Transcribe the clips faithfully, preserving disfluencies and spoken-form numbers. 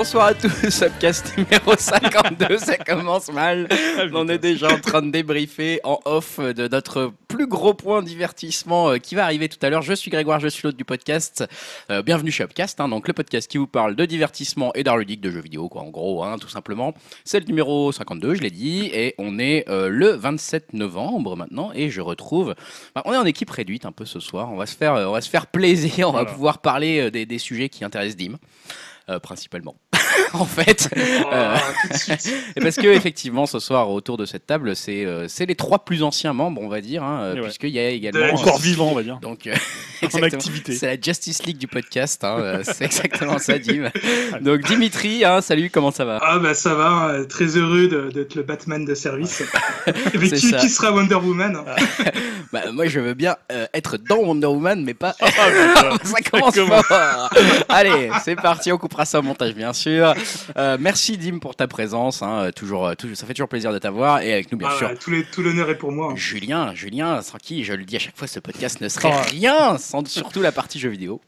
Bonsoir à tous, Upcast numéro cinquante-deux, ça commence mal. On est déjà en train de débriefer en off de notre plus gros point divertissement qui va arriver tout à l'heure. Je suis Grégoire, je suis l'hôte du podcast. Euh, bienvenue chez Upcast, hein, donc le podcast qui vous parle de divertissement et d'art ludique, de jeux vidéo, quoi, en gros, hein, tout simplement. C'est le numéro cinquante-deux, je l'ai dit, et on est euh, le vingt-sept novembre maintenant, et je retrouve... Bah, on est en équipe réduite un peu ce soir, on va se faire, on va se faire plaisir, on va voilà. pouvoir parler des, des sujets qui intéressent Dim. Euh, principalement en fait euh, et parce que effectivement ce soir autour de cette table c'est euh, c'est les trois plus anciens membres on va dire hein, ouais. puisqu'il y a également de encore vivant on va dire donc euh, en activité c'est la Justice League du podcast hein, c'est exactement ça Dim. Donc Dimitri hein, salut, comment ça va? Ah bah ça va, très heureux de, d'être le Batman de service. Mais qui, qui sera Wonder Woman hein. Bah, moi je veux bien euh, être dans Wonder Woman mais pas ça commence fort. Allez c'est parti, on coupera ça au montage bien sûr. Euh, merci Dim pour ta présence, hein, toujours, toujours, ça fait toujours plaisir de t'avoir et avec nous bien ah, sûr. Ouais, tout, les, tout l'honneur est pour moi. Hein. Julien, Julien, sans qui je le dis à chaque fois, ce podcast ne serait oh. rien sans surtout la partie jeux vidéo.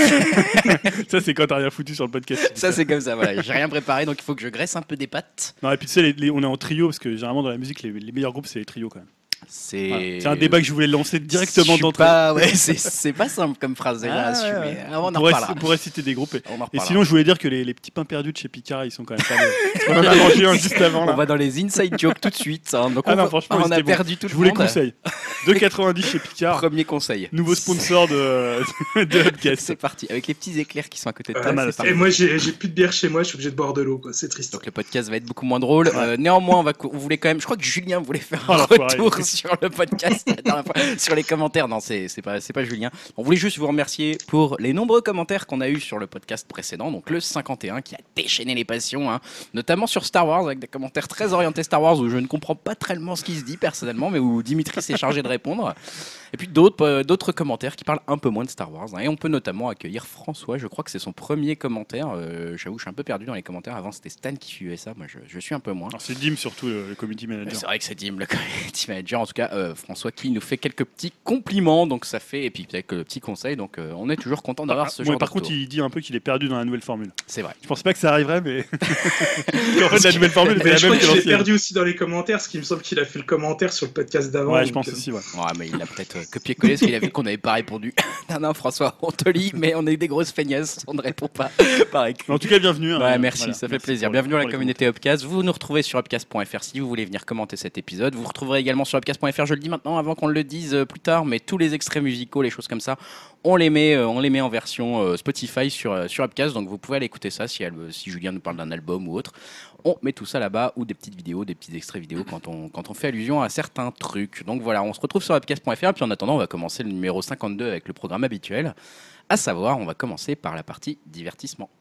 Ça c'est quand t'as rien foutu sur le podcast. Ça c'est comme ça, voilà, j'ai rien préparé donc il faut que je graisse un peu des pattes. Non et puis tu sais, les, les, on est en trio parce que généralement dans la musique les, les meilleurs groupes c'est les trios quand même. C'est... Voilà. C'est un débat que je voulais lancer directement d'entrée. Pas... Ouais, c'est, c'est pas simple comme phrase déjà à assumer. Ouais, ouais. On, en pourrait, on pourrait citer des groupes. Et, et sinon, je voulais dire que les, les petits pains perdus de chez Picard, ils sont quand même pas mal. On en a mangé un juste avant. Là. On va dans les inside jokes tout de suite. Hein. Donc ah on, non, va... franchement, on a perdu bon. tout le je vous les monde. conseille. deux quatre-vingt-dix chez Picard. Premier conseil. Nouveau sponsor de, de Upcast. C'est parti. Avec les petits éclairs qui sont à côté de euh, toi. Et moi, j'ai, j'ai plus de bière chez moi. Je suis obligé de boire de l'eau. Quoi. C'est triste. Donc le podcast va être beaucoup moins drôle. Ouais. Euh, néanmoins, on, va... on voulait quand même. Je crois que Julien voulait faire un oh, retour sur le podcast la dernière fois. Sur les commentaires, non, c'est, c'est, pas, c'est pas Julien. On voulait juste vous remercier pour les nombreux commentaires qu'on a eu sur le podcast précédent, donc le cinquante et un, qui a déchaîné les passions, hein, notamment sur Star Wars, avec des commentaires très orientés Star Wars, où je ne comprends pas tellement ce qui se dit personnellement, mais où Dimitri s'est chargé de répondre. Et puis d'autres, euh, d'autres commentaires qui parlent un peu moins de Star Wars. Hein, et on peut notamment accueillir François, je crois que c'est son premier commentaire. Euh, j'avoue, je suis un peu perdu dans les commentaires. Avant, c'était Stan qui suivait ça, moi je, je suis un peu moins. Alors, c'est Dim surtout, le, le community manager. C'est vrai que c'est Dim, le community manager. En tout cas, euh, François qui nous fait quelques petits compliments, donc ça fait, et puis peut-être le petit conseil, donc euh, on est toujours content d'avoir ah, ce genre ouais, par de contre, retour. Il dit un peu qu'il est perdu dans la nouvelle formule. C'est vrai. Je pensais pas que ça arriverait, mais en fait, la nouvelle formule, c'est la je même crois que qu'il est perdu aussi dans les commentaires, parce qu'il me semble qu'il a fait le commentaire sur le podcast d'avant. Ouais, je pense euh... aussi, ouais. Ouais, mais il a peut-être euh, copié-collé parce qu'il a vu qu'on n'avait pas répondu. non, non, François, on te lit, mais on est des grosses feignasses, on ne répond pas par écrit. En tout cas, bienvenue. Hein, ouais, merci, voilà, ça fait merci plaisir. Bienvenue à la communauté Upcast. Vous nous retrouvez sur upcast point f r si vous voulez venir commenter cet épisode. Vous retrouverez également sur upcast point f r, je le dis maintenant avant qu'on le dise euh, plus tard, mais tous les extraits musicaux, les choses comme ça, on les met, euh, on les met en version euh, Spotify sur, euh, sur Upcast, donc vous pouvez aller écouter ça si, elle, si Julien nous parle d'un album ou autre. On met tout ça là-bas, ou des petites vidéos, des petits extraits vidéo quand on, quand on fait allusion à certains trucs. Donc voilà, on se retrouve sur upcast point f r, puis en attendant, on va commencer le numéro cinquante-deux avec le programme habituel, à savoir, on va commencer par la partie divertissement.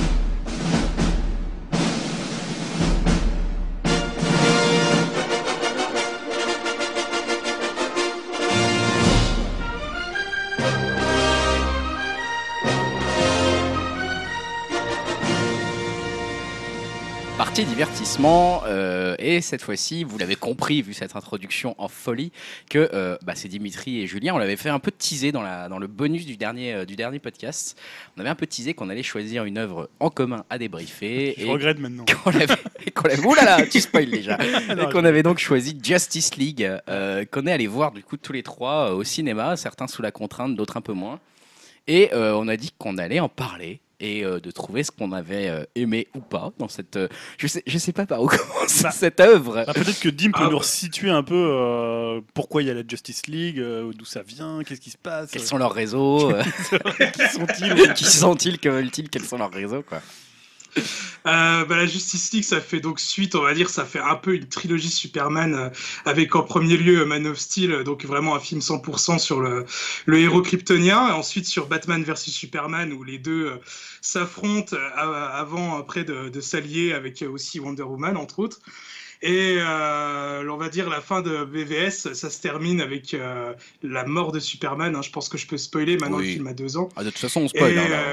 Partie divertissement, euh, et cette fois-ci, vous l'avez compris, vu cette introduction en folie, que euh, bah, c'est Dimitri et Julien, on l'avait fait un peu teaser dans, la, dans le bonus du dernier, euh, du dernier podcast. On avait un peu teasé qu'on allait choisir une œuvre en commun à débriefer. Je et regrette maintenant. Qu'on avait, et qu'on avait, oulala, tu spoil déjà. Et qu'on avait donc choisi Justice League, euh, qu'on est allé voir du coup tous les trois euh, au cinéma, certains sous la contrainte, d'autres un peu moins. Et euh, on a dit qu'on allait en parler. Et euh, de trouver ce qu'on avait euh, aimé ou pas dans cette... Euh, je sais, je sais pas par où commence bah, cette œuvre. Bah, peut-être que Dim peut ah, nous resituer un peu euh, pourquoi il y a la Justice League, euh, d'où ça vient, qu'est-ce qui se passe. Quels sont leurs réseaux euh... Qui sont-ils Qui sont-ils, que veulent-ils, quels sont leurs réseaux, quoi. Euh, bah, la Justice League, ça fait donc suite, on va dire, ça fait un peu une trilogie Superman euh, avec en premier lieu Man of Steel, donc vraiment un film cent pour cent sur le, le héros kryptonien, et ensuite sur Batman versus Superman où les deux euh, s'affrontent euh, avant après de, de s'allier avec euh, aussi Wonder Woman entre autres. Et euh, on va dire la fin de B V S, ça se termine avec euh, la mort de Superman. Hein. Je pense que je peux spoiler. Maintenant, oui. Le film a deux ans. Ah, de toute façon, on spoil. Et, hein, euh,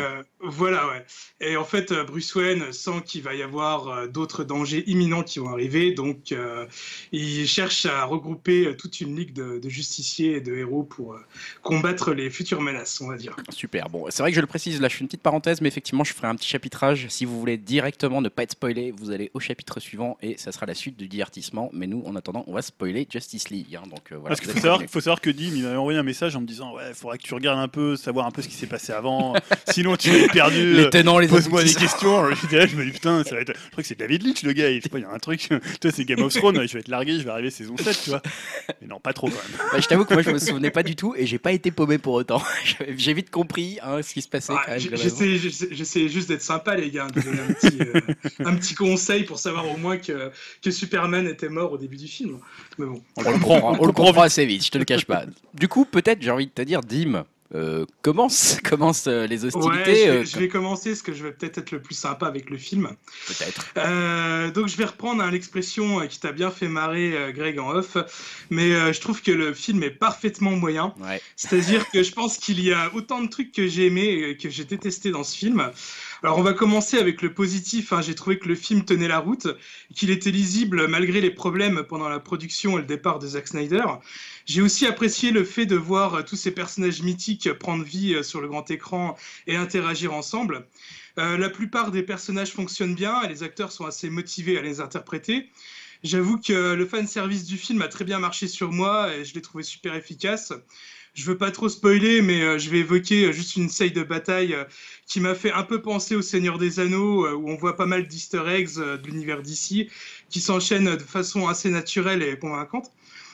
Voilà, ouais. Et en fait, euh, Bruce Wayne sent qu'il va y avoir euh, d'autres dangers imminents qui vont arriver, donc euh, il cherche à regrouper euh, toute une ligue de, de justiciers et de héros pour euh, combattre les futures menaces, on va dire. Super, bon, c'est vrai que je le précise, là je fais une petite parenthèse, mais effectivement je ferai un petit chapitrage. Si vous voulez directement ne pas être spoilé, vous allez au chapitre suivant et ça sera la suite du divertissement. Mais nous, en attendant, on va spoiler Justice League. Hein, donc, euh, voilà, Parce qu'il faut savoir, faut savoir que Dim, il m'avait envoyé un message en me disant ouais, il faudrait que tu regardes un peu, savoir un peu ce qui s'est passé avant, sinon tu es perdu. Les tenants, les Pose-moi des aboutissants. questions. Alors, j'étais là, je me dis putain, ça va être... je crois que c'est David Lynch le gars. Il, je sais pas, il y a un truc. Toi, c'est Game of Thrones. Je vais être largué, je vais arriver saison sept, tu vois. Mais non, pas trop quand même. Bah, je t'avoue que moi je me souvenais pas du tout et j'ai pas été paumé pour autant. J'avais- J'ai vite compris hein, ce qui se passait Ah, quand même. j- globalement. j'essaie, j'essaie- j'essaie juste d'être sympa, les gars, de donner un petit, euh, un petit conseil pour savoir au moins que, que Superman était mort au début du film. Mais bon. On le comprend, hein, on le comprend assez vite, je te le cache pas. Du coup, peut-être, j'ai envie de te dire, Dim, euh, commence, commence euh, les Ouais, hostilités. je vais, euh, je vais commencer parce que je vais peut-être être le plus sympa avec le film. Peut-être. Euh, donc je vais reprendre hein, l'expression euh, qui t'a bien fait marrer, euh, Greg, en off, mais euh, je trouve que le film est parfaitement moyen. Ouais. C'est-à-dire que je pense qu'il y a autant de trucs que j'ai aimé et que j'ai détesté dans ce film. Alors on va commencer avec le positif. Hein. J'ai trouvé que le film tenait la route, qu'il était lisible malgré les problèmes pendant la production et le départ de Zack Snyder. J'ai aussi apprécié le fait de voir euh, tous ces personnages mythiques prendre vie euh, sur le grand écran et interagir ensemble. Euh, la plupart des personnages fonctionnent bien et les acteurs sont assez motivés à les interpréter. J'avoue que le fanservice du film a très bien marché sur moi et je l'ai trouvé super efficace. Je veux pas trop spoiler, mais euh, je vais évoquer euh, juste une scène de bataille euh, qui m'a fait un peu penser au Seigneur des Anneaux, euh, où on voit pas mal d'easter eggs euh, de l'univers d'ici, qui s'enchaînent de façon assez naturelle et convaincante.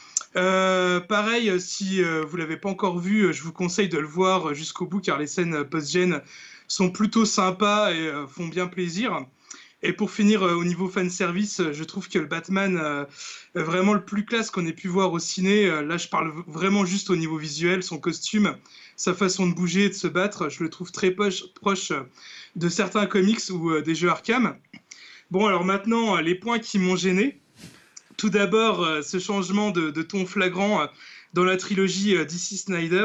Euh, pareil, euh, si euh, vous l'avez pas encore vu, euh, je vous conseille de le voir euh, jusqu'au bout, car les scènes post-gènes sont plutôt sympas et euh, font bien plaisir. Et pour finir, euh, au niveau fanservice, euh, je trouve que le Batman, euh, est vraiment le plus classe qu'on ait pu voir au ciné, euh, là je parle v- vraiment juste au niveau visuel, son costume, sa façon de bouger et de se battre, je le trouve très poche- proche euh, de certains comics ou euh, des jeux Arkham. Bon, alors maintenant, euh, les points qui m'ont gêné. Tout d'abord, euh, ce changement de, de ton flagrant euh, dans la trilogie euh, D C Snyder.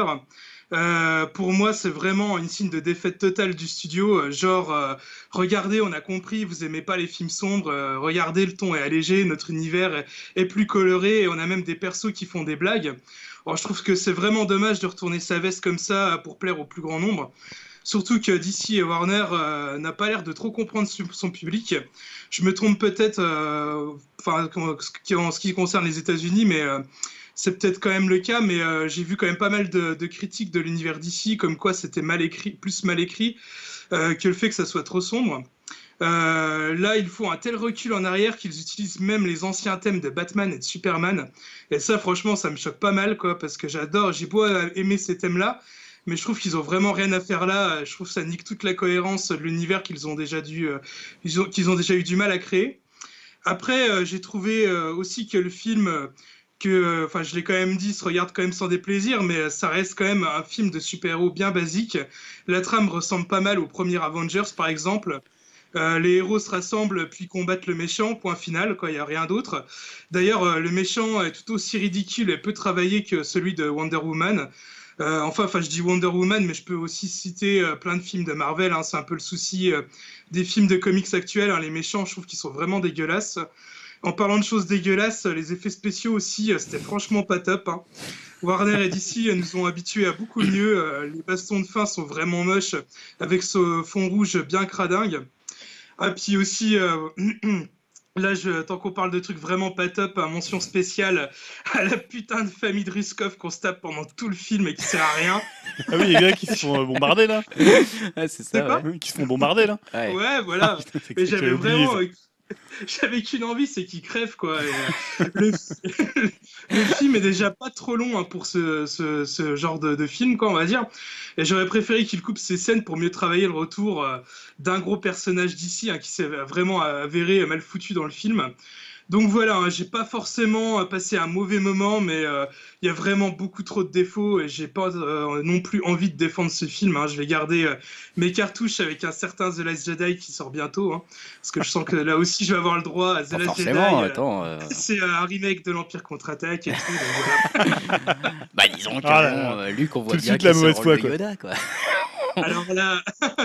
Euh, pour moi, c'est vraiment une signe de défaite totale du studio. Euh, genre, euh, regardez, on a compris, vous aimez pas les films sombres. Euh, regardez, le ton est allégé, notre univers est, est plus coloré et on a même des persos qui font des blagues. Alors, je trouve que c'est vraiment dommage de retourner sa veste comme ça euh, pour plaire au plus grand nombre. Surtout que D C et Warner euh, n'a pas l'air de trop comprendre son son public. Je me trompe peut-être, euh, enfin, en ce qui concerne les États-Unis, mais euh, c'est peut-être quand même le cas. Mais euh, j'ai vu quand même pas mal de, de critiques de l'univers d'ici, comme quoi c'était mal écrit, plus mal écrit euh, que le fait que ça soit trop sombre. Euh, là, il faut un tel recul en arrière qu'ils utilisent même les anciens thèmes de Batman et de Superman. Et ça, franchement, ça me choque pas mal, quoi, parce que j'adore, j'ai beau aimer ces thèmes-là, mais je trouve qu'ils ont vraiment rien à faire là. Je trouve que ça nique toute la cohérence de l'univers qu'ils ont déjà dû, euh, ils ont, qu'ils ont déjà eu du mal à créer. Après, euh, j'ai trouvé euh, aussi que le film, euh, que, enfin, je l'ai quand même dit, se regarde quand même sans déplaisir, mais euh, ça reste quand même un film de super-héros bien basique. La trame ressemble pas mal au premier Avengers, par exemple. Euh, les héros se rassemblent puis combattent le méchant, point final, quoi, il n'y a rien d'autre. D'ailleurs, euh, le méchant est tout aussi ridicule et peu travaillé que celui de Wonder Woman. Euh, enfin, enfin, je dis Wonder Woman, mais je peux aussi citer euh, plein de films de Marvel. Hein, c'est un peu le souci euh, des films de comics actuels. Hein, les méchants, je trouve qu'ils sont vraiment dégueulasses. En parlant de choses dégueulasses, les effets spéciaux aussi, euh, c'était franchement pas top. Hein. Warner et D C euh, nous ont habitués à beaucoup mieux. Euh, les bastons de fin sont vraiment moches, avec ce fond rouge bien cradingue. Ah, puis aussi, euh, là, je, tant qu'on parle de trucs vraiment pas top, hein, mention spéciale à la putain de famille de Ruskov qu'on se tape pendant tout le film et qui sert à rien. Ah oui, les gars qui se font euh, bombarder là. Ah, c'est C'est ça, pas ouais. Qui se font bombarder là. Ouais. Ouais, voilà. Putain, c'est que Mais c'est que j'avais j'avais oublié, vraiment. ça. euh, J'avais qu'une envie, c'est qu'il crève, quoi. Et, euh, le, le film est déjà pas trop long hein, pour ce, ce, ce genre de, de film, quoi, on va dire. Et j'aurais préféré qu'il coupe ces scènes pour mieux travailler le retour euh, d'un gros personnage d'ici hein, qui s'est vraiment avéré mal foutu dans le film. Donc voilà, hein, j'ai pas forcément euh, passé un mauvais moment, mais euh, il y a vraiment beaucoup trop de défauts et j'ai pas euh, non plus envie de défendre ce film. Hein. Je vais garder euh, mes cartouches avec un certain The Last Jedi qui sort bientôt, hein, parce que je sens que là aussi je vais avoir le droit à The Pas Last Jedi. forcément, euh, attends. euh, c'est un remake de l'Empire contre-attaque et tout. Donc voilà. Bah, disons que Ah là bon, là. euh, Luc, on voit Tout de bien suite, que la c'est mauvaise le rôle foi, de quoi. Yoda, quoi. Alors là,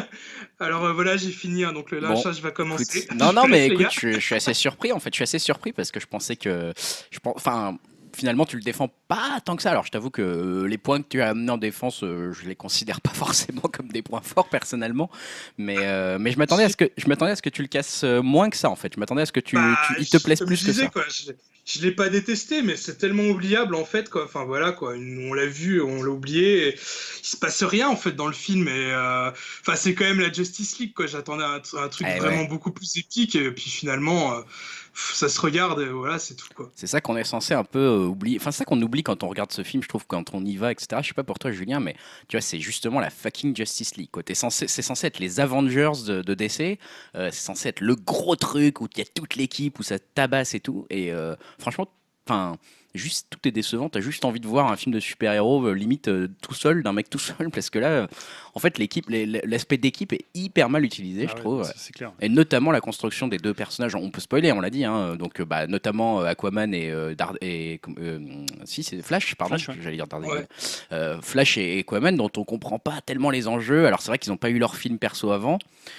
alors euh, voilà, j'ai fini, hein, donc le Bon, lynchage va écoute, commencer. non, Je non, vous mais laisse, les écoute, gars. je, je suis assez surpris en fait. Je suis assez surpris parce que je pensais que, je pense, enfin, finalement, tu le défends pas tant que ça. Alors, je t'avoue que euh, les points que tu as amenés en défense, euh, je les considère pas forcément comme des points forts personnellement. Mais, euh, mais je m'attendais à ce que, je m'attendais à ce que tu le casses euh, moins que ça en fait. Je m'attendais à ce que tu, Bah, tu, il te je- plaise comme plus je que disais, ça. quoi, je, je l'ai pas détesté, mais c'est tellement oubliable en fait, quoi. Enfin voilà, quoi. Une- On l'a vu, on l'a oublié. Et il se passe rien en fait dans le film. Et euh, enfin, c'est quand même la Justice League, quoi. J'attendais un, un truc Eh vraiment ouais. beaucoup plus épique, et puis finalement, euh, pff, ça se regarde. Et voilà, c'est tout, quoi. C'est ça qu'on est censé un peu euh, oublier. Enfin, c'est ça qu'on oublie quand on regarde ce film, je trouve, quand on y va, et cetera. Je sais pas pour toi, Julien, mais tu vois, c'est justement la fucking Justice League, quoi. T'es censé, c'est censé être les Avengers de, de D C. Euh, c'est censé être le gros truc où il y a toute l'équipe, où ça tabasse et tout. Et euh, franchement, enfin. Juste, tout est décevant. T'as juste envie de voir un film de super-héros, euh, limite euh, tout seul, d'un mec tout seul, parce que là, euh, en fait, l'équipe, les- l'aspect d'équipe est hyper mal utilisé, je Ah ouais, trouve. ça, c'est clair. Et notamment la construction des deux personnages, on peut spoiler, on l'a dit, hein, donc euh, bah, notamment euh, Aquaman et, euh, Dard- et euh, si c'est Flash, pardon, Flash, ouais. j'allais dire Daredevil. Ouais. Euh, Flash et Aquaman dont on comprend pas tellement les enjeux. Alors c'est vrai qu'ils n'ont pas eu leur film perso avant,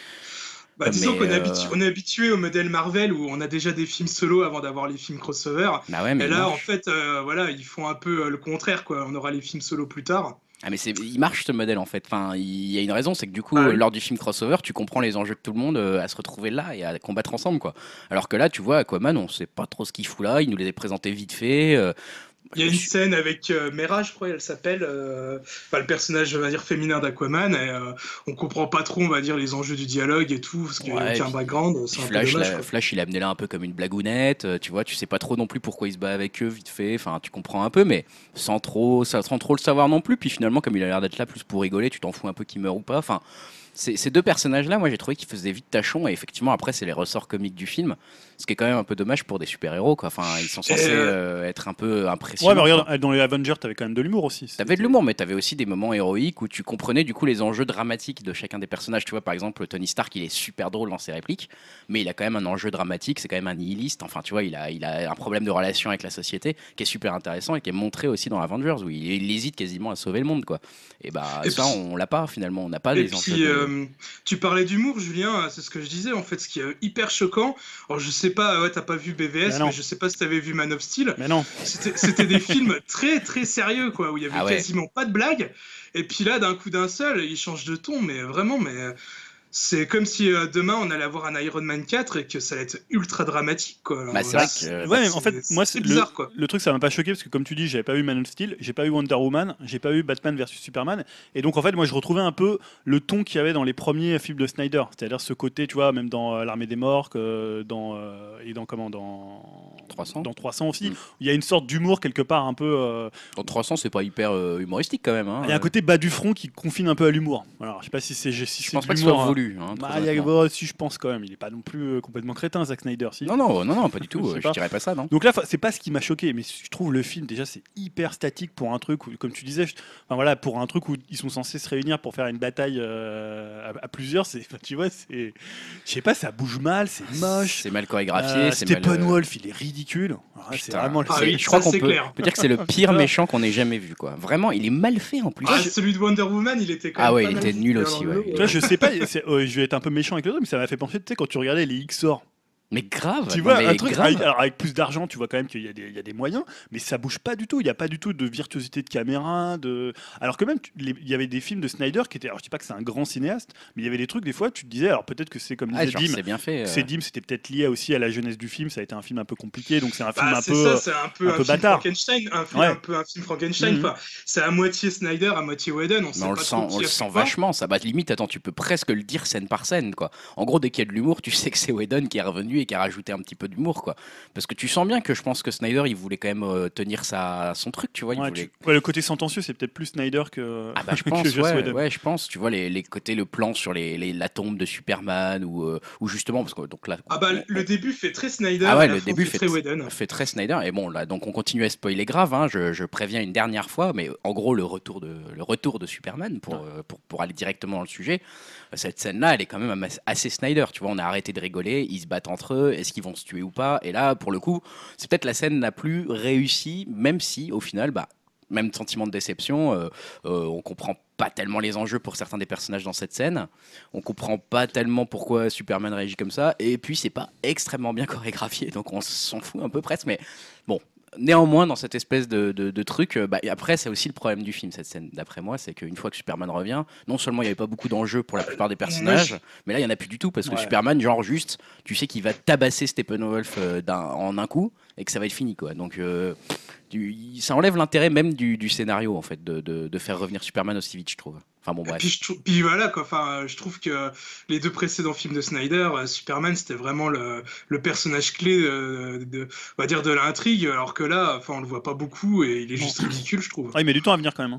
Bah, disons mais qu'on est, euh, habitu- on est habitué au modèle Marvel où on a déjà des films solo avant d'avoir les films crossover. bah ouais, mais Et ils là, en marchent. fait, euh, voilà, ils font un peu euh, le contraire, quoi. On aura les films solo plus tard. Ah mais c'est, il marche ce modèle en fait. Enfin, il y a une raison, c'est que du coup, Bah euh, oui. lors du film crossover, tu comprends les enjeux de tout le monde euh, à se retrouver là et à combattre ensemble, quoi. Alors que là, tu vois, Aquaman, on sait pas trop ce qu'il fout là. Il nous les a présentés vite fait. euh, Il y je a me une suis- scène avec euh, Mera, je crois, elle s'appelle, euh, enfin, le personnage, on va dire, féminin d'Aquaman, et euh, on comprend pas trop, on va dire, les enjeux du dialogue et tout, parce qu'il n'y a Ouais, et aucun puis, background, puis c'est un peu Flash, dommage, là, quoi. Flash, il a amené là un peu comme une blagounette, euh, tu vois, tu sais pas trop non plus pourquoi il se bat avec eux vite fait, enfin tu comprends un peu, mais sans trop, ça- sans trop le savoir non plus. Puis finalement, comme il a l'air d'être là plus pour rigoler, tu t'en fous un peu qu'il meure ou pas. Enfin, ces, ces deux personnages-là, moi j'ai trouvé qu'ils faisaient vite tâchon, et effectivement après c'est les ressorts comiques du film, ce qui est quand même un peu dommage pour des super-héros, quoi. Enfin, ils sont Et, censés euh, euh, être un peu Ouais, mais impressionnants, quoi. regarde, dans les Avengers, t'avais quand même de l'humour aussi. T'avais de C'était- l'humour, mais t'avais aussi des moments héroïques où tu comprenais du coup les enjeux dramatiques de chacun des personnages. Tu vois, par exemple, Tony Stark, il est super drôle dans ses répliques, mais il a quand même un enjeu dramatique, c'est quand même un nihiliste. Enfin, tu vois, il a, il a un problème de relation avec la société qui est super intéressant et qui est montré aussi dans Avengers, où il, il hésite quasiment à sauver le monde, quoi. Et bah, et ça, puis, on l'a pas finalement. On n'a pas et les enjeux puis de. euh, tu parlais d'humour, Julien, c'est ce que je disais, en fait, ce qui est hyper choquant. Alors, je sais pas, ouais, t'as pas vu Mais B V S, non, mais je sais pas si t'avais vu Man of Steel. mais non. C'était c'était des films très, très sérieux, quoi, où il y avait Ah ouais. quasiment pas de blagues. Et puis là, d'un coup d'un seul, il change de ton, mais vraiment, mais euh, c'est comme si euh, demain on allait avoir un Iron Man quatre et que ça allait être ultra dramatique, quoi. Alors, Bah, c'est euh, vrai c'est- que. euh, Ouais, mais c'est- en fait, moi, c'est c'est- le, bizarre, quoi. le truc, ça m'a pas choqué parce que, comme tu dis, j'avais pas vu Man of Steel, j'ai pas eu Wonder Woman, j'ai pas eu Batman versus Superman. Et donc, en fait, moi, je retrouvais un peu le ton qu'il y avait dans les premiers films de Snyder. C'est-à-dire ce côté, tu vois, même dans euh, L'Armée des Morts, que dans, euh, et dans comment dans trois cents. Dans trois cents aussi. Mm. Il y a une sorte d'humour quelque part un peu. euh, Dans trois cents, c'est pas hyper euh, humoristique quand même. Hein. Il y a un côté bas du front qui confine un peu à l'humour. Alors, je sais pas si c'est si Je c'est pense de pas que ce soit l'humour, hein. voulu. Hein, Bah, très il y a- honnêtement. bah, si je pense quand même, il est pas non plus euh, complètement crétin, Zack Snyder, si. Non, non, non, non, pas du tout. Je sais Je pas. dirais pas ça, non. Donc là, fa- c'est pas ce qui m'a choqué, mais je trouve le film déjà c'est hyper statique pour un truc où, comme tu disais, je- enfin, voilà, pour un truc où ils sont censés se réunir pour faire une bataille euh, à, à plusieurs, c'est, enfin, tu vois, c'est, je sais pas, ça bouge mal, c'est moche. C'est mal chorégraphié. Euh, c'est mal, euh, Steppenwolf, il est ridicule. Alors là, c'est Putain. vraiment. Ah C'est- oui, je crois ça, qu'on c'est peut, clair. on peut dire que c'est le pire Ah. méchant qu'on ait jamais vu, quoi. Vraiment, il est mal fait en plus. Ah, je- celui de Wonder Woman, il était quand Ah même ouais, pas il mal était foutu nul dans aussi, le ouais. lot, Tu vois, je sais pas, c'est- euh, je vais être un peu méchant avec le truc, mais ça m'a fait penser, tu sais, quand tu regardais les X-Or. Mais grave. Tu non, vois, mais un truc grave. avec, alors avec plus d'argent, tu vois quand même qu'il y a des, il y a des moyens, mais ça bouge pas du tout. Il n'y a pas du tout de virtuosité de caméra. De... Alors que même, tu- les- il y avait des films de Snyder qui étaient. Alors je dis pas que c'est un grand cinéaste, mais il y avait des trucs, des fois, tu te disais, alors peut-être que c'est comme Ah, disait genre, Dim, c'est bien fait. euh. c'est Dim, c'était peut-être lié aussi à la jeunesse du film. Ça a été un film un peu compliqué, donc c'est un film Bah, un c'est peu. ça, euh, c'est un peu un un, peu film bâtard. Frankenstein, un, film, Ouais. un peu un film Frankenstein. Mhm. Enfin, c'est à moitié Snyder, à moitié Whedon. On sait Mais on le pas sent, trop on qui le a fait sent quoi. vachement. Ça, bah, limite, attends, tu peux presque le dire scène par scène, quoi. En gros, dès qu'il y a de l'humour, tu sais que c'est Whedon qui est revenu et qui a rajouté un petit peu d'humour, quoi. Parce que tu sens bien que je pense que Snyder, il voulait quand même euh, tenir sa, son truc, tu vois. Il ouais, voulait... tu- ouais, le côté sentencieux, c'est peut-être plus Snyder que. Ah bah je que pense, Joss ouais, Whedon. ouais, je pense. Tu vois les, les côtés, le plan sur les, les- la tombe de Superman ou, euh, ou justement parce que donc là. Ah bah, on- le début fait très Snyder, Ah ouais, et la le fin début fait fait, très Whedon. fait très Snyder. Et bon, là, donc on continue à spoiler grave. Hein, je, je préviens une dernière fois, mais en gros, le retour de, le retour de Superman, pour, euh, pour, pour aller directement dans le sujet, cette scène-là, elle est quand même ama- assez Snyder. Tu vois, on a arrêté de rigoler, ils se battent entre eux, est-ce qu'ils vont se tuer ou pas? Et là, pour le coup, c'est peut-être la scène la plus réussie, même si, au final, bah. même sentiment de déception. Euh, euh, on comprend pas tellement les enjeux pour certains des personnages dans cette scène. On comprend pas tellement pourquoi Superman réagit comme ça. Et puis c'est pas extrêmement bien chorégraphié, donc on s'en fout un peu presque. Mais bon. Néanmoins, dans cette espèce de, de, de truc, bah, après, c'est aussi le problème du film, cette scène, d'après moi, c'est qu'une fois que Superman revient, non seulement il n'y avait pas beaucoup d'enjeux pour la plupart des personnages, mais là, il n'y en a plus du tout, parce que ouais. Superman, genre, juste, tu sais qu'il va tabasser Steppenwolf euh, d'un, en un coup, et que ça va être fini, quoi. Donc, euh, du, ça enlève l'intérêt même du, du scénario, en fait, de, de, de faire revenir Superman aussi vite, je trouve. Enfin bon, bref. Puis, je, puis voilà, quoi. Enfin, je trouve que les deux précédents films de Snyder, euh, Superman, c'était vraiment le, le personnage clé de, de, on va dire, de l'intrigue, alors que là, enfin, on le voit pas beaucoup et il est juste ridicule, je trouve. Ah, il met du temps à venir quand même. Hein.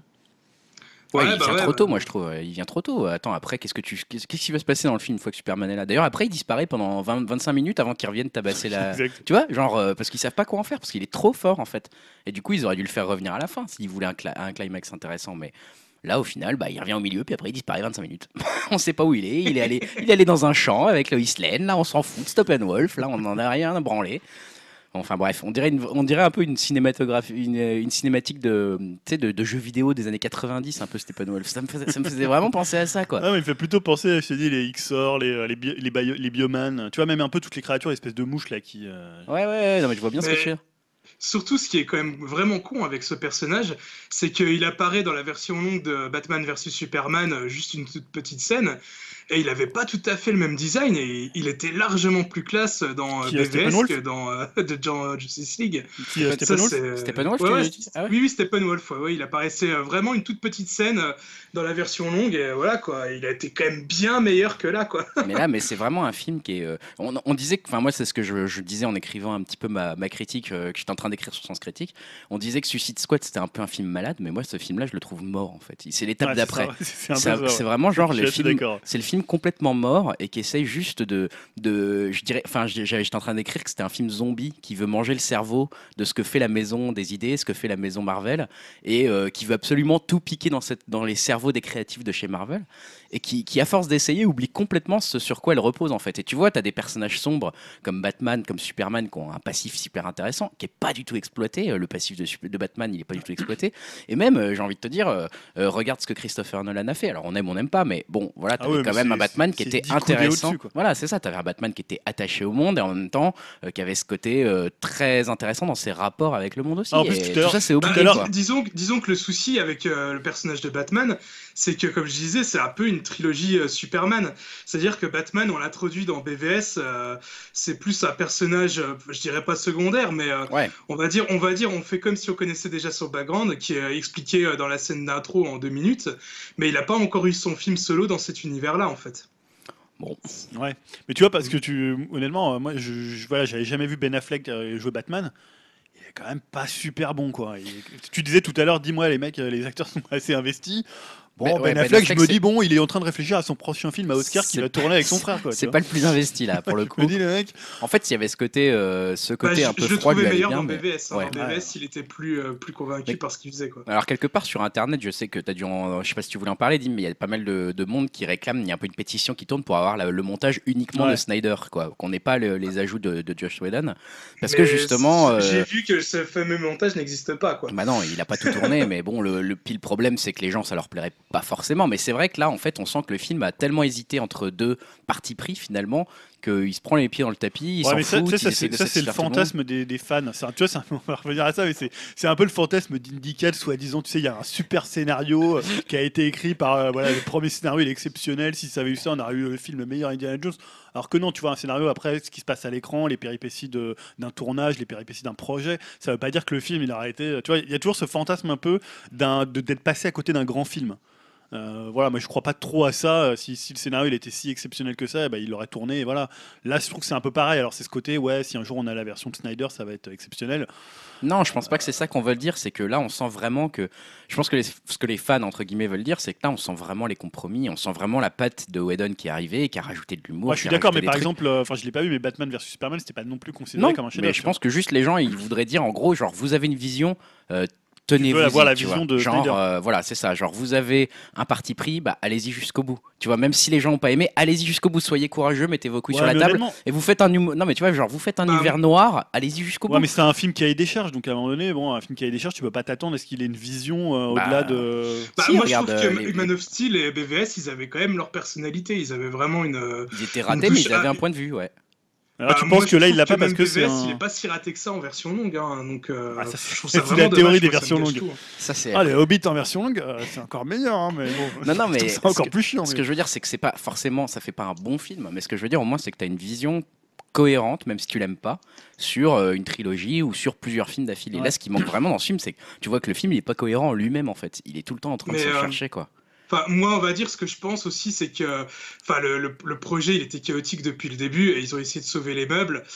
Ouais, ouais, il bah vient ouais, trop bah... tôt, moi je trouve. Il vient trop tôt. Attends, après, qu'est-ce que tu, qu'est-ce qui va se passer dans le film une fois que Superman est là? D'ailleurs, après, il disparaît pendant vingt, vingt-cinq minutes avant qu'il revienne tabasser la. Exact. Tu vois, genre euh, parce qu'ils savent pas quoi en faire, parce qu'il est trop fort en fait. Et du coup, ils auraient dû le faire revenir à la fin s'ils voulaient un, cla- un climax intéressant, mais. Là, au final, bah, il revient au milieu, puis après, il disparaît vingt-cinq minutes. On sait pas où il est. Il est allé, il est allé dans un champ avec Lois Lane. Là, on s'en fout de Steppenwolf. Là, on n'en a rien à branler. Enfin bref, on dirait, une, on dirait un peu une cinématographie, une, une cinématique de, de, de jeux vidéo des années quatre-vingt-dix, un peu Steppenwolf. Ça me faisait, ça me faisait vraiment penser à ça, quoi. Ah, mais il fait plutôt penser, je t'ai dit, les X-Or, les, les, bio, les, bio, les Bioman. Tu vois, même un peu toutes les créatures, espèces de mouches là qui. Euh... Ouais, ouais, non, mais je vois bien mais... ce que tu veux dire. Surtout, ce qui est quand même vraiment con avec ce personnage, c'est qu'il apparaît dans la version longue de Batman versus Superman, juste une toute petite scène, et il n'avait pas tout à fait le même design, et il était largement plus classe dans qui, B V S que dans euh, The Justice League. Qui, euh, Steppenwolf Steppenwolf ouais, ouais, ah ouais Oui, oui, Steppenwolf, ouais, ouais, il apparaissait vraiment une toute petite scène dans la version longue, et voilà, quoi, il a été quand même bien meilleur que là, quoi. Mais là, mais c'est vraiment un film qui est... Euh, on, on disait, enfin moi c'est ce que je, je disais en écrivant un petit peu ma, ma critique, euh, que j'étais en train d'écrire sur Sens Critique, on disait que Suicide Squad c'était un peu un film malade, mais moi ce film-là je le trouve mort en fait. C'est l'étape ouais, d'après. C'est, c'est, c'est, c'est vraiment genre le film, c'est le film complètement mort et qui essaye juste de, de je dirais, enfin j'étais en train d'écrire que c'était un film zombie qui veut manger le cerveau de ce que fait la maison des idées, ce que fait la maison Marvel et euh, qui veut absolument tout piquer dans, cette, dans les cerveaux des créatifs de chez Marvel et qui, qui à force d'essayer oublie complètement ce sur quoi elle repose en fait. Et tu vois, tu as des personnages sombres comme Batman, comme Superman qui ont un passif super intéressant qui est pas du tout exploité. Le passif de, de Batman il est pas du tout exploité et même euh, j'ai envie de te dire euh, euh, regarde ce que Christopher Nolan a fait. Alors on aime on n'aime pas mais bon voilà, tu avais ah ouais, quand même un Batman qui était intéressant. Voilà, c'est ça, tu avais un Batman qui était attaché au monde et en même temps euh, qui avait ce côté euh, très intéressant dans ses rapports avec le monde aussi. En plus, et tout, tout ça c'est oublié. Bah, quoi. Disons, disons que le souci avec euh, le personnage de Batman, c'est que comme je disais, c'est un peu une trilogie euh, Superman. C'est-à-dire que Batman, on l'introduit dans B V S, euh, c'est plus un personnage, euh, je dirais pas secondaire, mais euh, ouais. on va dire, on va dire, on fait comme si on connaissait déjà son background, qui est expliqué euh, dans la scène d'intro en deux minutes, mais il n'a pas encore eu son film solo dans cet univers-là, en fait. Bon. Ouais, mais tu vois, parce que tu, honnêtement, moi, je, je voilà, j'avais jamais vu Ben Affleck jouer Batman. Il est quand même pas super bon, quoi. Il, tu disais tout à l'heure, dis-moi, les mecs, les acteurs sont assez investis. Bon, Ben, ouais, ben Affleck, Affleck, je me dis, bon, il est en train de réfléchir à son prochain film à Oscar qui va tourner avec son frère. Quoi, c'est pas le plus investi, là, pour le coup. Je me dis, le mec... En fait, il y avait ce côté, euh, ce côté bah, un je, peu je froid. Je le trouvais meilleur bien, dans mais... B V S. Hein. Ouais. Dans B V S, il était plus, euh, plus convaincu mais... par ce qu'il faisait. Quoi. Alors, quelque part, sur Internet, je sais que tu as dû en... Je sais pas si tu voulais en parler, Dim, mais il y a pas mal de, de monde qui réclame, il y a un peu une pétition qui tourne pour avoir la, le montage uniquement ouais. de Snyder, quoi. Qu'on n'ait pas le, les ajouts de, de Joss Whedon. Parce mais que justement. Euh... J'ai vu que ce fameux montage n'existe pas, quoi. Bah non, il a pas tout tourné, mais bon, le, le, le problème, c'est que les gens, ça leur plairait pas forcément. Mais c'est vrai que là, en fait, on sent que le film a tellement hésité entre deux partis pris finalement qu'il se prend les pieds dans le tapis, il ouais, s'en mais ça, fout. Ça, ça, ça c'est le fantasme le des, des fans. C'est un, tu vois, c'est un, on va revenir à ça, mais c'est, c'est un peu le fantasme d'Indical, soi-disant. Tu sais, il y a un super scénario qui a été écrit par euh, voilà, le premier scénario, il est exceptionnel. Si ça avait eu ça, on aurait eu le film le meilleur Indiana Jones. Alors que non, tu vois, un scénario après, ce qui se passe à l'écran, les péripéties de, d'un tournage, les péripéties d'un projet, ça veut pas dire que le film il aurait été. Tu vois, il y a toujours ce fantasme un peu d'un, de, d'être passé à côté d'un grand film. Euh, voilà, moi je crois pas trop à ça. Si, si le scénario il était si exceptionnel que ça, bah, il l'aurait tourné. Et voilà. Là, je trouve que c'est un peu pareil. Alors c'est ce côté, ouais, si un jour on a la version de Snyder, ça va être exceptionnel. Non, je pense pas que c'est ça qu'on veut dire. C'est que là, on sent vraiment que. Je pense que les, ce que les fans entre guillemets veulent dire, c'est que là, on sent vraiment les compromis. On sent vraiment la patte de Whedon qui est arrivée et qui a rajouté de l'humour. Ouais, je suis d'accord, mais par trucs. exemple, enfin, euh, je l'ai pas vu, mais Batman versus Superman, c'était pas non plus considéré non, comme un chef-d'œuvre. Mais je pense que juste les gens, ils voudraient dire, en gros, genre, vous avez une vision. Euh, tenez-vous. avoir la tu vision vois. de genre, Snyder. euh, voilà, c'est ça. Genre, vous avez un parti pris, bah, allez-y jusqu'au bout. Tu vois, même si les gens n'ont pas aimé, allez-y jusqu'au bout. Soyez courageux, mettez vos couilles Ouais, sur la mais table honnêtement- et vous faites un humour. Non, mais tu vois, genre, vous faites un Bah, univers noir, allez-y jusqu'au Ouais, bout. mais c'est un film qui a des charges, donc à un moment donné, bon, un film qui a des charges, tu peux pas t'attendre à ce qu'il ait une vision euh, Bah, au-delà de. Bah, Si, moi, regarde, je trouve euh, que les- Man les- of Steel et B V S, ils avaient quand même leur personnalité. Ils avaient vraiment une. euh, Ils étaient une ratés, mais touche- ils avaient ah, un point de vue, ouais. Alors bah, tu moi, penses je que là, il trouve l'a pas parce même que c'est B V S, un. il est pas si raté que ça en version longue. Hein, donc, euh, Ah, ça, c'est- je trouve ça c'est vraiment la théorie dommage, des moi, ça me versions gâche longues. tout, hein. Ça, c'est. Ah, les Hobbits en version longue, euh, c'est encore meilleur, hein, mais bon. Non, non, mais c'est encore ce que- plus chiant. Ce mais- que je veux dire, c'est que c'est pas forcément, ça fait pas un bon film, mais ce que je veux dire, au moins, c'est que tu as une vision cohérente, même si tu l'aimes pas, sur euh, une trilogie ou sur plusieurs films d'affilée. Ouais. Là, ce qui manque vraiment dans ce film, c'est que tu vois que le film, il est pas cohérent en lui-même, en fait. Il est tout le temps en train de Mais, se euh, chercher, quoi. Enfin, moi, on va dire, ce que je pense aussi, c'est que enfin, le, le, le projet, il était chaotique depuis le début et ils ont essayé de sauver les meubles.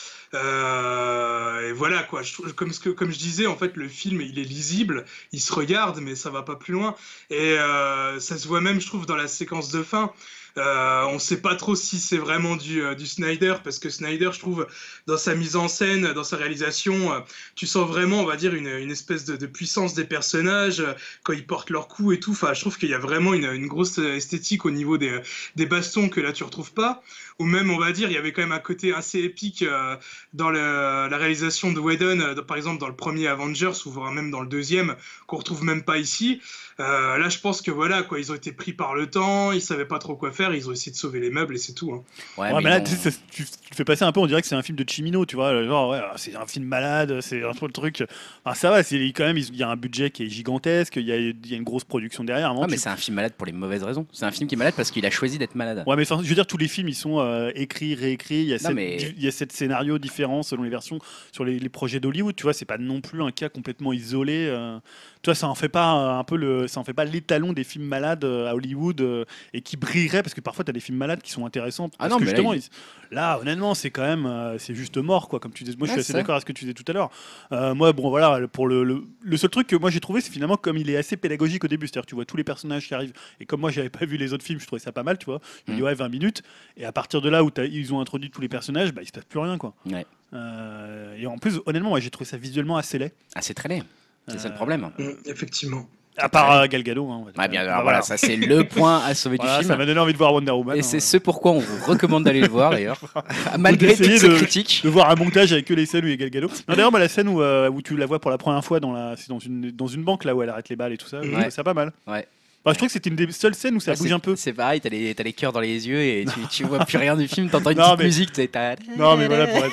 Euh, et voilà, quoi. Je, trouve- comme, ce que, comme je disais, en fait, le film, il est lisible, il se regarde, mais ça va pas plus loin. Et euh, ça se voit même, je trouve, dans la séquence de fin. Euh, on sait pas trop si c'est vraiment du, euh, du Snyder, parce que Snyder, je trouve, dans sa mise en scène, dans sa réalisation, euh, tu sens vraiment, on va dire, une, une espèce de, de puissance des personnages, euh, quand ils portent leurs coups et tout. Enfin, je trouve qu'il y a vraiment une, une grosse esthétique au niveau des, des bastons que là, tu retrouves pas. Ou même, on va dire, il y avait quand même un côté assez épique euh, dans le, la réalisation de Whedon, euh, par exemple dans le premier Avengers, ou voire même dans le deuxième, qu'on retrouve même pas ici. Euh, là, je pense que voilà, quoi, ils ont été pris par le temps, ils savaient pas trop quoi faire, ils ont essayé de sauver les meubles et c'est tout. Hein. Ouais, Ouais, mais mais là, ils tu, ont- sais, c'est- tu, tu le fais passer un peu, on dirait que c'est un film de Chimino, tu vois. Genre, ouais, c'est un film malade, c'est un peu le truc. Enfin, ça va, c'est quand même, il y a un budget qui est gigantesque, il y a, il y a une grosse production derrière. À un moment, Ah, mais tu- c'est un film malade pour les mauvaises raisons. C'est un film qui est malade parce qu'il a choisi d'être malade. Ouais, mais enfin, je veux dire, tous les films, ils sont euh, écrits, réécrits. Il y a sept, mais- di- il y a sept scénarios différents selon les versions sur les, les projets d'Hollywood. Tu vois, c'est pas non plus un cas complètement isolé. euh. Tu vois, ça en fait pas euh, un peu le, ça en fait pas l'étalon des films malades euh, à Hollywood euh, et qui brilleraient parce que parfois t'as des films malades qui sont intéressants. Ah Parce non, que mais là, justement, il- ils- là, honnêtement, c'est quand même, euh, c'est juste mort, quoi. Comme tu dis, moi, je Ouais, suis c'est assez ça. d'accord avec ce que tu disais tout à l'heure. Euh, moi, bon, voilà, pour le, le, le seul truc que moi j'ai trouvé, c'est finalement comme il est assez pédagogique au début, c'est-à-dire que tu vois tous les personnages qui arrivent et comme moi j'avais pas vu les autres films, je trouvais ça pas mal, tu vois. Je me dis Mm. ouais, vingt minutes et à partir de là où t'as- ils ont introduit tous les personnages, bah il se passe plus rien, quoi. Ouais. Euh, et en plus, honnêtement, moi j'ai trouvé ça visuellement assez laid. Ah, c'est très laid. C'est ça le Euh, problème. Mm, effectivement. À part euh, Gal Gadot. Hein, on va dire. Ouais, bien, Bah, alors, voilà, ça c'est le point à sauver Voilà, du ça film. m'a donné envie de voir Wonder Woman. Et hein. c'est ce pourquoi on vous recommande d'aller le voir d'ailleurs. Malgré toutes d'essayer ces de- critiques. De voir un montage avec que les scènes où il y a Gal Gadot. Non, d'ailleurs, moi, la scène où, euh, où tu la vois pour la première fois dans, la, c'est dans, une, dans une banque là où elle arrête les balles et tout ça, je Ouais. trouvais ça pas mal. Ouais. Enfin, je trouve que c'était une des seules scènes où ça Ouais, bouge c'est- un peu. C'est pareil, t'as les, t'as les cœurs dans les yeux et tu, tu vois plus rien du film, t'entends une Non, petite mais- musique, tu sais, t'as... Non, mais voilà, pour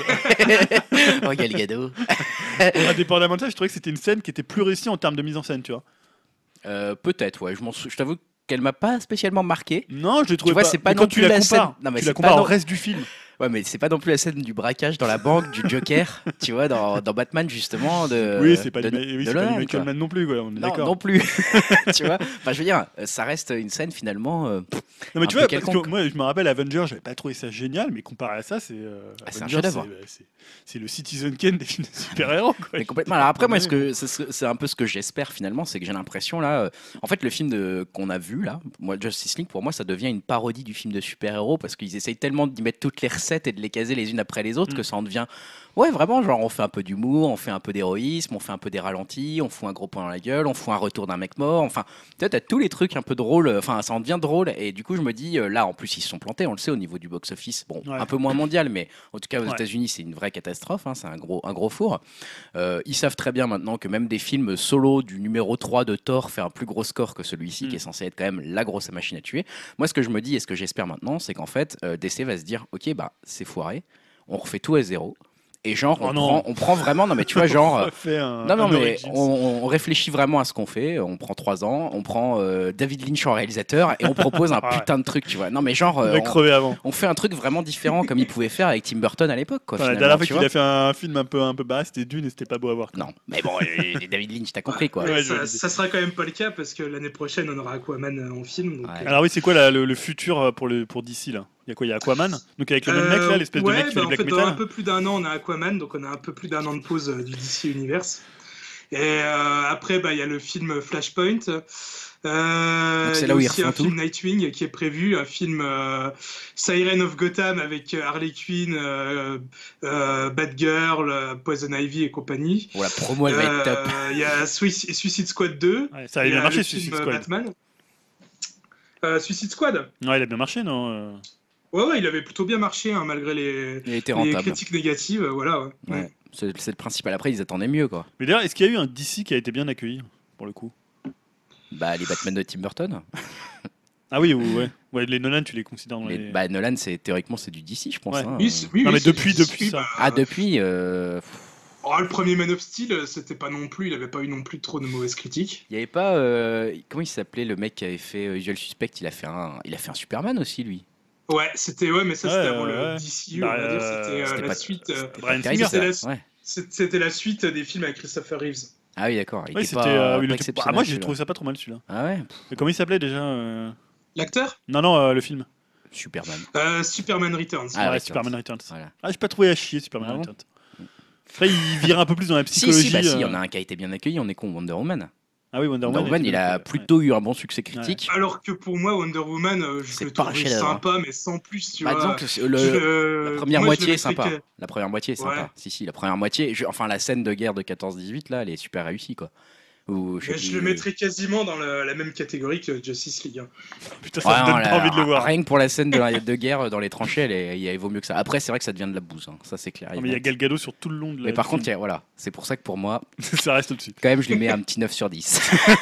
être. Oh, Gal Gadot. Indépendamment de ça, je trouvais que c'était une scène qui était plus réussie en termes de mise en scène, tu vois. Euh, peut-être, ouais. Je, m'en sou- je t'avoue qu'elle m'a pas spécialement marqué. Non, je l'ai trouvé vois, pas. c'est pas Mais non quand tu plus la la compares, scène- non, mais tu c'est la pas compares au non- reste du film. Ouais, mais c'est pas non plus la scène du braquage dans la banque, du Joker, tu vois, dans, dans Batman justement. De, oui, c'est pas de, du de oui, c'est pas du Nolan, Michael quoi. Mann non plus, quoi. On est Non, d'accord. non plus, tu vois. Enfin, je veux dire, ça reste une scène finalement. euh, Non, mais un tu peu vois, parce quelconque. que moi, je me rappelle Avengers, j'avais pas trouvé ça génial, mais comparé à ça, c'est. euh, Ah, c'est un Avengers, chef-d'œuvre. c'est- c'est- C'est le Citizen Kane des films de super-héros, quoi. Mais complètement. Alors après, moi, ce que c'est ce- c'est un peu ce que j'espère finalement, c'est que j'ai l'impression là, euh, en fait, le film de- qu'on a vu là, moi, Justice League, pour moi, ça devient une parodie du film de super-héros parce qu'ils essayent tellement d'y mettre toutes les recettes et de les caser les unes après les autres Mm. que ça en devient, ouais, vraiment, genre on fait un peu d'humour, on fait un peu d'héroïsme, on fait un peu des ralentis, on fout un gros point dans la gueule, on fout un retour d'un mec mort. Enfin, tu as tous les trucs un peu drôles. Enfin, ça en devient drôle et du coup, je me dis euh, là, en plus, ils se sont plantés, on le sait au niveau du box-office. Bon, Ouais. un peu moins mondial, mais en tout cas aux Ouais. États-Unis, c'est une vraie catastrophe. Hein, c'est un gros, un gros four. Euh, ils savent très bien maintenant que même des films solo du numéro trois de Thor fait un plus gros score que celui-ci, Mm. qui est censé être quand même la grosse machine à tuer. Moi, ce que je me dis et ce que j'espère maintenant, c'est qu'en fait, euh, D C va se dire, ok, bah c'est foiré, on refait tout à zéro. Et genre, Oh on, non. prend, on prend vraiment, non mais tu vois, genre, euh, Fait un- non, non, un mais Origins. on, on réfléchit vraiment à ce qu'on fait. On prend trois ans, on prend euh, David Lynch en réalisateur et on propose un Ouais. putain de truc, tu vois. Non, mais genre, Il euh, va on, crever avant. on fait un truc vraiment différent comme il pouvait faire avec Tim Burton à l'époque, quoi. Enfin, la finalement, dernière fois tu qu'il vois. a fait un film un peu, un peu bas, c'était Dune et c'était pas beau à voir. quoi. Non, mais bon, euh, David Lynch, t'as compris, quoi. Ouais, je ça, vois ça sera quand même pas le cas parce que l'année prochaine, on aura Aquaman euh, en film. Donc, Ouais. euh, Alors oui, c'est quoi la- le, le futur euh, pour, le, pour D C là? Il y a quoi? Il y a Aquaman? Donc avec le même mec là, l'espèce ouais, de mec qui fait bah, le en black fait, dans metal? un peu plus d'un an, on a Aquaman, donc on a un peu plus d'un an de pause euh, du D C Universe. Et euh, après, bah, il y a le film Flashpoint. Euh, Donc c'est il y là a où ils aussi un refont film tout. Nightwing qui est prévu, un film euh, Siren of Gotham avec Harley Quinn, euh, euh, Batgirl, euh, Poison Ivy et compagnie. Bon, la promo, elle va être top. Euh, Il y a Sui- Suicide Squad deux. Ouais, ça a Il y bien a marché, le Suicide film Squad. Batman. Euh, Suicide Squad. Ouais, il a bien marché, non euh Ouais, ouais, il avait plutôt bien marché hein, malgré les, Il a été les rentable. critiques négatives. euh, Voilà. Ouais. Ouais, c'est c'est le principal. Après, ils attendaient mieux, quoi. Mais d'ailleurs, est-ce qu'il y a eu un D C qui a été bien accueilli, pour le coup? Bah, les Batman de Tim Burton. Ah oui, ou- ouais. Ouais, les Nolan, tu les considères dans Les- les... Bah, Nolan, c'est théoriquement, c'est du D C, je pense. Ouais. hein. Oui, c'est- oui, Non, oui, mais c'est depuis- du D C, depuis ça. bah, Ah, depuis. euh, oh, le premier Man of Steel, c'était pas non plus, il avait pas eu non plus trop de mauvaises critiques. Il y avait pas. euh, Comment il s'appelait le mec qui avait fait euh, Usual Suspect? Il a fait un, il a fait un Superman aussi, lui. Ouais, c'était ouais, mais ça Ouais, c'était avant ouais. le D C U, Bah, on va dire, euh, c'était euh, C'était la pas- suite. euh, C'était Bryan pas Singer, terrible, ça. ça. Ouais. c'est- C'était la suite des films avec Christopher Reeves. Ah oui, d'accord. Il Oui, était c'était... pas, euh, oui, pas le- exceptionnel, Ah, moi, j'ai celui-là. trouvé ça pas trop mal, celui-là. Ah ouais. Mais comment il s'appelait, déjà euh L'acteur Non, non, euh, le film. Superman. euh, Superman Returns. Ah, ouais, ouais, Superman Returns. Voilà. Ah, j'ai pas trouvé à chier, Superman Ah bon Returns. Après, il vire un peu plus dans la Si, psychologie. si, bah si, il y euh. en a un qui a été bien accueilli, on est con, Wonder Woman. Ah oui, Wonder Wonder Woman. Woman, était il bien a accueilli, ouais. plutôt eu un bon succès critique. Alors que pour moi, Wonder Woman, euh, je C'est le pas un trouvais chef-d'œuvre, sympa, mais sans plus, tu Bah, vois. disons que c'est le- Je- la première moi, je le moitié est mettrais sympa. que- La première moitié est sympa. Ouais. Si, si, la première moitié. je- Enfin, la scène de guerre de quatorze dix-huit, là, elle est super réussie, quoi. Ou, je sais Mais je plus- le mettrais quasiment dans le- la même catégorie que Justice League. hein. Putain, ça Ouais, me non, donne pas la- envie de le voir. Rien que pour la scène de, la- de guerre dans les tranchées, elle est- il vaut mieux que ça. Après, c'est vrai que ça devient de la bouse, hein. Ça c'est clair. Non, mais il y a Gal Gadot sur tout le long de la. Mais par du contre, il y film. a- voilà, c'est pour ça que pour moi, ça reste au-dessus. quand même, je lui mets un petit neuf sur dix.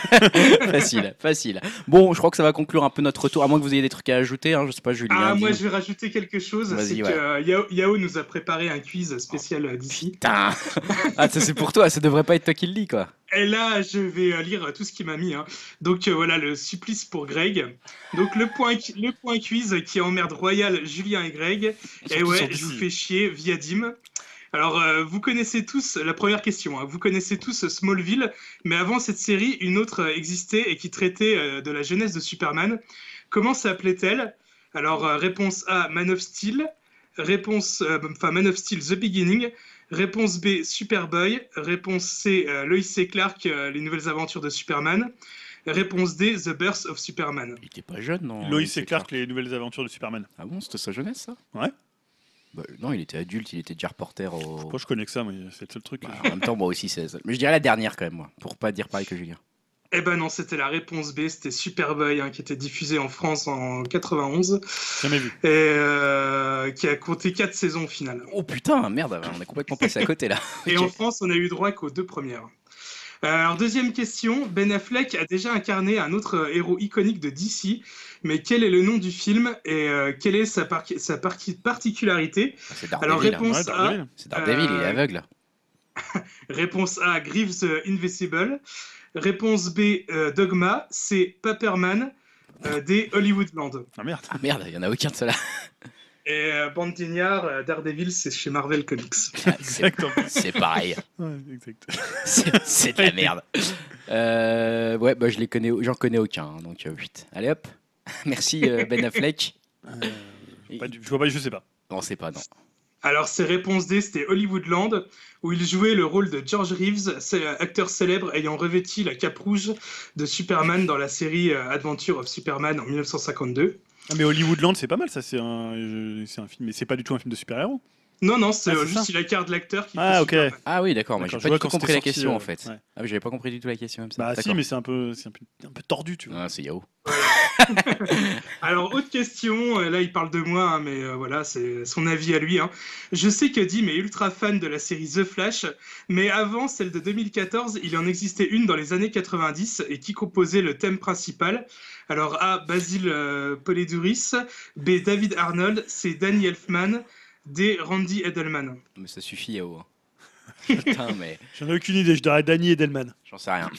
Facile, facile. Bon, je crois que ça va conclure un peu notre retour, à moins que vous ayez des trucs à ajouter, hein, je sais pas, Julien. Ah, moi dis- je vais rajouter quelque chose, Vas-y, c'est ouais. que euh, Yao, Yao nous a préparé un quiz spécial euh, d'ici. Putain. Ah, ça c'est pour toi, ça devrait pas être toi qui le dis, quoi. Et là, je vais euh, lire tout ce qu'il m'a mis. hein. Donc euh, voilà, le supplice pour Greg. Donc le point, le point quiz qui emmerde Royal, Julien et Greg. Et Surtout ouais, sur je vous Disney. fais chier via Dim. Alors, euh, vous connaissez tous, la première question, hein, vous connaissez tous Smallville, mais avant cette série, une autre euh, existait et qui traitait euh, de la jeunesse de Superman. Comment s'appelait-elle? Alors, euh, réponse A, Man of Steel. Réponse, euh, enfin, Man of Steel, The Beginning. Réponse B, Superboy. Réponse C, euh, Lois et Clark, euh, les nouvelles aventures de Superman. Réponse D, The Birth of Superman. Il était pas jeune, non? Lois il et était Clark, les nouvelles aventures de Superman. Ah bon, c'était sa jeunesse, ça? Ouais. Bah, non, il était adulte, il était déjà reporter au. Moi, je connais que ça, mais c'est le seul truc. Bah, en même temps, moi aussi, c'est ça. Mais je dirais la dernière quand même, moi, pour pas dire pareil que Julien. Eh ben non, c'était la réponse B, c'était Superboy, hein, qui était diffusé en France en quatre-vingt-onze Jamais vu. et euh, qui a compté quatre saisons au final. Oh putain, merde, on est complètement passé à côté là. Et Ok. en France, on a eu droit qu'aux deux premières. Euh, Alors, deuxième question, Ben Affleck a déjà incarné un autre euh, héros iconique de D C, mais quel est le nom du film et euh, quelle est sa, par- sa par- particularité? Ah, c'est Alors, Daredevil. réponse Ouais, A, Daredevil. C'est Daredevil, il est Euh, aveugle. réponse A, Greaves euh, Invisible. Réponse B, euh, Dogma. C, Paperman. Euh, D, Hollywoodland. Ah merde. Ah merde, il y en a aucun de ceux-là. Et euh, bande d'ignards, euh, Daredevil, c'est chez Marvel Comics. Ah, c'est- Exact. en plus. C'est pareil. Ouais, exact. C'est c'est de la merde. Euh, ouais, bah je les connais, j'en connais aucun, hein, donc euh, huit. Allez hop. Merci euh, Ben Affleck. Euh, pas du- Je vois pas, je sais pas. Non, c'est pas non. Alors, ses réponses D, c'était Hollywoodland, où il jouait le rôle de George Reeves, c'est acteur célèbre ayant revêti la cape rouge de Superman dans la série euh, Adventure of Superman en mille neuf cent cinquante-deux. Ah, mais Hollywoodland, c'est pas mal, ça. C'est un, je- c'est un film, mais c'est pas du tout un film de super-héros. Non, non, c'est Ah, euh, c'est juste ça. il incarne l'acteur qui Ah, fait ok. Superman. Ah oui, d'accord, moi j'ai D'accord, je pas vois du tout quand compris c'était la sorti, question euh, en fait. ouais. Ah, mais j'avais pas compris du tout la question même ça. Bah si, D'accord. mais c'est un peu, c'est un peu, un peu tordu, tu vois. Ah, c'est Yao. Alors, autre question, euh, là il parle de moi, hein, mais euh, voilà, c'est son avis à lui. hein. Je sais que Dim est ultra fan de la série The Flash, mais avant celle de deux mille quatorze, il en existait une dans les années quatre-vingt-dix et qui composait le thème principal. Alors A, Basil euh, Poledouris, B, David Arnold, C, Danny Elfman, D, Randy Edelman. Mais ça suffit Yao. hein. Putain, mais J'en ai aucune idée. Je dirais Danny Edelman. j'en sais rien.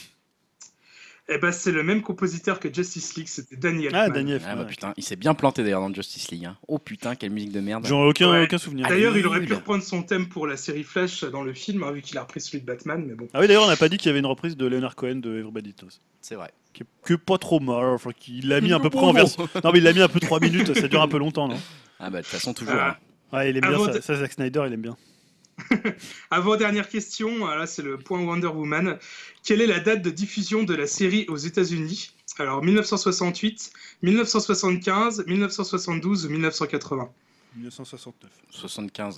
Eh ben, c'est le même compositeur que Justice League, c'était Danny Elfman. Ah, Danny Ah Elfman. bah putain, il s'est bien planté d'ailleurs dans Justice League. hein. Oh putain, quelle musique de merde. J'en ai aucun, Ouais. aucun souvenir. D'ailleurs, il aurait nul. pu reprendre son thème pour la série Flash dans le film, hein, vu qu'il a repris celui de Batman, mais bon. Ah oui, d'ailleurs, on n'a pas dit qu'il y avait une reprise de Leonard Cohen de Everybody Knows. C'est vrai. Qui est, qui est pas trop mal. Enfin, qu'il l'a mis à peu près en version. Non, mais il l'a mis un peu trois minutes. Ça dure un peu longtemps, non? Ah bah de toute façon toujours. Ah. hein. Ouais, il aime bien Avant ça. de- Ça, Zack Snyder, il aime bien. Avant-dernière question, là c'est le point Wonder Woman. Quelle est la date de diffusion de la série aux États-Unis? Alors mille neuf cent soixante-huit, mille neuf cent soixante-quinze, mille neuf cent soixante-douze ou mille neuf cent quatre-vingts? mille neuf cent soixante-neuf. soixante-quinze.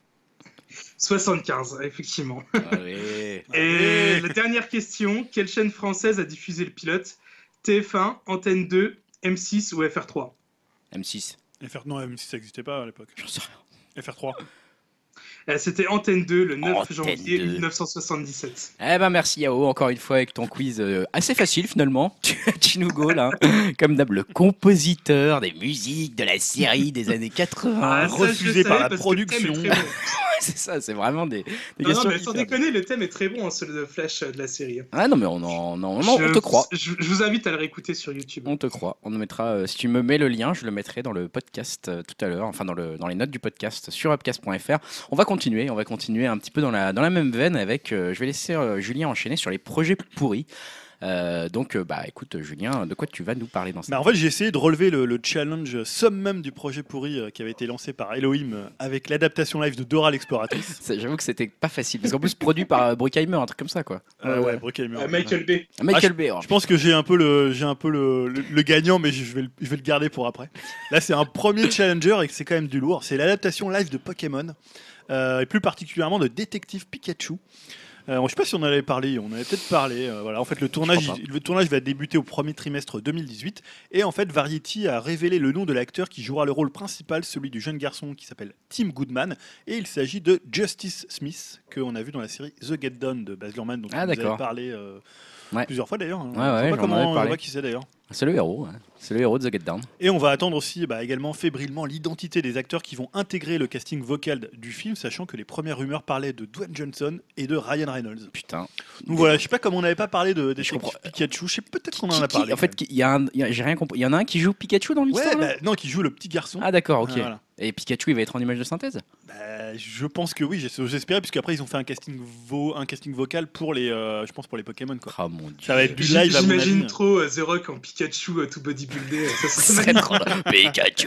soixante-quinze, effectivement. Allez. Et la dernière question, quelle chaîne française a diffusé le pilote? T F un, Antenne deux, M six ou F R trois? M six. F R... Non, M six ça n'existait pas à l'époque. J'en sais rien. F R trois. Euh, C'était Antenne deux, le neuf Antenne janvier deux. mille neuf cent soixante-dix-sept. Eh ben merci Yao, encore une fois avec ton quiz euh, assez facile finalement. Tu nous go là, comme d'hab, le compositeur des musiques de la série des années quatre-vingts. Ah, ça, je refusé par savais la parce que le thème est production. très bon. C'est ça, c'est vraiment des, des Non, non, questions. mais sans hyper- déconner, le thème est très bon, hein, celui de Flash euh, de la série. Ah non mais on en, non, non, Je- on te croit. Je, je vous invite à le réécouter sur YouTube. On te croit. On nous mettra, euh, si tu me mets le lien, je le mettrai dans le podcast euh, tout à l'heure, enfin dans, le, dans les notes du podcast sur upcast point f r. On va continuer, on va continuer un petit peu dans la, dans la même veine avec, euh, je vais laisser euh, Julien enchaîner sur les projets pourris. Euh, donc, euh, bah écoute, Julien, de quoi tu vas nous parler dans cette Bah, en fait, j'ai essayé de relever le, le challenge summum du projet pourri euh, qui avait été lancé par Elohim euh, avec l'adaptation live de Dora l'exploratrice. C'est- J'avoue que c'était pas facile, parce qu'en plus produit par euh, Bruckheimer, un truc comme ça quoi. Euh, ouais, Bruckheimer. Euh, Michael Bay. Michael Ah, Bay. oh, Je pense que j'ai un peu le, j'ai un peu le, le- le gagnant, mais je vais, le, je vais le garder pour après. Là, c'est un premier challenger et c'est quand même du lourd. C'est l'adaptation live de Pokémon, euh, et plus particulièrement de Détective Pikachu. Euh, je ne sais pas si on en avait parlé, on en avait peut-être parlé. euh, voilà. En fait, le tournage, crois pas. il- le tournage va débuter au premier trimestre deux mille dix-huit. Et en fait, Variety a révélé le nom de l'acteur qui jouera le rôle principal, celui du jeune garçon qui s'appelle Tim Goodman. Et il s'agit de Justice Smith, qu'on a vu dans la série The Get Done de Baz Luhrmann, dont Ah, on vous d'accord. avait parlé euh, Ouais. plusieurs fois d'ailleurs. hein. Ouais, Je sais ouais, pas j'en avais comment on parlé. voit qui c'est d'ailleurs. C'est le héros, hein. C'est le héros de The Get Down. Et on va attendre aussi bah, également fébrilement l'identité des acteurs qui vont intégrer le casting vocal du film, sachant que les premières rumeurs parlaient de Dwayne Johnson et de Ryan Reynolds. Putain. Donc voilà, je sais pas comment on n'avait pas parlé de, des Je comprends. Pikachu, je sais peut-être qu'on en Qui- a qui- parlé. en fait, qui- il y a un, il y a- j'ai rien compris. Il y en a un qui joue Pikachu dans quand même. l'histoire. ouais, là bah, non, qui joue le petit garçon. Ah d'accord, ok. Ah, voilà. Et Pikachu, il va être en image de synthèse. Bah, je pense que oui, j'es- j'espérais, puisqu'après ils ont fait un casting, vo, un casting vocal pour les, euh, je pense pour les Pokémon quoi. Ah mon dieu. Ça va être du J- live à mon J'imagine avis. trop euh, The Rock en Pikachu euh, tout bodybuildé. Ça, Ça serait serait magnifique. trop Pikachu.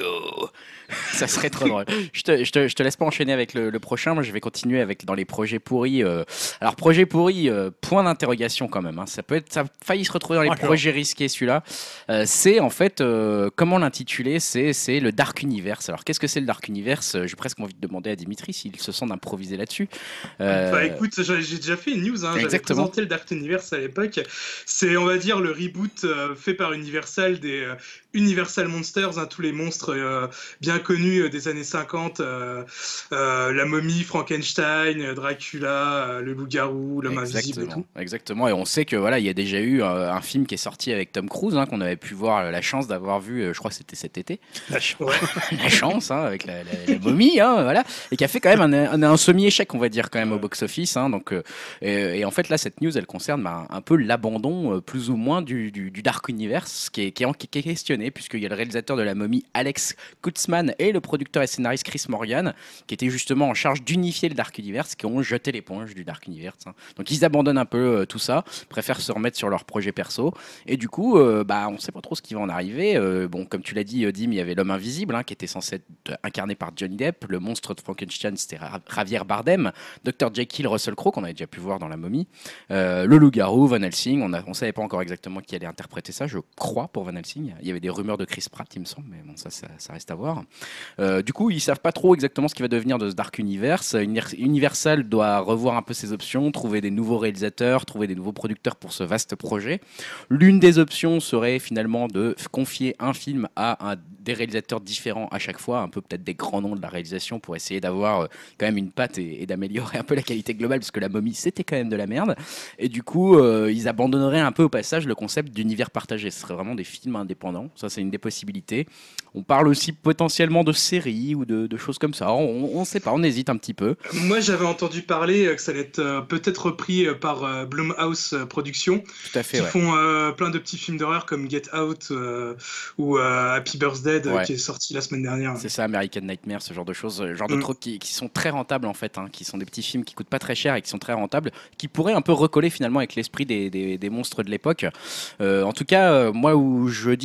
Ça serait trop drôle. Je te, je, te, je te laisse pas enchaîner avec le, le prochain. Moi, je vais continuer avec dans les projets pourris. euh. Alors, projet pourri, euh, point d'interrogation quand même. hein. Ça peut être, ça a failli se retrouver dans les D'accord. projets risqués celui-là. Euh, c'est en fait, euh, comment l'intituler C'est, c'est le Dark Universe. Alors, qu'est-ce que c'est le Dark Universe J'ai presque envie de demander à Dimitri s'il se sent d'improviser là-dessus. Euh, Bah écoute, j'ai j'ai déjà fait une news, hein, j'avais Exactement. présenté le Dark Universe à l'époque. C'est, on va dire, le reboot euh, fait par Universal des euh, Universal Monsters, hein, tous les monstres euh, bien connus euh, des années cinquante, euh, euh, la momie, Frankenstein, euh, Dracula, euh, le loup-garou, l'homme invisible et tout. Exactement, exactement. Et on sait que voilà, il y a déjà eu euh, un film qui est sorti avec Tom Cruise, hein, qu'on avait pu voir euh, la chance d'avoir vu. euh, je crois que c'était cet été. Ouais. La chance, hein, avec la, la- la momie, hein, voilà, et qui a fait quand même un, un- un semi-échec, on va dire quand même au Ouais. box-office. hein, donc, euh, et, et en fait là, cette news, elle concerne bah, un peu l'abandon, euh, plus ou moins, du, du- du Dark Universe, qui est, qui est, en- qui est questionné, puisqu'il y a le réalisateur de la momie, Alex Kurtzman, et le producteur et scénariste Chris Morgan, qui étaient justement en charge d'unifier le Dark Universe, qui ont jeté l'éponge du Dark Universe. hein. Donc ils abandonnent un peu euh, tout ça, préfèrent se remettre sur leur projet perso, et du coup, euh, bah, on sait pas trop ce qui va en arriver. Euh, bon, comme tu l'as dit, euh, Dim, il y avait l'homme invisible, hein, qui était censé être incarné par Johnny Depp, le monstre de Frankenstein, c'était Ra- Javier Bardem, docteur Jekyll, Russell Crowe, qu'on avait déjà pu voir dans La Momie, euh, le loup-garou, Van Helsing, on ne on savait pas encore exactement qui allait interpréter ça, je crois, pour Van Helsing. Il y avait des rumeurs de Chris Pratt, il me semble, mais bon, ça, ça, ça reste à voir. Euh, du coup, ils savent pas trop exactement ce qui va devenir de ce Dark Universe. Unir- Universal doit revoir un peu ses options, trouver des nouveaux réalisateurs, trouver des nouveaux producteurs pour ce vaste projet. L'une des options serait finalement de f- confier un film à un, des réalisateurs différents à chaque fois, un peu peut-être des grands noms de la réalisation pour essayer d'avoir euh, quand même une patte et, et d'améliorer un peu la qualité globale, parce que La Momie, c'était quand même de la merde. Et du coup, euh, ils abandonneraient un peu au passage le concept d'univers partagé. Ce serait vraiment des films indépendants. Ça, c'est une des possibilités. On parle aussi potentiellement de séries ou de, de choses comme ça. On ne sait pas, on hésite un petit peu. Moi, j'avais entendu parler euh, que ça allait être euh, peut-être repris euh, par euh, Blumhouse euh, Productions, Tout à fait, qui ouais. font euh, plein de petits films d'horreur comme Get Out euh, ou euh, Happy Birthday euh, Ouais. qui est sorti la semaine dernière. C'est ça, American Nightmare, ce genre de choses, ce genre de Mm. trucs qui, qui sont très rentables en fait, hein, qui sont des petits films qui coûtent pas très cher et qui sont très rentables, qui pourraient un peu recoller finalement avec l'esprit des, des- des monstres de l'époque. Euh, en tout cas, euh, moi où je dis que ça reste un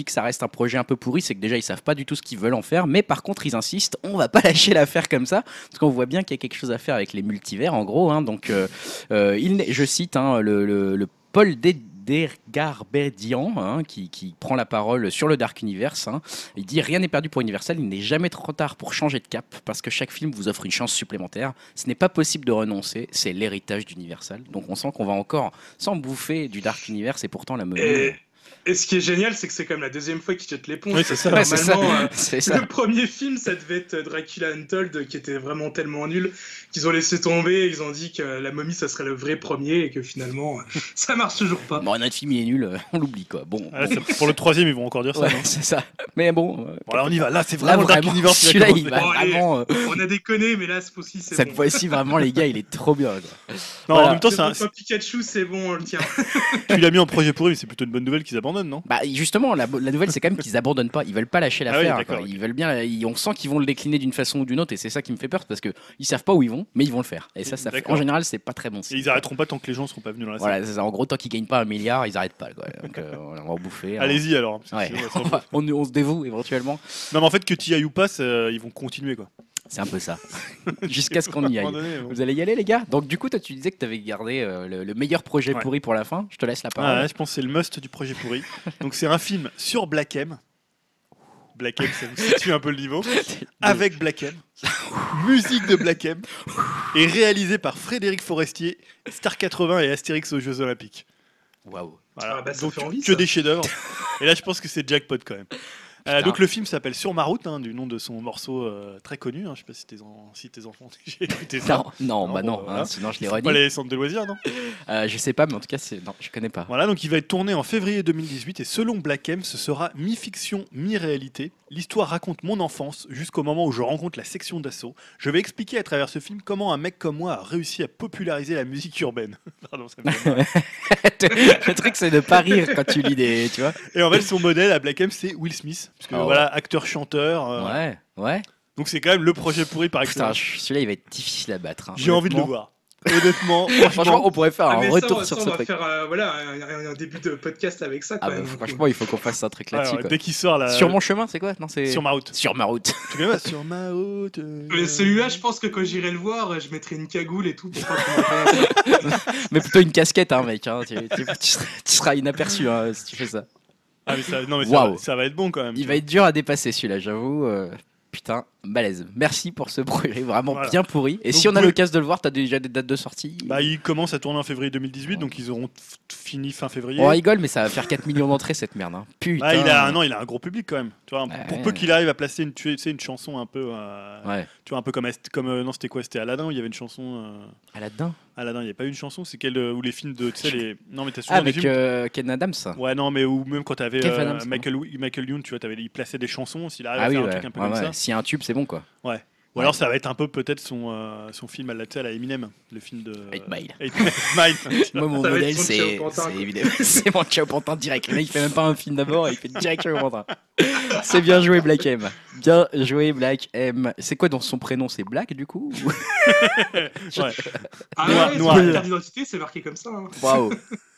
un projet un peu pourri, c'est que déjà ils savent pas du tout ce qu'ils veulent en faire, mais par contre ils insistent, on va pas lâcher l'affaire comme ça, parce qu'on voit bien qu'il y a quelque chose à faire avec les multivers en gros. Hein, donc, euh, euh, il, je cite hein, le, le, le Paul Dé- Dergarbedian, hein, qui, qui prend la parole sur le Dark Universe. Hein. Il dit rien n'est perdu pour Universal, il n'est jamais trop tard pour changer de cap, parce que chaque film vous offre une chance supplémentaire. Ce n'est pas possible de renoncer, c'est l'héritage d'Universal. Donc on sent qu'on va encore s'en bouffer du Dark Universe, et pourtant la meule. Et... Et ce qui est génial, c'est que c'est quand même la deuxième fois qu'ils jettent l'éponge. Oui, c'est ça. Ouais, c'est ça. Normalement, euh, C'est ça. le premier film, ça devait être Dracula Untold, qui était vraiment tellement nul qu'ils ont laissé tomber. Ils ont dit que la momie, ça serait le vrai premier et que finalement, ça marche toujours pas. Bon, notre film il est nul, euh, on l'oublie quoi. Bon, Ah, bon. c'est- pour le troisième, ils vont encore dire ça. Ouais, non c'est ça. Mais bon, euh, Bon, là, on y va. Là, c'est là vraiment le Dark vraiment, Universe. qui va celui-là il commencer. va Bon, allez. vraiment. euh, On a déconné, mais là, ce fois-ci, c'est cette bon. fois-ci vraiment les gars, il est trop bien. Quoi. Non, Voilà. en même temps, c'est un- Devant Pikachu, c'est bon, on le tient. tu l'as mis en projet pourri, mais c'est plutôt une bonne nouvelle qu'ils abandonnent, non? Bah justement, la, la nouvelle c'est quand même qu'ils abandonnent pas, ils veulent pas lâcher Ah l'affaire. oui, d'accord, quoi. ok. Ils veulent bien, ils- on sent qu'ils vont le décliner d'une façon ou d'une autre, et c'est ça qui me fait peur parce que ils savent pas où ils vont, mais ils vont le faire. Et ça, ça fait- D'accord. en général, c'est pas très bon. Et signe. ils arrêteront pas tant que les gens seront pas venus dans la salle. Voilà, c'est ça. En gros, tant qu'ils gagnent pas un milliard, ils arrêtent pas. Quoi. Donc euh, on va en bouffer. hein. Allez-y alors. parce que Ouais. sinon, on va on, s'en va- on- on se dévoue éventuellement. Non, mais en fait, que tu y ailles ou pas, c'est- ils vont continuer quoi. C'est un peu ça. Jusqu'à ce qu'on y À un aille. moment donné, bon. Vous allez y aller, les gars. Donc, du coup, toi, tu disais que tu avais gardé euh, le, le meilleur projet Ouais. pourri pour la fin. Je te laisse la parole. Ah, ouais, je pense que c'est le must du projet pourri. Donc, c'est un film sur Black M. Black M, ça vous situe un peu le niveau. Avec Black M. Musique de Black M. Et réalisé par Frédéric Forestier, Star quatre-vingts et Astérix aux Jeux Olympiques. Waouh. Voilà. Ah bah, ça Donc, fait envie, que ça. des chefs-d'œuvre. Et là, je pense que c'est jackpot quand même. Euh, Putain. donc le film s'appelle Sur ma route, hein, du nom de son morceau euh, très connu. Hein, je sais pas si tes, en- si tes enfants ont déjà écouté ça. Non, non, Non, bah non, bon, voilà. hein, sinon je les C'est renie. pas les centres de loisirs, non? Euh, je sais pas, mais en tout cas, c'est... non, je connais pas. Voilà, donc il va être tourné en février deux mille dix-huit et selon Black M, ce sera mi-fiction, mi-réalité. L'histoire raconte mon enfance jusqu'au moment où je rencontre la section d'assaut. Je vais expliquer à travers ce film comment un mec comme moi a réussi à populariser la musique urbaine. Pardon, ça me fait mal. Le truc, c'est de pas rire quand tu lis des. Tu vois Et en fait, son modèle à Black M, c'est Will Smith. Parce que Ah ouais. voilà, acteur-chanteur. euh, Ouais, ouais. Donc c'est quand même le projet pourri par Putain, excellence. je- celui-là, il va être difficile à battre. hein, J'ai envie de le honnêtement. voir. Honnêtement, Franchement, franchement, on pourrait faire Ah, un mais retour ça, sur ça, ce on va truc. faire euh, voilà, un, un- un début de podcast avec ça. Quand Ah bah, même. franchement, il faut qu'on fasse un truc là-dessus. alors, quoi. dès qu'il sort là, Sur mon chemin, c'est quoi? Non, c'est sur ma route. Sur ma route. Tu connais pas Sur ma route. euh, Mais celui-là, je pense que quand j'irai le voir, je mettrai une cagoule et tout pour pas qu'on m'entende. Mais plutôt une casquette, hein, mec. hein. Tu, tu- tu seras, tu seras inaperçu hein, si tu fais ça. Ah mais ça, non mais ça, Waouh. va, ça va être bon quand même. Il va être dur à dépasser celui-là, j'avoue. euh, Putain, balèze. Merci pour ce projet vraiment Voilà. bien pourri. Et Donc, si on a vous- l'occasion de le voir, t'as déjà des dates de sortie? Bah, il commence à tourner en février deux mille dix-huit, donc ils auront f- fini fin février. On rigole, mais ça va faire quatre millions d'entrées cette merde. Hein. Putain. Ah, il a un non, il a un gros public quand même. Tu vois, Ouais. pour peu qu'il arrive à placer une, tu sais, une chanson un peu, euh, Ouais. tu vois, un peu comme, Ast- comme euh, non, c'était quoi, c'était Aladdin où il y avait une chanson. euh, Aladdin. Aladdin, il n'y a pas eu une chanson, c'est quelle euh, où les films de, tu sais les, non mais t'as souvent Ah, des avec films. euh, Ken Adams. Ouais, non, mais ou même quand t'avais Kev euh, Adams, Michael, Michael Youn, tu vois, t'avais, il plaçait des chansons, s'il arrive Ah à oui, faire un ouais. truc un peu Ouais, comme ouais. ça. S'il y a un tube, c'est bon quoi. Ouais. Ou Ouais. alors ça va être un peu peut-être son, euh, son film à la, tu sais, à la Eminem, le film de. Eight Mile. Eight Mile. Moi, mon Ça va être modèle, son c'est Ciao Pantin, c'est quoi. évidemment. C'est mon Ciao Pantin direct. Le mec, il fait même pas un film d'abord, il fait direct Ciao Pantin. C'est bien joué, Black M. Bien joué, Black M. C'est quoi dans son prénom? C'est Black, du coup? ou- Ouais. Ah Noir- ouais, sur noir. la carte d'identité, c'est marqué comme ça. hein. Waouh.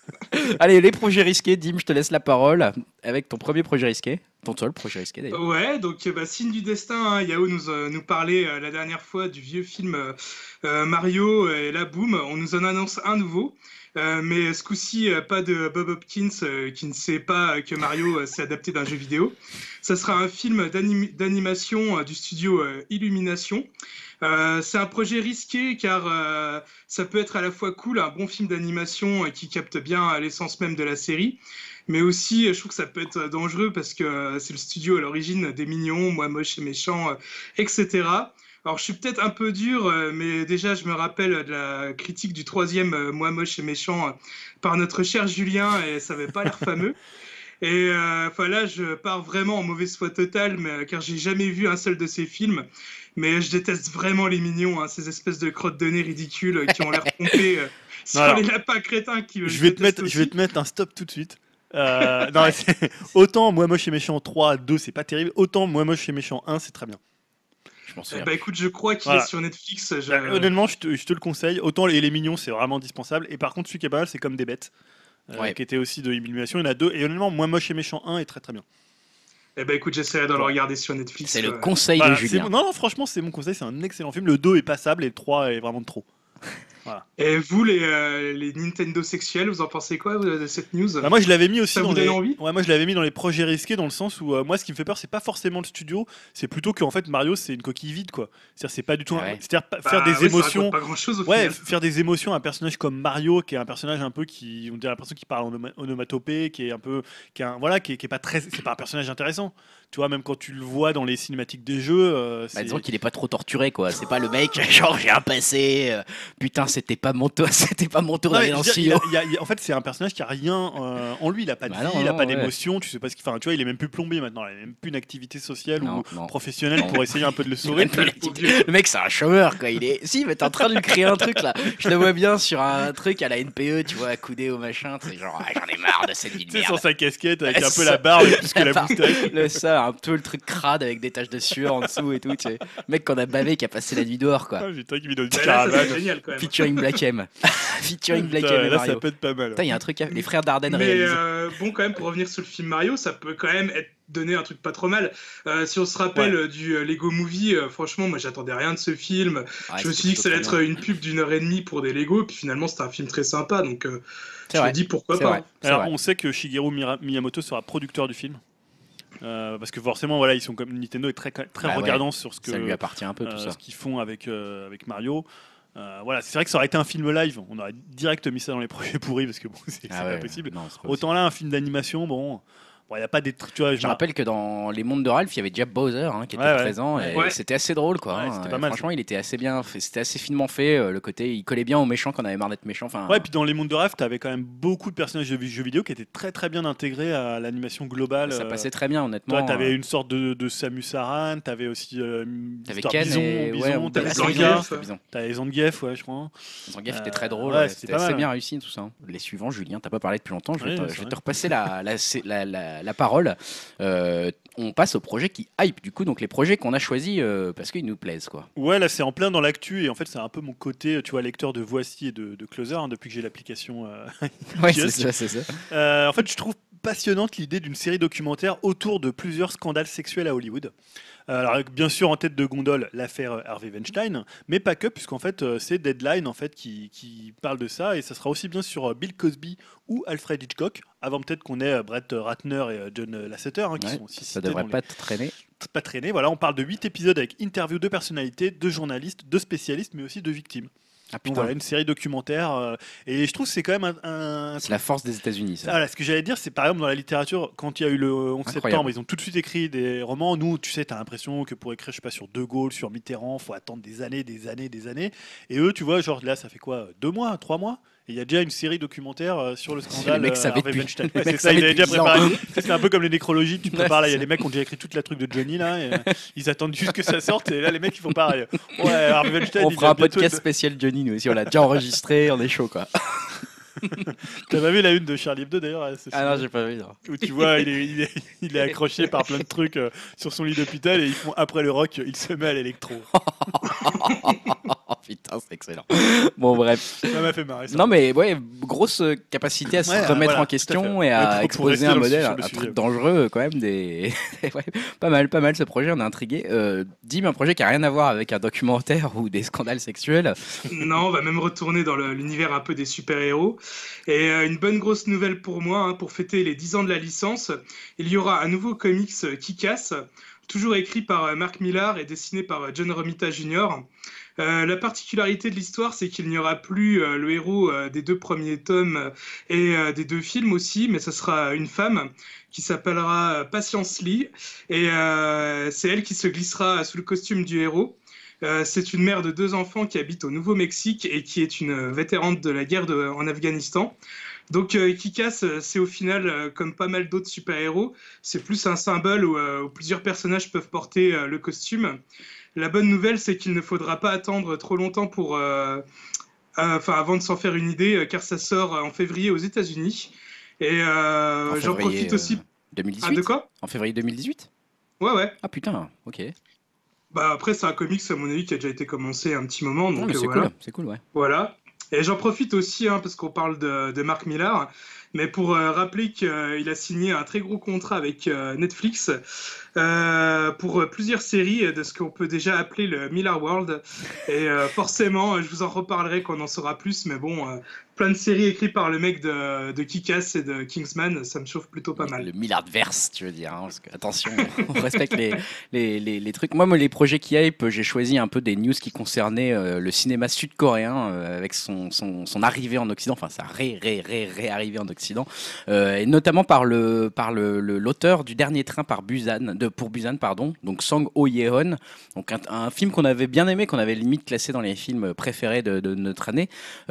Allez, les projets risqués. Dim, je te laisse la parole avec ton premier projet risqué. Ton seul projet risqué, d'ailleurs. Ouais, donc euh, bah, signe du destin, hein, Yao nous, euh, nous parlait euh, la dernière fois du vieux film euh, euh, Mario, et là, boum, on nous en annonce un nouveau. Euh, mais ce coup-ci, euh, pas de Bob Hopkins euh, qui ne sait pas euh, que Mario euh, s'est adapté d'un jeu vidéo. Ça sera un film d'anim- d'animation euh, du studio euh, Illumination. Euh, c'est un projet risqué car euh, ça peut être à la fois cool, un bon film d'animation euh, qui capte bien euh, l'essence même de la série, mais aussi euh, je trouve que ça peut être dangereux parce que euh, c'est le studio à l'origine des Mignons, Moi Moche et Méchant, euh, et cetera. Alors je suis peut-être un peu dur, euh, mais déjà je me rappelle de la critique du troisième euh, Moi Moche et Méchant euh, par notre cher Julien et ça avait pas l'air fameux. Et euh, enfin là, je pars vraiment en mauvaise foi totale, mais, car j'ai jamais vu un seul de ces films. Mais je déteste vraiment les Mignons, hein, ces espèces de crottes de nez ridicules euh, qui ont l'air pompées euh, sur alors, les lapins crétins qui Je vais, te mettre, je vais te mettre un stop tout de suite. Euh, non, mais c'est- autant Moi Moche et Méchant trois, deux, c'est pas terrible. Autant Moi Moche et Méchant un, c'est très bien. Je m'en Eh souviens. ben écoute, je crois qu'il Voilà. est sur Netflix. Je... Bah, honnêtement, je te, je te le conseille. Autant les, les Mignons, c'est vraiment indispensable. Et par contre, celui qui est pas mal, c'est Comme des bêtes, euh, Ouais. qui était aussi de Illumination. Il y en a deux. Et honnêtement, Moi Moche et Méchant un est très très bien. Eh ben écoute, j'essaierai de le regarder sur Netflix. C'est le euh. conseil Voilà, de c'est Julien. mon- Non, non, franchement, c'est mon conseil. C'est un excellent film. Le deux est passable et le trois est vraiment de trop. Et vous, les, euh, les Nintendo sexuels, vous en pensez quoi vous, de cette news? Bah, moi, je l'avais mis aussi Ça dans vous donne les. envie Ouais, moi, je l'avais mis dans les projets risqués dans le sens où euh, moi, ce qui me fait peur, c'est pas forcément le studio, c'est plutôt qu'en fait Mario, c'est une coquille vide, quoi. C'est-à-dire, c'est pas du tout. Ah un- ouais. C'est-à-dire pas- Bah faire des ouais, ça raconte émotions. pas grand-chose au Ouais, final. faire des émotions à un personnage comme Mario, qui est un personnage un peu qui, on dirait l'impression qu'il parle en onoma- onomatopée, qui est un peu, qui est un- voilà, qui est, qui est pas très, c'est pas un personnage intéressant. Tu vois, même quand tu le vois dans les cinématiques des jeux, euh, Bah, c'est. disons qu'il est pas trop torturé, quoi. C'est pas le mec, genre j'ai un passé. euh, putain, c'était pas mon tour, c'était pas mon tour Non, mais d'aller dans je le veux dire, silo. il a- il a- il a- en fait, c'est un personnage qui a rien euh, en lui. Il a pas de Bah vie, non, il a non, pas ouais. d'émotion. Tu sais pas ce qu'il. Enfin, tu vois, il est même plus plombier maintenant. Il a même plus une activité sociale Non, ou non. professionnelle Non. pour essayer un peu de le Il a sauver. même plus l'activité. Le mec, c'est un chômeur, quoi. Il est. Si, mais t'es en train de lui créer un truc là. Je le vois bien sur un truc à la N P E, tu vois, accoudé au machin. C'est genre, ah, j'en ai marre de cette vie de Tu sais, sans merde. sa casquette avec Ouais, un peu ça. la barbe et plus que la Enfin, moustache. Le ça, un peu le truc crade avec des taches de sueur en dessous et tout. Tu sais. Mec qu'on a bavé qui a passé la nuit dehors, quoi. Ah, putain, qui vit dans une Bah, là, ça caravane. c'est génial quand même. Featuring Black M. Featuring Black Putain, M et là, ça Mario. peut être pas mal. Putain, il y a un truc, à... les frères Dardenne Mais réalisent. euh, bon, quand même, pour revenir sur le film Mario, ça peut quand même être donné un truc pas trop mal. Euh, si on se rappelle Ouais. euh, du euh, Lego Movie, euh, franchement, moi j'attendais rien de ce film. Ouais, je me c'était suis dit que ça allait plutôt être très une pub d'une heure et demie pour des Lego, puis finalement c'était un film très sympa, donc euh, C'est je vrai. me dis pourquoi C'est pas. vrai. C'est Alors, vrai. on sait que Shigeru Mira- Miyamoto sera producteur du film. Euh, parce que forcément, voilà, ils sont comme Nintendo est très, très Bah ouais, regardant sur ce que Ça lui appartient un peu tout euh, ça. ce qu'ils font avec, euh, avec Mario. Euh, voilà, c'est vrai que ça aurait été un film live, on aurait direct mis ça dans les projets pourris parce que bon, c'est Ah c'est ouais, pas possible. non, c'est pas Autant là, un film d'animation, bon, il n'y a pas des trucs, tu vois. Je me rappelle que dans les mondes de Ralph, il y avait déjà Bowser hein, qui était Ouais, ouais. présent et Ouais. c'était assez drôle quoi. Ouais, hein. c'était pas Et mal, franchement, il était assez bien fait, c'était assez finement fait. euh, Le côté, il collait bien aux méchants qu'on avait marre d'être méchants. Enfin, Ouais, puis dans les mondes de rêve, t'avais quand même beaucoup de personnages de vi- jeux vidéo qui étaient très très bien intégrés à l'animation globale. ça euh, passait très bien honnêtement. Toi, t'avais euh, une sorte de, de Samus Aran, t'avais aussi euh, T'avais Mister Ken Bison, et Bison, ouais, ou- t'avais ah, Zangief. Zangief, c'était Bison. t'avais Zangief, ouais, je crois. Zangief Euh, était très drôle, ouais, ouais, c'était c'était pas assez mal. bien réussi tout ça. Les suivants, Julien, t'as pas parlé depuis longtemps, je vais, Oui, te, c'est je vais vrai. te repasser la, la, la, la- la parole. Euh, on passe aux projets qui hype du coup, donc les projets qu'on a choisis euh, parce qu'ils nous plaisent quoi. Ouais, là c'est en plein dans l'actu et en fait c'est un peu mon côté, tu vois, lecteur de Voici et de, de Closer hein, depuis que j'ai l'application. euh, Ouais, Yes. c'est ça, c'est ça. Euh, en fait, je trouve passionnante l'idée d'une série documentaire autour de plusieurs scandales sexuels à Hollywood. Euh, alors, avec, bien sûr, en tête de gondole, l'affaire euh, Harvey Weinstein, mais pas que, puisqu'en fait, euh, c'est Deadline en fait, qui, qui parle de ça, et ça sera aussi bien sur euh, Bill Cosby ou Alfred Hitchcock, avant peut-être qu'on ait euh, Brett Ratner et euh, John Lasseter, hein, qui Ouais, sont aussi ça cités devrait dans les- pas te traîner. pas traîner. Voilà, on parle de huit épisodes avec interviews de personnalités, de journalistes, de spécialistes, mais aussi de victimes. Ah Donc putain, voilà, une série documentaire, euh, et je trouve que c'est quand même un, un c'est la force des États-Unis ça. voilà, ce que j'allais dire, c'est par exemple dans la littérature, quand il y a eu le onze Incroyable. septembre, ils ont tout de suite écrit des romans. Nous, tu sais, tu as l'impression que pour écrire, je sais pas, sur De Gaulle, sur Mitterrand, faut attendre des années, des années, des années. Et eux, tu vois, genre là, ça fait quoi, deux mois, trois mois et il y a déjà une série documentaire euh, sur le scandale. Les mecs euh, savaient Harvey depuis- Weinstein. les Ouais, mecs c'est ça, ils savaient avaient déjà depuis dix ans. préparé. C'est un peu comme les nécrologies, tu Ouais, prépares là, il y a c'est des mecs qui ont déjà écrit toute la truc de Johnny là, et, euh, ils attendent juste que ça sorte, et là, les mecs, ils font pareil. Ouais, Harvey Weinstein, On il fera va un bientôt podcast être- spécial Johnny nous aussi, on l'a déjà enregistré, on est chaud quoi. T'as pas vu la une de Charlie Hebdo d'ailleurs à ce Ah film non, j'ai pas vu. non. où tu vois, il est, il est, il est accroché par plein de trucs euh, sur son lit d'hôpital et ils font après le rock, il se met à l'électro. Oh putain, c'est excellent. Bon bref. Ça m'a fait marrer. Ça. Non mais ouais, grosse euh, capacité à se Ouais, remettre voilà, en tout à question fait. et Ouais, à pour- pour exposer rester un dans le- modèle, sur un le truc sujet. dangereux quand même. Des... ouais, pas mal, pas mal ce projet, on est intrigué. Euh, Dim, un projet qui a rien à voir avec un documentaire ou des scandales sexuels. Non, on va même retourner dans le- l'univers un peu des super-héros. Et euh, une bonne grosse nouvelle pour moi, hein, pour fêter les dix ans de la licence, il y aura un nouveau comics euh, Kick-Ass, toujours écrit par euh, Mark Millar et dessiné par euh, John Romita junior Euh, la particularité de l'histoire, c'est qu'il n'y aura plus euh, le héros euh, des deux premiers tomes euh, et euh, des deux films aussi, mais ce sera une femme qui s'appellera euh, Patience Lee, et euh, c'est elle qui se glissera sous le costume du héros. Euh, c'est une mère de deux enfants qui habite au Nouveau-Mexique et qui est une vétérante de la guerre de- en Afghanistan. Donc euh, Kick-Ass, euh, c'est au final, euh, comme pas mal d'autres super-héros, c'est plus un symbole où, euh, où plusieurs personnages peuvent porter euh, le costume. La bonne nouvelle, c'est qu'il ne faudra pas attendre trop longtemps pour, euh, euh, enfin, avant de s'en faire une idée, euh, car ça sort euh, en février aux États-Unis. Et euh, En j'en février, profite euh, aussi. Ah, deux mille dix-huit. de quoi? En février deux mille dix-huit. Ouais, ouais. Ah putain, ok. Bah après, c'est un comics à mon avis qui a déjà été commencé un petit moment, Non, donc mais euh, c'est voilà. cool, c'est cool, ouais. Voilà. Et j'en profite aussi, hein, parce qu'on parle de, de Mark Millar. mais pour euh, rappeler qu'il a signé un très gros contrat avec euh, Netflix euh, pour plusieurs séries de ce qu'on peut déjà appeler le Miller World. Et euh, forcément, je vous en reparlerai quand on en saura plus, mais bon, euh, plein de séries écrites par le mec de, de Kick-Ass et de Kingsman, ça me chauffe plutôt pas mal. Le Millardverse, tu veux dire. Hein, parce que, attention, on respecte les, les, les, les trucs. Moi, moi, les projets qui hype, j'ai choisi un peu des news qui concernaient euh, le cinéma sud-coréen euh, avec son, son, son arrivée en Occident, enfin sa ré, ré, ré, ré-arrivée en Occident, euh, et notamment par le par le, le, l'auteur du Dernier Train par Busan, de, pour Busan, pardon, donc Song Ho-yeon, donc un, un film qu'on avait bien aimé, qu'on avait limite classé dans les films préférés de, de notre année,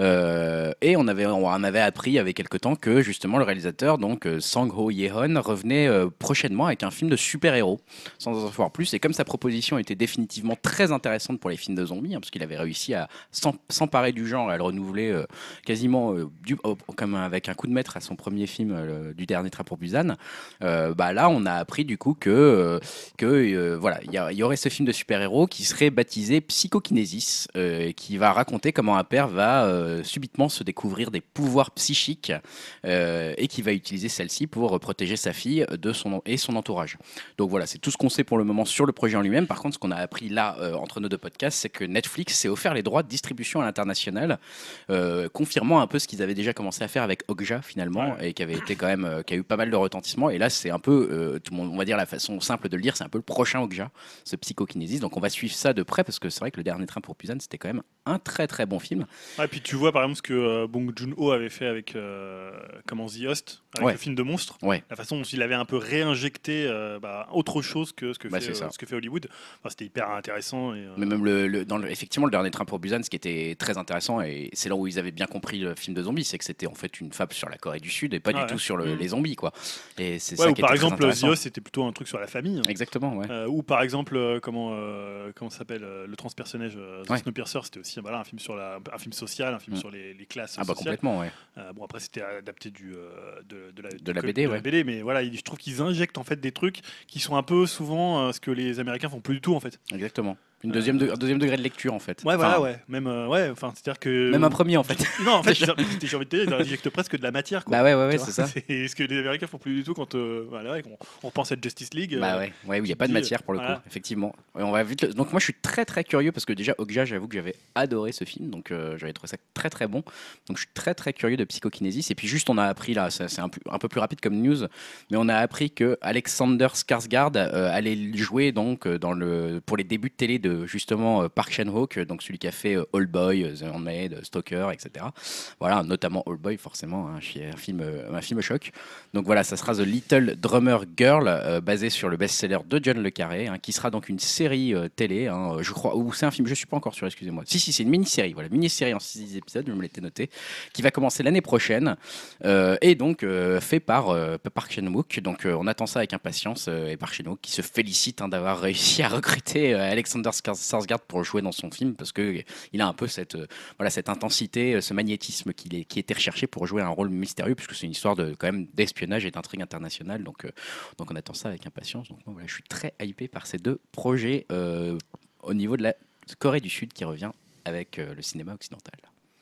euh, et on avait on en avait appris il y avait quelque temps que justement le réalisateur, donc euh, Sang Ho-yeon, revenait euh, prochainement avec un film de super-héros, sans en savoir plus. Et comme sa proposition était définitivement très intéressante pour les films de zombies, hein, parce qu'il avait réussi à s'em- s'emparer du genre, à le renouveler euh, quasiment euh, du, oh, comme avec un coup de maître à son premier film euh, du Dernier Train pour Busan, euh, bah là on a appris du coup que euh, que euh, voilà il y, y aurait ce film de super-héros qui serait baptisé Psychokinésis, euh, qui va raconter comment un père va euh, subitement se découvrir des pouvoirs psychiques euh, et qui va utiliser celle-ci pour euh, protéger sa fille de son et son entourage. Donc voilà, c'est tout ce qu'on sait pour le moment sur le projet en lui-même. Par contre, ce qu'on a appris là euh, entre nos deux podcasts, c'est que Netflix s'est offert les droits de distribution à l'international, euh, confirmant un peu ce qu'ils avaient déjà commencé à faire avec Okja finalement, Ouais. et qui avait été quand même euh, qui a eu pas mal de retentissement. Et là, c'est un peu euh, tout le monde, on va dire la façon simple de le dire, c'est un peu le prochain Okja, ce Psychokinésis. Donc on va suivre ça de près parce que c'est vrai que le Dernier Train pour Busan, c'était quand même un très très bon film. Ah, et puis tu vois par exemple ce que euh, Bong Joon-ho avait fait avec euh, comment The Host, avec Ouais. le film de monstre. Ouais. La façon dont il avait un peu réinjecté euh, bah, autre chose que ce que, Bah, fait, c'est ça. euh, ce que fait Hollywood. Enfin, c'était hyper intéressant. Et, euh, Mais même le, le- dans le, effectivement le Dernier Train pour Busan, ce qui était très intéressant, et c'est là où ils avaient bien compris le film de zombies, c'est que c'était en fait une fable sur la Corée du Sud et pas Ah du ouais. tout sur le- Mm. les zombies quoi. Et c'est ouais, ça ou qui par était très exemple The intéressant. Host, c'était plutôt un truc sur la famille. Exactement, ouais. Euh, ou par exemple euh, comment euh, comment ça s'appelle euh, le transpersonnage euh, The Ouais. Snowpiercer, c'était aussi voilà, un film sur la, un film social, un film Mm. sur les, les classes Ah bah sociales. complètement, ouais. Euh, bon après c'était adapté du euh, de, de la, De la du- B D, de ouais. B D, mais voilà, je trouve qu'ils injectent en fait des trucs qui sont un peu souvent euh, ce que les Américains font plus du tout en fait. Exactement. Une deuxième, de- un deuxième degré de lecture en fait. Ouais, voilà, Enfin, ouais. Même, euh, ouais, enfin, c'est-à-dire que. Même un premier en fait. Non, en fait, Déjà. ils- j'ai envie de te dire, ils injectent presque de la matière, quoi. Bah ouais, ouais, ouais, Tu c'est vois, ça. C'est ce que les Américains font plus du tout quand euh, voilà, ouais, on, on repense à Justice League. Bah euh, ouais, ouais, où il n'y a tu pas de dis, matière pour le voilà. coup, effectivement. Ouais, on va vite le- Donc moi je suis très très curieux parce que déjà Okja, j'avoue que j'avais adoré ce film, donc euh, j'avais trouvé ça très très bon. Donc je suis très très curieux de Psychokinésis. Et puis juste on a appris là, ça, c'est un, peu- un peu plus rapide comme news, mais on a appris que Alexander Skarsgård euh, allait jouer donc euh, dans le pour les débuts de télé de justement euh, Park Chan-wook, euh, donc celui qui a fait euh, Old Boy, euh, The Handmaid, euh, Stalker, et cetera. Voilà, notamment Old Boy forcément, hein, chi- un film euh, un film choc. Donc voilà, ça sera The Little Drummer Girl, euh, basé sur le best-seller de John le Carré, hein, qui sera donc une série euh, télé, hein, je crois, ou c'est un film, je suis pas encore sûr, excusez-moi. Si si, c'est une mini-série, voilà, mini-série en six épisodes, je me l'étais noté, qui va commencer l'année prochaine, euh, et donc euh, fait par euh, Park Chan-wook. Donc euh, on attend ça avec impatience, euh, et Park Chan-wook qui se félicite hein, d'avoir réussi à recruter euh, Alexander Skarsgård pour jouer dans son film, parce que euh, il a un peu cette euh, voilà cette intensité, euh, ce magnétisme qui, est, qui était recherché pour jouer un rôle mystérieux, puisque c'est une histoire de quand même d'espionnage et d'intrigue internationale. Donc euh, donc on attend ça avec impatience. Donc moi, voilà, je suis très hypé par ces deux projets euh, au niveau de la Corée du Sud qui revient avec euh, le cinéma occidental.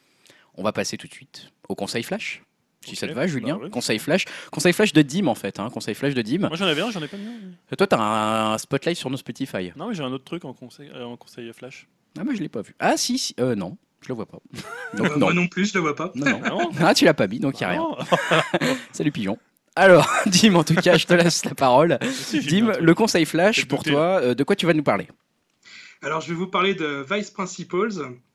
On va passer tout de suite au conseil flash. Si Ok, ça te va, Julien. bah ouais. Conseil flash. Conseil flash de Dim, en fait. Hein. Conseil flash de Dim. Moi j'en avais un, j'en ai pas mis un. Toi, t'as un, un spotlight sur nos Spotify. Non, mais j'ai un autre truc en conseil, euh, en conseil flash. Ah, moi, je l'ai pas vu. Ah, si, si. Euh, non, je le vois pas. Donc, Euh, non. Moi non plus, je le vois pas. Non, non. Ah non. Ah, tu l'as pas mis, donc il n'y a rien. Non. Salut, pigeon. Alors, Dim, en tout cas, je te laisse la parole. Si, j'ai mis Dim, un truc. le conseil flash J'ai pour douté, toi, euh, de quoi tu vas nous parler? Alors, je vais vous parler de Vice Principals.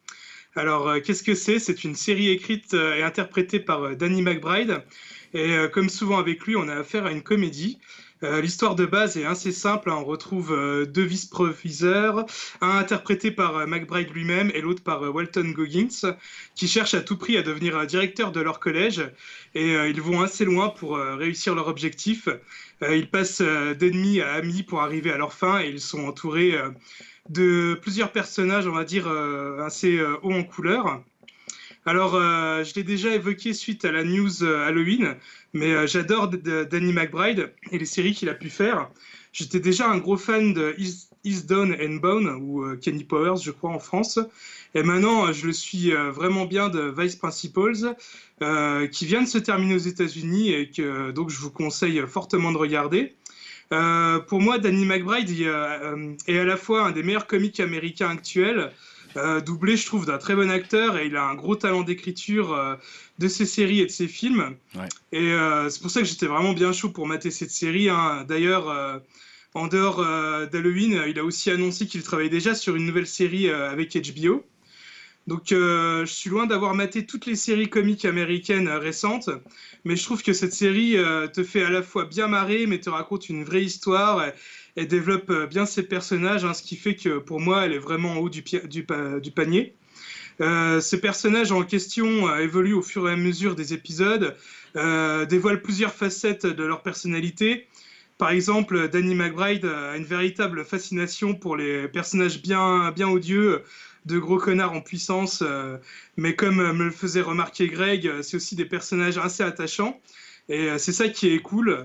Alors, euh, qu'est-ce que c'est? C'est une série écrite euh, et interprétée par euh, Danny McBride. Et euh, comme souvent avec lui, on a affaire à une comédie. Euh, L'histoire de base est assez simple, hein. On retrouve euh, deux vice-proviseurs, un interprété par euh, McBride lui-même et l'autre par euh, Walton Goggins, qui cherchent à tout prix à devenir euh, directeur de leur collège. Et euh, ils vont assez loin pour euh, réussir leur objectif. Euh, ils passent euh, d'ennemis à amis pour arriver à leur fin et ils sont entourés euh, de plusieurs personnages, on va dire, euh, assez euh, hauts en couleur. Alors, euh, je l'ai déjà évoqué suite à la news euh, Halloween, mais euh, j'adore D- D- Danny McBride et les séries qu'il a pu faire. J'étais déjà un gros fan de East, Eastbound and Bone, ou euh, Kenny Powers, je crois, en France. Et maintenant, euh, je le suis euh, vraiment bien de Vice Principals, euh, qui vient de se terminer aux États-Unis et que donc je vous conseille fortement de regarder. Euh, pour moi, Danny McBride il, euh, est à la fois un des meilleurs comiques américains actuels, euh, doublé, je trouve, d'un très bon acteur, et il a un gros talent d'écriture euh, de ses séries et de ses films. Ouais. Et euh, c'est pour ça que j'étais vraiment bien chaud pour mater cette série, hein. D'ailleurs, euh, en dehors euh, d'Halloween, il a aussi annoncé qu'il travaillait déjà sur une nouvelle série euh, avec H B O. Donc euh, je suis loin d'avoir maté toutes les séries comiques américaines euh, récentes, mais je trouve que cette série euh, te fait à la fois bien marrer, mais te raconte une vraie histoire, et, et développe euh, bien ses personnages, hein, ce qui fait que pour moi elle est vraiment en haut du, pi- du, pa- du panier. Euh, ces personnages en question euh, évoluent au fur et à mesure des épisodes, euh, dévoilent plusieurs facettes de leur personnalité. Par exemple, Danny McBride a une véritable fascination pour les personnages bien, bien odieux, de gros connards en puissance, euh, mais comme me le faisait remarquer Greg, c'est aussi des personnages assez attachants, et euh, c'est ça qui est cool.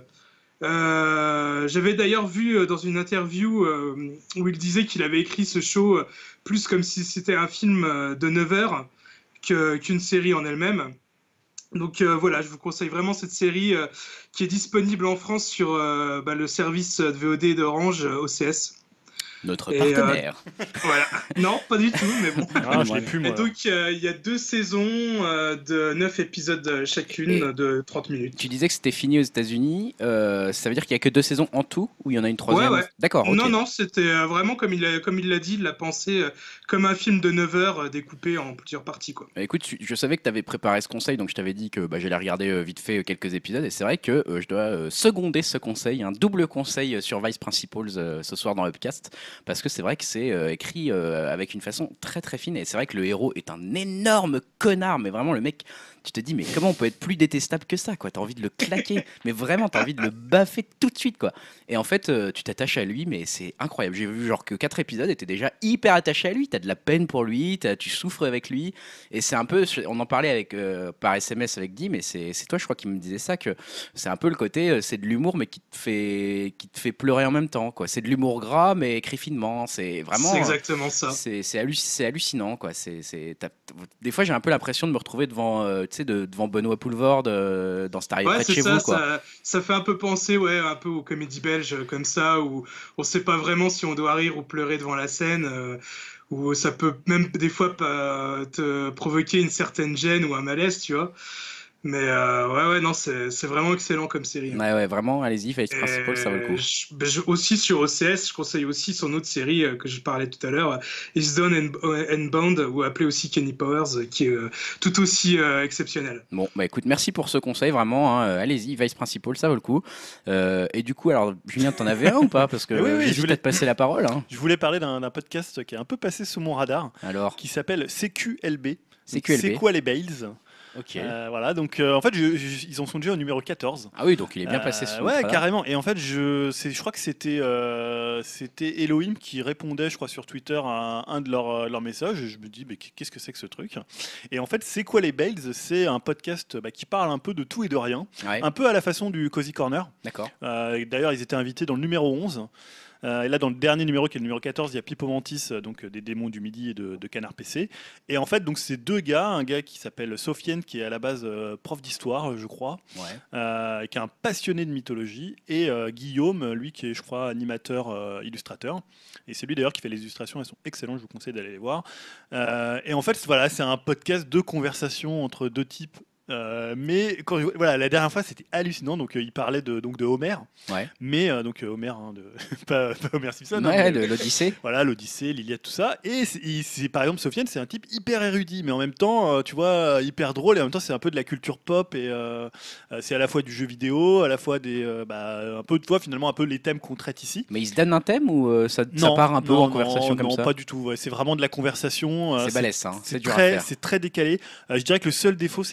Euh, j'avais d'ailleurs vu dans une interview euh, où il disait qu'il avait écrit ce show plus comme si c'était un film de neuf heures que, qu'une série en elle-même. Donc euh, voilà, je vous conseille vraiment cette série euh, qui est disponible en France sur euh, bah, le service de V O D d'Orange, euh, O C S. Notre Et, partenaire. Euh, voilà. Non, pas du tout, mais bon. Ah, je l'ai plus, moi. Et donc, euh, il y a deux saisons euh, de neuf épisodes chacune, Et de trente minutes. Tu disais que c'était fini aux États-Unis. Euh, ça veut dire qu'il y a que deux saisons en tout, ou il y en a une troisième? Ouais, ouais. D'accord. Non, ok. non, c'était euh, vraiment comme il l'a comme il l'a dit, il l'a pensé euh, comme un film de neuf heures euh, découpé en plusieurs parties, quoi. Bah, écoute, tu- je savais que tu avais préparé ce conseil, donc je t'avais dit que bah, j'allais regarder euh, vite fait euh, quelques épisodes. Et c'est vrai que euh, je dois euh, seconder ce conseil, un double conseil euh, sur Vice Principals euh, ce soir dans Upcast, parce que c'est vrai que c'est euh, écrit euh, avec une façon très très fine. Et c'est vrai que le héros est un énorme connard, mais vraiment le mec, tu te dis, mais comment on peut être plus détestable que ça, quoi? T'as envie de le claquer, mais vraiment, t'as envie de le baffer tout de suite, quoi. Et en fait, euh, tu t'attaches à lui, mais c'est incroyable. J'ai vu genre que quatre épisodes et t'es déjà hyper attaché à lui. T'as de la peine pour lui, t'as- tu souffres avec lui. Et c'est un peu, on en parlait avec, euh, par S M S avec Guy, mais c'est c'est toi, je crois, qui me disait ça, que c'est un peu le côté, euh, c'est de l'humour, mais qui te fait, qui te fait pleurer en même temps, quoi. C'est de l'humour gras, mais écrit finement. C'est vraiment. C'est euh, exactement ça. c'est c'est halluc- c'est hallucinant, quoi. C'est, c'est, t'as- des fois, j'ai un peu l'impression de me retrouver devant, euh, tu sais, de- devant Benoît Poulvord euh, dans Star Ouais, près de c'est chez ça, vous, quoi. ça, ça fait un peu penser, ouais, un peu aux comédies belges euh, comme ça, où on sait pas vraiment si on doit rire ou pleurer devant la scène, euh, où ça peut même des fois pas te provoquer une certaine gêne ou un malaise, tu vois. Mais euh, ouais, ouais, non, c'est c'est vraiment excellent comme série, hein. Ouais, ouais, vraiment, allez-y, Vice Principal, ça vaut le Et coup. je- ben, je- aussi sur O C S, je conseille aussi son autre série euh, que je parlais tout à l'heure, euh, Is Done and, and Bound, ou appelé aussi Kenny Powers, euh, qui est euh, tout aussi euh, exceptionnel. Bon, bah écoute, merci pour ce conseil, vraiment. Hein, euh, allez-y, Vice Principal, ça vaut le coup. Euh, et du coup, alors, Julien, t'en avais un ou pas? Parce que Oui, oui, euh, je j'hésite voulais- à te passer la parole. Hein. Je voulais parler d'un d'un podcast qui est un peu passé sous mon radar, Alors, qui s'appelle C Q L B. Donc, C Q L B. C'est quoi les Bales? ok. Euh, Voilà, donc euh, en fait, je- je- ils en sont déjà au numéro quatorze. Ah oui, donc il est bien Euh, passé sous ouais, notre radar. carrément. Et en fait, je, c'est- je crois que c'était euh, c'était Elohim qui répondait, je crois, sur Twitter à un de leurs euh, leurs messages. Et je me dis, mais qu'est-ce que c'est que ce truc? Et en fait, c'est quoi les Bales? C'est un podcast bah, qui parle un peu de tout et de rien, Ouais, un peu à la façon du Cozy Corner. d'accord. Euh, D'ailleurs, ils étaient invités dans le numéro onze. Euh, et là, dans le dernier numéro, qui est le numéro quatorze, il y a Pipo Mantis, euh, donc euh, des démons du midi et de, de Canard P C. Et en fait, donc c'est deux gars, un gars qui s'appelle Sofiane, qui est à la base euh, prof d'histoire, euh, je crois, Ouais. euh, qui est un passionné de mythologie, et euh, Guillaume, lui qui est, je crois, animateur, euh, illustrateur. Et c'est lui d'ailleurs qui fait les illustrations, elles sont excellentes, je vous conseille d'aller les voir. Euh, et en fait, voilà, c'est un podcast de conversation entre deux types. Euh, mais quand, voilà, la dernière fois c'était hallucinant. Donc euh, il parlait de donc de Homer, Ouais, mais euh, donc euh, Homer, hein, de, pas, pas Homer Simpson, hein, ouais mais, le- l'Odyssée. voilà, l'Odyssée, l'Iliade, tout ça. Et c'est, il- c'est- par exemple, Sofiane, c'est un type hyper érudit, mais en même temps, euh, tu vois, hyper drôle, et en même temps, c'est un peu de la culture pop, et euh, euh, c'est à la fois du jeu vidéo, à la fois des, euh, bah, un peu, tu vois, finalement, un peu les thèmes qu'on traite ici. Mais il se donne un thème ou euh, ça, ça part un peu non, en conversation non, comme non, ça? pas du tout. Ouais, c'est vraiment de la conversation. euh, C'est balèze, ça, hein. c'est C'est dur à très, faire. c'est très décalé. Euh, je dirais que le seul défaut, c'est que le son est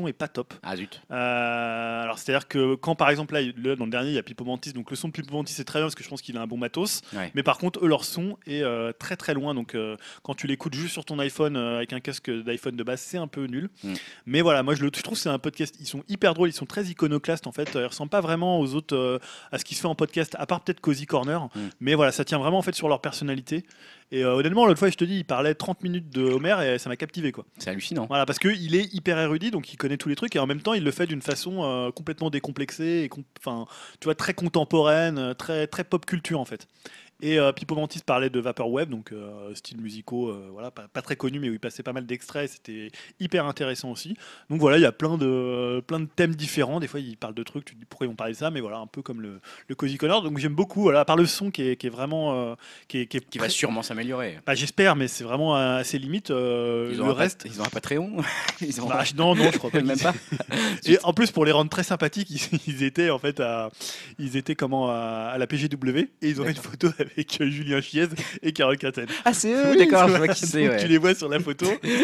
est pas top. Ah zut. Euh, alors c'est-à-dire que quand par exemple là, là, dans le dernier il y a Pippo Mantis, donc le son de Pippo Mantis c'est très bien parce que je pense qu'il a un bon matos, Ouais. mais par contre eux leur son est euh, très très loin, donc euh, quand tu l'écoutes juste sur ton iPhone euh, avec un casque d'iPhone de base c'est un peu nul. Mm. Mais voilà, moi je, le, je trouve que c'est un podcast, ils sont hyper drôles, ils sont très iconoclastes en fait, ils ressemblent pas vraiment aux autres, euh, à ce qui se fait en podcast, à part peut-être Cozy Corner, Mm. mais voilà, ça tient vraiment en fait sur leur personnalité. Et euh, honnêtement, l'autre fois, je te dis, il parlait trente minutes de Homer et ça m'a captivé, quoi. C'est hallucinant. Voilà, parce qu'il est hyper érudit, donc il connaît tous les trucs, et en même temps, il le fait d'une façon euh, complètement décomplexée, et com- enfin, tu vois, très contemporaine, euh, très, très pop culture, en fait. Et euh, Pippo Mantis parlait de Vaporwave, donc euh, style musicaux, euh, voilà, pas, pas très connu, mais où il passait pas mal d'extraits, c'était hyper intéressant aussi. Donc voilà, il y a plein de, plein de thèmes différents. Des fois, ils parlent de trucs, tu te dis pourquoi ils vont parler de ça, mais voilà, un peu comme le, le Cozy Corner. Donc j'aime beaucoup, voilà, à part le son qui est, qui est vraiment. Euh, qui est, qui est Qui va très- sûrement s'améliorer. Bah, j'espère, mais c'est vraiment à ses limites. euh, Ils le ont un reste. Pat- ils ont un Patreon. Ils ont Bah, non, non, je crois pas. même qu'ils- pas. Et en plus, pour les rendre très sympathiques, ils, ils étaient en fait à, ils étaient comment à, à la P G W et ils ont fait une D'accord. photo avec euh, Julien Chiez et Carole Catel. Ah c'est eux, Oui, d'accord. tu Je vois, vois qui c'est. donc Ouais. Tu les vois sur la photo.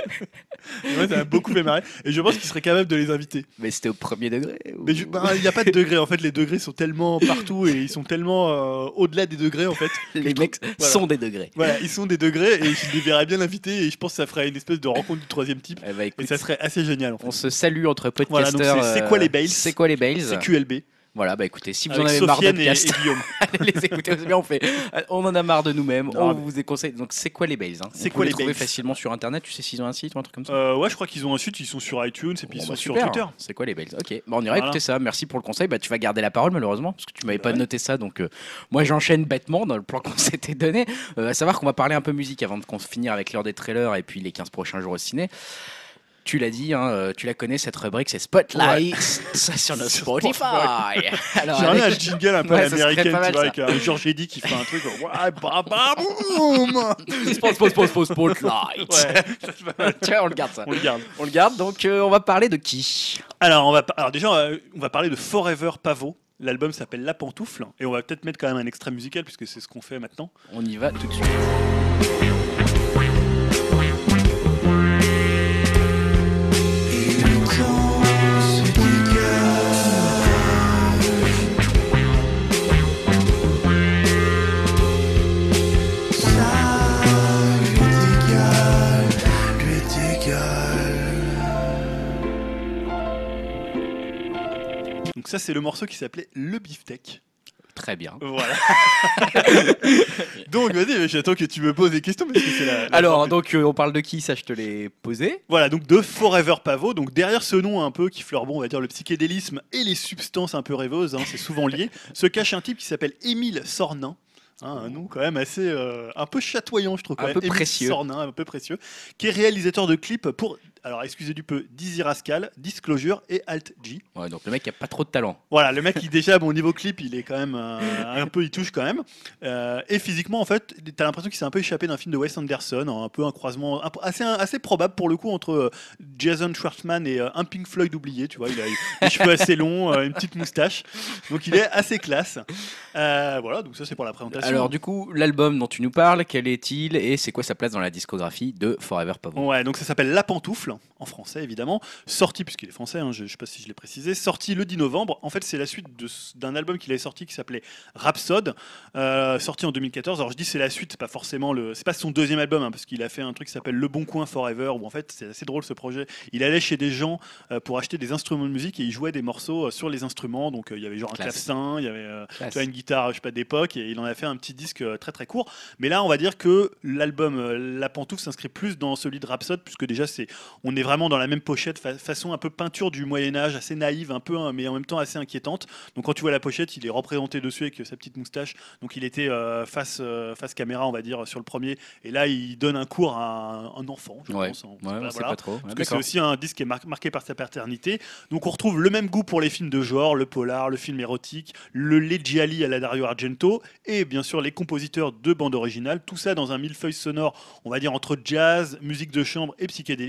Et moi, ça m'a beaucoup fait marrer. Et je pense qu'ils seraient capables de les inviter. Mais c'était au premier degré. ou- Mais je- bah, il n'y a pas de degré. En fait, les degrés sont tellement partout et ils sont tellement euh, au-delà des degrés en fait. Les mecs Voilà. sont des degrés. Voilà, ils sont des degrés et je les verrais bien invités et je pense que ça ferait une espèce de rencontre du troisième type. Eh bah, Et écoute, ça serait assez génial en fait. on se salue entre Voilà, podcasteurs. donc c'est- c'est quoi les Bales C'est quoi les Bales C'est Q L B. Voilà, bah écoutez, si vous Avec en avez marre de Sofiane et, et podcast, Guillaume. allez les écouter. C'est bien, on fait. On en a marre de nous-mêmes. Non, On mais- vous déconseille. Donc c'est quoi les Bales hein C'est On quoi peut les trouver Bales facilement sur internet. Tu sais s'ils ont un site ou un truc comme ça. Euh, ouais, je crois qu'ils ont un site, ils sont sur iTunes et puis Bon, ils sont bah, sur super. Twitter. C'est quoi les Bales Ok, bah, on ira Voilà. écouter ça. Merci pour le conseil. Bah, tu vas garder la parole malheureusement parce que tu m'avais Bah pas ouais. noté ça. Donc euh, moi j'enchaîne bêtement dans le plan qu'on s'était donné. Euh, à savoir qu'on va parler un peu musique avant de qu'on se finir avec l'heure des trailers et puis les quinze prochains jours au ciné. Tu l'as dit, hein, euh, tu la connais cette rubrique, c'est Spotlight, ça sur notre Sur Spotify. Spotify. Alors, J'ai un avec- jingle un peu Ouais, ça serait américaine, pas tu mal, vois, ça. avec un George Eddy qui fait un truc. Ouais, bah, bah, boum Spot, spot, spot, spot, Spotlight. Ouais, ça, c'est pas mal. Tiens, on le garde ça. On le garde. On le garde, donc euh, on va parler de qui Alors, on va, pa- alors déjà, euh, on va parler de Forever Pavot. L'album s'appelle La Pantoufle et on va peut-être mettre quand même un extrait musical puisque c'est ce qu'on fait maintenant. On y va tout de suite. Donc ça, c'est le morceau qui s'appelait Le Beefsteak. Très bien. Voilà. Donc, vas-y, j'attends que tu me poses des questions parce que c'est la. la Alors, partie. donc euh, on parle de qui Ça, je te l'ai posé. Voilà, donc de Forever Pavot. Donc derrière ce nom un peu qui fleure bon, on va dire le psychédélisme et les substances un peu rêveuses, hein, c'est souvent lié, se cache un type qui s'appelle Émile Sornin. Hein, un nom quand même assez euh, un peu chatoyant, je trouve. Quand Un même. peu Émile précieux. Sornin, un peu précieux, qui est réalisateur de clips pour, alors excusez du peu, Dizzy Rascal, Disclosure et Alt G. Ouais, donc le mec qui a pas trop de talent. Voilà, le mec qui déjà, bon, niveau clip, il est quand même euh, un peu, il touche quand même. Euh, et physiquement, en fait, t'as l'impression qu'il s'est un peu échappé d'un film de Wes Anderson, un peu un croisement un peu assez, assez probable pour le coup entre euh, Jason Schwartzman et euh, un Pink Floyd oublié. Tu vois, il a les cheveux assez longs, euh, une petite moustache, donc il est assez classe. Euh, voilà, donc ça c'est pour la présentation. Alors, du coup, l'album dont tu nous parles, quel est-il et c'est quoi sa place dans la discographie de Forever Pavot Ouais, donc ça s'appelle La Pantoufle, en français évidemment. Sorti, puisqu'il est français, hein, je ne sais pas si je l'ai précisé, sorti le dix novembre. En fait, c'est la suite de ce- d'un album qu'il avait sorti qui s'appelait Rhapsode, euh, sorti en deux mille quatorze. Alors je dis c'est la suite, c'est pas forcément le, c'est pas son deuxième album, hein, parce qu'il a fait un truc qui s'appelle Le Bon Coin Forever, où en fait c'est assez drôle ce projet. Il allait chez des gens euh, pour acheter des instruments de musique et il jouait des morceaux euh, sur les instruments. Donc euh, il y avait genre un Classe. clavecin, il y avait euh, Classe. tu vois, une guitare, je sais pas d'époque, et il en a fait un petit disque euh, très très court. Mais là, on va dire que l'album euh, La Pantoufle s'inscrit plus dans celui de Rhapsode, puisque déjà c'est, on est vraiment dans la même pochette, fa- façon un peu peinture du Moyen Âge, assez naïve, un peu, hein, mais en même temps assez inquiétante. Donc quand tu vois la pochette, il est représenté dessus avec euh, sa petite moustache. Donc il était euh, face euh, face caméra, on va dire, sur le premier. Et là, il donne un cours à un, un enfant, je Ouais, pense. hein. ouais, Voilà. on sait pas trop. Ouais, Parce que c'est d'accord. aussi un disque qui est mar- marqué par sa paternité. Donc on retrouve le même goût pour les films de genre, le polar, le film érotique, le Leggiali à la Dario Argento, et bien sûr les compositeurs de bande originale. Tout ça dans un millefeuille sonore, on va dire entre jazz, musique de chambre et psychédélisme. Le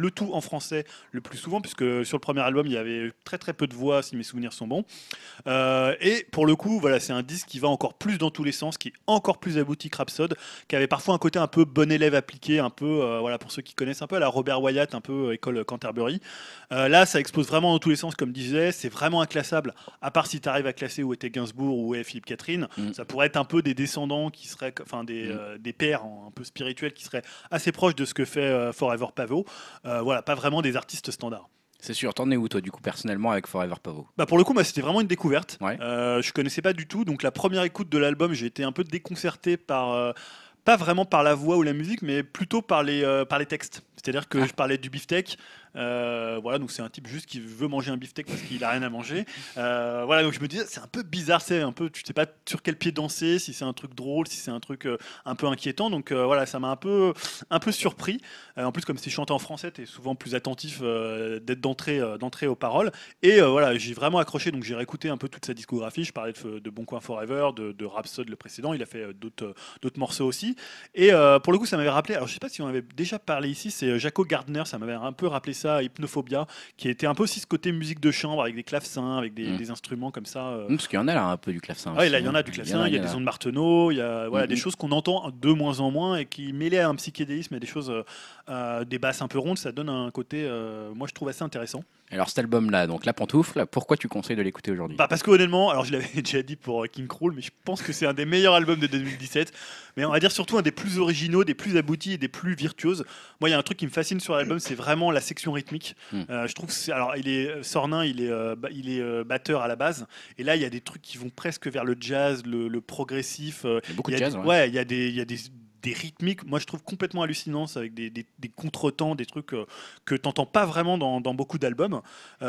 le tout en français le plus souvent, puisque sur le premier album, il y avait très très peu de voix, si mes souvenirs sont bons. Euh, et pour le coup, voilà, c'est un disque qui va encore plus dans tous les sens, qui est encore plus abouti que Rhapsody, qui avait parfois un côté un peu bon élève appliqué, un peu, euh, voilà, pour ceux qui connaissent un peu, à la Robert Wyatt, un peu euh, école Canterbury. Euh, là, ça explose vraiment dans tous les sens, comme disait, c'est vraiment inclassable, à part si tu arrives à classer où était Gainsbourg ou où est Philippe Catherine. Mm. Ça pourrait être un peu des descendants qui seraient, enfin des, mm. euh, des pères un peu spirituels qui seraient assez proches de ce que fait euh, Forever Pavot. Euh, voilà, pas vraiment des artistes standards. C'est sûr, t'en es où toi du coup personnellement avec Forever Pavot? Bah pour le coup, bah, c'était vraiment une découverte. Ouais. Euh, je connaissais pas du tout, donc la première écoute de l'album, j'ai été un peu déconcerté par, euh, pas vraiment par la voix ou la musique, mais plutôt par les, euh, par les textes. C'est-à-dire que ah. je parlais du beefsteak. Euh, voilà, donc c'est un type juste qui veut manger un beefsteak parce qu'il a rien à manger. Euh, voilà, donc je me disais, c'est un peu bizarre, c'est un peu, tu sais pas sur quel pied danser, si c'est un truc drôle, si c'est un truc euh, un peu inquiétant. Donc euh, voilà, ça m'a un peu, un peu surpris. Euh, en plus, comme c'est chanté en français, t'es souvent plus attentif euh, d'être d'entrée, euh, d'entrée aux paroles. Et euh, voilà, j'ai vraiment accroché. Donc j'ai réécouté un peu toute sa discographie. Je parlais de, de Bon Coin Forever, de, de Rhapsody le précédent. Il a fait euh, d'autres, d'autres morceaux aussi. Et euh, pour le coup, ça m'avait rappelé. Alors je sais pas si on avait déjà parlé ici. C'est Jaco Gardner. Ça m'avait un peu rappelé ça. Hypnophobia, qui était un peu aussi ce côté musique de chambre avec des clavecins, avec des, mmh. des instruments comme ça. Euh... Mmh, parce qu'il y en a là un peu du clavecin. Ouais, là il y en a du clavecin, il y, y a des ondes Martenot, il y a voilà, mmh. des choses qu'on entend de moins en moins et qui mêlées à un psychédélisme et des choses, euh, des basses un peu rondes, ça donne un côté, euh, moi je trouve assez intéressant. Alors cet album-là, donc La Pantoufle, pourquoi tu conseilles de l'écouter aujourd'hui? Bah parce que honnêtement, alors je l'avais déjà dit pour King Krul, mais je pense que c'est un des meilleurs albums de deux mille dix-sept. Mais on va dire surtout un des plus originaux, des plus aboutis et des plus virtuoses. Moi, il y a un truc qui me fascine sur l'album, c'est vraiment la section rythmique. Mm. Euh, je trouve que c'est, alors il est Sornin, il est, euh, il est euh, batteur à la base, et là il y a des trucs qui vont presque vers le jazz, le, le progressif. Euh, il y a beaucoup il y de a, jazz. Ouais, ouais, il y a des, il y a des des rythmiques, moi je trouve complètement hallucinants avec des, des, des contretemps, des trucs euh, que tu n'entends pas vraiment dans, dans beaucoup d'albums.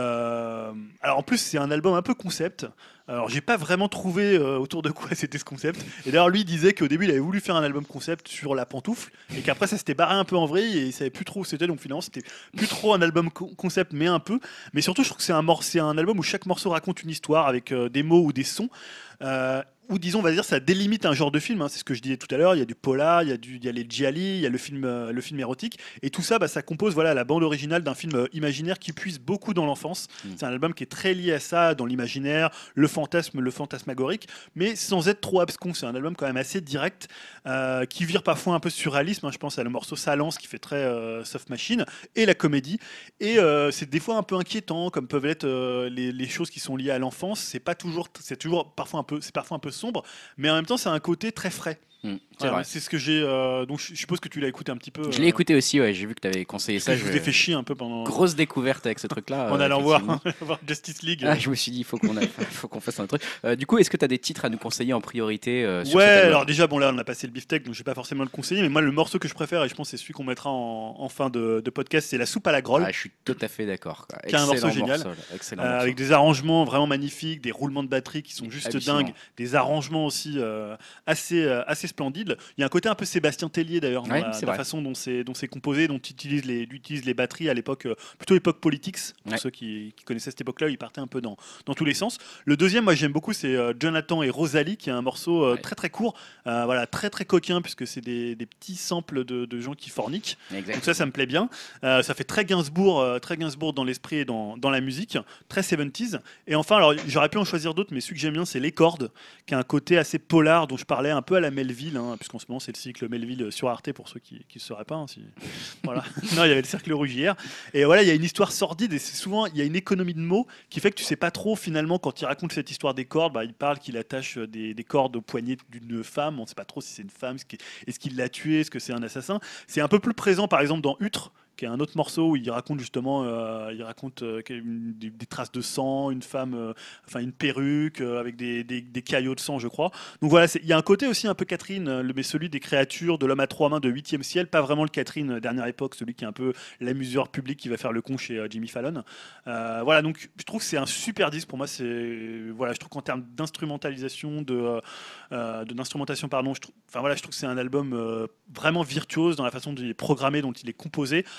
Euh, alors en plus c'est un album un peu concept. Alors j'ai pas vraiment trouvé euh, autour de quoi c'était ce concept. Et d'ailleurs lui il disait qu'au début il avait voulu faire un album concept sur la pantoufle et qu'après ça s'était barré un peu en vrille et il savait plus trop où c'était. Donc finalement c'était plus trop un album co- concept mais un peu. Mais surtout je trouve que c'est un, mor- c'est un album où chaque morceau raconte une histoire avec euh, des mots ou des sons. Euh, ou disons, on va dire, ça délimite un genre de film. Hein, c'est ce que je disais tout à l'heure. Il y a du polar, il y a, du, il y a les gialli, il y a le film, euh, le film érotique. Et tout ça, bah, ça compose voilà, la bande originale d'un film euh, imaginaire qui puise beaucoup dans l'enfance. Mmh. C'est un album qui est très lié à ça, dans l'imaginaire, le fantasme, le fantasmagorique, mais sans être trop abscon. C'est un album quand même assez direct, euh, qui vire parfois un peu surréalisme. Hein, je pense à le morceau Salance qui fait très euh, soft machine, et la comédie. Et euh, c'est des fois un peu inquiétant, comme peuvent l'être euh, les, les choses qui sont liées à l'enfance. C'est pas toujours, c'est toujours parfois un peu, c'est parfois un peu sombre, mais en même temps, c'est un côté très frais. Mmh, c'est, voilà, vrai. C'est ce que j'ai. Euh, donc, je suppose que tu l'as écouté un petit peu. Je l'ai euh, écouté aussi, ouais. J'ai vu que tu avais conseillé ça. Je vous ai fait chier un peu pendant. Grosse découverte avec ce truc-là. En euh, allant voir, voir Justice League. Ah, je me suis dit, il faut qu'on, a, faut qu'on fasse un truc. Euh, du coup, est-ce que tu as des titres à nous conseiller en priorité euh, sur Ouais, cet album? Alors déjà, bon, là, on a passé le beefsteak, donc je vais pas forcément le conseiller. Mais moi, le morceau que je préfère, et je pense que c'est celui qu'on mettra en, en fin de, de podcast, c'est La Soupe à la Grolle. Ah, je suis tout à fait d'accord. Qui est un morceau génial. Morceau, excellent euh, morceau. Avec des arrangements vraiment magnifiques, des roulements de batterie qui sont juste hallucinant. Dingues, des arrangements aussi euh, assez, euh, assez splendides. Il y a un côté un peu Sébastien Tellier d'ailleurs, dans, ouais, la, dans la façon dont c'est, dont c'est composé, dont il utilise les, utilise les batteries à l'époque, euh, plutôt époque Politics, pour ouais. ceux qui, qui connaissaient cette époque-là, il partait un peu dans, dans tous les sens. Le deuxième, moi j'aime beaucoup, c'est euh, Jonathan et Rosalie, qui est un morceau euh, ouais. très très court, euh, voilà, très très coquin, puisque c'est des, des petits samples de, de gens qui forniquent. Exactement. Donc ça, ça me plaît bien. Euh, ça fait très Gainsbourg, euh, très Gainsbourg dans l'esprit et dans, dans la musique, très soixante-dix. Et enfin, alors j'aurais pu en choisir d'autres, mais celui que j'aime bien, c'est Les Cordes, qui a un côté assez polar, dont je parlais un peu à la Melville, hein, puisqu'en ce moment c'est le cycle Melville sur Arte, pour ceux qui ne le sauraient pas. Hein, si... voilà. Non, il y avait le cercle rouge hier. Et voilà, il y a une histoire sordide et c'est souvent, il y a une économie de mots qui fait que tu sais pas trop finalement quand il raconte cette histoire des cordes. Bah, il parle qu'il attache des, des cordes au poignet d'une femme. On ne sait pas trop si c'est une femme, est-ce qu'il l'a tuée, est-ce que c'est un assassin. C'est un peu plus présent par exemple dans Utre, qui est un autre morceau où il raconte justement euh, il raconte euh, une, des, des traces de sang, une femme, euh, enfin une perruque euh, avec des, des, des caillots de sang, je crois. Donc voilà, il y a un côté aussi un peu Catherine, le, mais celui des créatures de l'homme à trois mains de huitième ciel, pas vraiment le Catherine euh, dernière époque, celui qui est un peu l'amuseur public qui va faire le con chez euh, Jimmy Fallon. Euh, voilà, donc je trouve que c'est un super disque pour moi. C'est voilà, je trouve qu'en termes d'instrumentalisation, de, euh, de d'instrumentation, pardon, je trouve, enfin voilà, je trouve que c'est un album euh, vraiment virtuose dans la façon dont il est programmé, dont il est composé.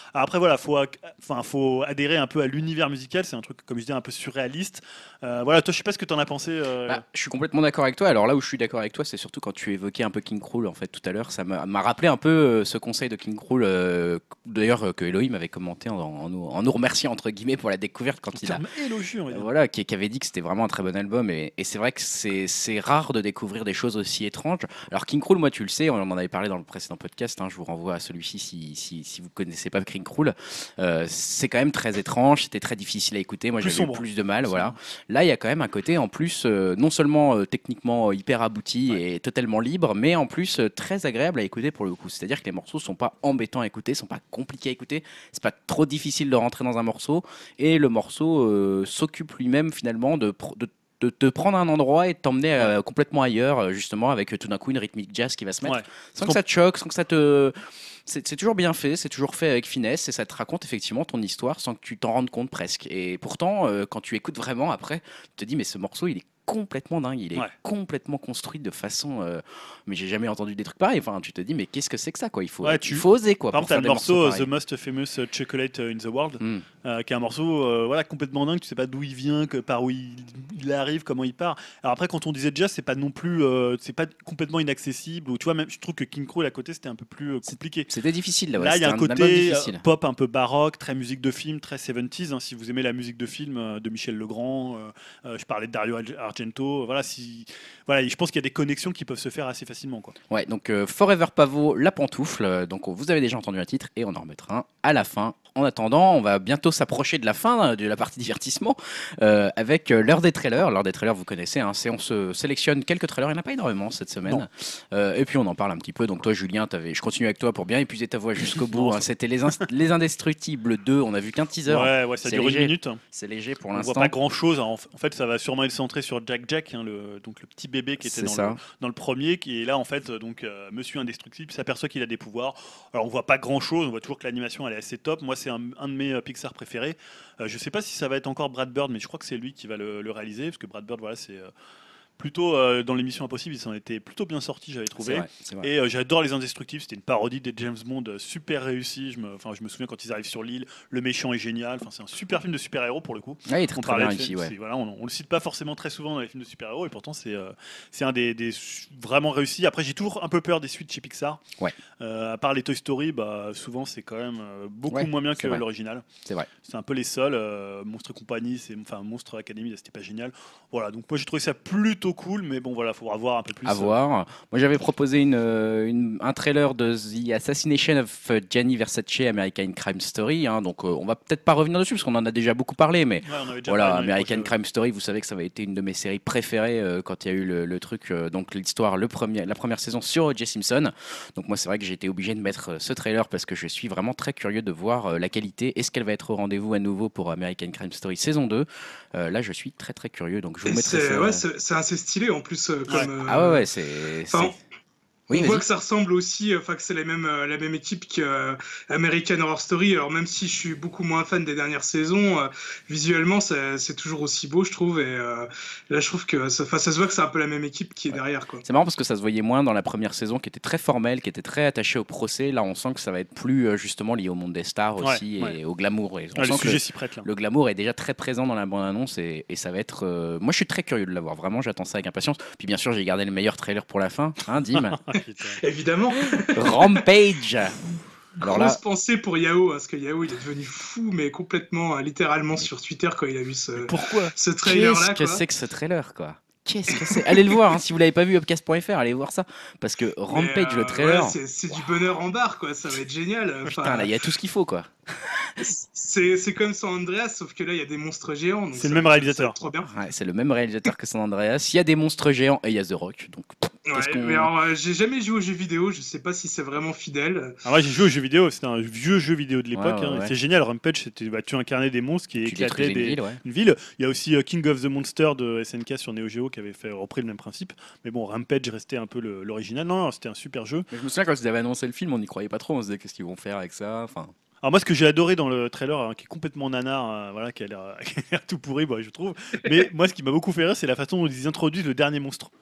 Alors après voilà, faut, enfin, faut adhérer un peu à l'univers musical. C'est un truc, comme je disais, un peu surréaliste. Euh, voilà, toi, je sais pas ce que tu en as pensé. Euh... Bah, je suis complètement d'accord avec toi. Alors là où je suis d'accord avec toi, c'est surtout quand tu évoquais un peu King Krul en fait tout à l'heure. Ça m'a m'a rappelé un peu euh, ce conseil de King Krul, euh, d'ailleurs euh, que Elohim avait commenté en, en nous, en nous remerciant entre guillemets pour la découverte quand il a, élogieux, on va euh, dire. voilà, qui, qui avait dit que c'était vraiment un très bon album. Et, et c'est vrai que c'est c'est rare de découvrir des choses aussi étranges. Alors King Krul, moi tu le sais, on en avait parlé dans le précédent podcast. Hein, je vous renvoie à celui-ci si si, si vous connaissez pas King Krul. Euh, c'est quand même très étrange. C'était très difficile à écouter. Moi Plus j'avais eu sombre. plus de mal. Plus Voilà. sombre. Là il y a quand même un côté en plus. Euh, non seulement euh, techniquement euh, hyper abouti Ouais. et totalement libre, mais en plus euh, très agréable à écouter pour le coup. C'est-à-dire que les morceaux sont pas embêtants à écouter, sont pas compliqués à écouter, c'est pas trop difficile de rentrer dans un morceau, et le morceau euh, s'occupe lui-même finalement de, de de te prendre un endroit et de t'emmener euh, complètement ailleurs, euh, justement, avec euh, tout d'un coup une rythmique jazz qui va se mettre, Ouais. sans que ça te choque, sans que ça te... C'est c'est toujours bien fait, c'est toujours fait avec finesse, et ça te raconte effectivement ton histoire sans que tu t'en rendes compte presque. Et pourtant, euh, quand tu écoutes vraiment après, tu te dis, mais ce morceau, il est complètement dingue, il est Ouais. complètement construit de façon... euh, mais j'ai jamais entendu des trucs pareils. Enfin, tu te dis, mais qu'est-ce que c'est que ça, quoi. Il faut, Ouais, tu- il faut oser, quoi. Par pour exemple, t'as faire le des morceaux morceau euh, pareils. The Most Famous Chocolate in the World, Hmm. euh, qui est un morceau euh, voilà, complètement dingue. Tu sais pas d'où il vient, que, par où il, il arrive, comment il part. Alors après, quand on disait jazz, c'est pas non plus, euh, c'est pas complètement inaccessible. Ou tu vois, même, je trouve que King Krul à côté, c'était un peu plus euh, compliqué. C'était difficile, là. Ouais. Là, il y a un C'était album côté euh, difficile. pop un peu baroque, très musique de film, très soixante-dix. Hein, si vous aimez la musique de film euh, de Michel Legrand, euh, euh, je parlais de Dario Argento. Voilà, si, voilà, je pense qu'il y a des connexions qui peuvent se faire assez facilement, quoi. Ouais, donc euh, Forever Pavot, La Pantoufle. Euh, Donc vous avez déjà entendu un titre et on en remettra un à la fin. En attendant, on va bientôt s'approcher de la fin euh, de la partie divertissement euh, avec euh, l'heure des trailers. L'heure des trailers, vous connaissez, hein, c'est on se sélectionne quelques trailers. Il n'y en a pas énormément cette semaine. Euh, et puis on en parle un petit peu. Donc toi, Julien, t'avais- je continue avec toi pour bien épuiser ta voix jusqu'au bout. Non, Hein. C'était les, Inst- les Indestructibles deux. On a vu qu'un teaser. Ouais, ouais, ça C'est dure léger. une minute. C'est léger pour On voit l'instant. pas grand chose. En f- en fait, ça va sûrement être centré sur Jack Jack, hein, le, donc le petit bébé qui était C'est dans ça. le, dans le premier, qui est là en fait, euh, donc euh, Monsieur Indestructible s'aperçoit qu'il a des pouvoirs. Alors on voit pas grand chose, on voit toujours que l'animation elle est assez top. Moi, c'est un, un de mes euh, Pixar préférés. Euh, je sais pas si ça va être encore Brad Bird, mais je crois que c'est lui qui va le, le réaliser, parce que Brad Bird, voilà, c'est euh, plutôt euh, dans l'émission Impossible, il s'en était plutôt bien sorti, j'avais C'est trouvé. vrai, c'est vrai. Et euh, j'adore Les Indestructibles, c'était une parodie des James Bond euh, super réussie. Je me, enfin, je me souviens quand ils arrivent sur l'île, le méchant est génial. Enfin, c'est un super film de super-héros pour le coup. Ouais, il est très, On très parlait bien de ici. film, Ouais. c'est- voilà, on, on le cite pas forcément très souvent dans les films de super-héros et pourtant c'est euh, c'est un des, des su- vraiment réussis. Après j'ai toujours un peu peur des suites chez Pixar. Ouais. Euh, à part les Toy Story, bah, souvent c'est quand même euh, beaucoup Ouais, moins bien c'est que vrai. l'original. C'est vrai. C'est un peu les seuls. Euh, Monstre Compagnie, c'est enfin Monstre Academy, là, c'était pas génial. Voilà, donc moi j'ai trouvé ça plutôt cool, mais bon voilà, faudra voir un peu plus. À euh, voir. Moi, j'avais proposé une, euh, une- un trailer de The Assassination of euh, Gianni Versace, American Crime Story. Hein, donc, euh, on va peut-être pas revenir dessus parce qu'on en a déjà beaucoup parlé, mais ouais, on avait déjà voilà, parlé dans les American projets, ouais. Crime Story, vous savez que ça avait été une de mes séries préférées euh, quand il y a eu le, le truc, euh, donc l'histoire, le premier, la première saison sur O J Simpson. Donc moi, c'est vrai que j'ai été obligé de mettre euh, ce trailer parce que je suis vraiment très curieux de voir euh, la qualité. Est-ce qu'elle va être au rendez-vous à nouveau pour American Crime Story saison deux? Euh, Là, je suis très très curieux, donc je vous Et mettrai c'est ça. ouais, c'est c'est assez stylé en plus. euh, Ouais. Comme, Ah ouais, euh, ouais, c'est. Enfin, c'est- Oui, on vas-y. voit que ça ressemble aussi, enfin que c'est la même, euh, la même équipe que euh, American Horror Story. Alors même si je suis beaucoup moins fan des dernières saisons, euh, visuellement c'est c'est toujours aussi beau, je trouve. Et euh, là, je trouve que ça, 'fin, ça se voit que c'est un peu la même équipe qui est Ouais. derrière, quoi. C'est marrant parce que ça se voyait moins dans la première saison qui était très formelle, qui était très attachée au procès. Là, on sent que ça va être plus euh, justement lié au monde des stars Ouais, aussi et ouais. au glamour. Et on Ah, sent le que sujet le, s'y prête là. le glamour est déjà très présent dans la bande-annonce et, et ça va être. euh, Moi, je suis très curieux de l'avoir. Vraiment, j'attends ça avec impatience. Puis bien sûr, j'ai gardé le meilleur trailer pour la fin, hein, Dim. Ah, putain. Évidemment. Rampage. Alors Grosse là, pensée pour Yao, hein, parce que Yao il est devenu fou, mais complètement, euh, littéralement sur Twitter quand il a vu ce, Pourquoi ce trailer-là. qu'est-ce que quoi. c'est que ce trailer, quoi? Qu'est-ce que c'est? Allez le voir, hein, si vous l'avez pas vu, upcast point f r, allez voir ça. Parce que Mais, Rampage, euh, le trailer. ouais, c'est c'est du bonheur en barre, quoi. Ça va être génial. Enfin, Putain, là, il y a tout ce qu'il faut, quoi. c'est c'est comme San Andreas, sauf que là, il y a des monstres géants. donc C'est ça le va même être- réalisateur. ça va être Trop bien. Ouais, c'est le même réalisateur que San Andreas. Il y a des monstres géants et il y a The Rock. Donc, Ouais, qu'est-ce qu'on- mais alors, euh, j'ai jamais joué aux jeux vidéo. Je sais pas si c'est vraiment fidèle. Ah, moi j'ai joué aux jeux vidéo, c'était un vieux jeu vidéo de l'époque. Ouais, ouais, hein, et ouais. C'est génial, Rampage, c'était bah, tu incarnais des monstres qui tu éclataient détruisais des, une ville, ouais. une ville. Il y a aussi euh, King of the Monster de S N K sur Neo Geo qui avait fait repris le même principe. Mais bon, Rampage restait un peu le- l'original. Non, non, c'était un super jeu. Mais je me souviens quand ils avaient annoncé le film, on n'y croyait pas trop. On se disait qu'est-ce qu'ils vont faire avec ça. Enfin, Alors moi, ce que j'ai adoré dans le trailer, hein, qui est complètement nanar, euh, voilà, qui a l'air qui a l'air tout pourri, bah, je trouve. Mais moi, ce qui m'a beaucoup fait rire, c'est la façon dont ils introduisent le dernier monstre.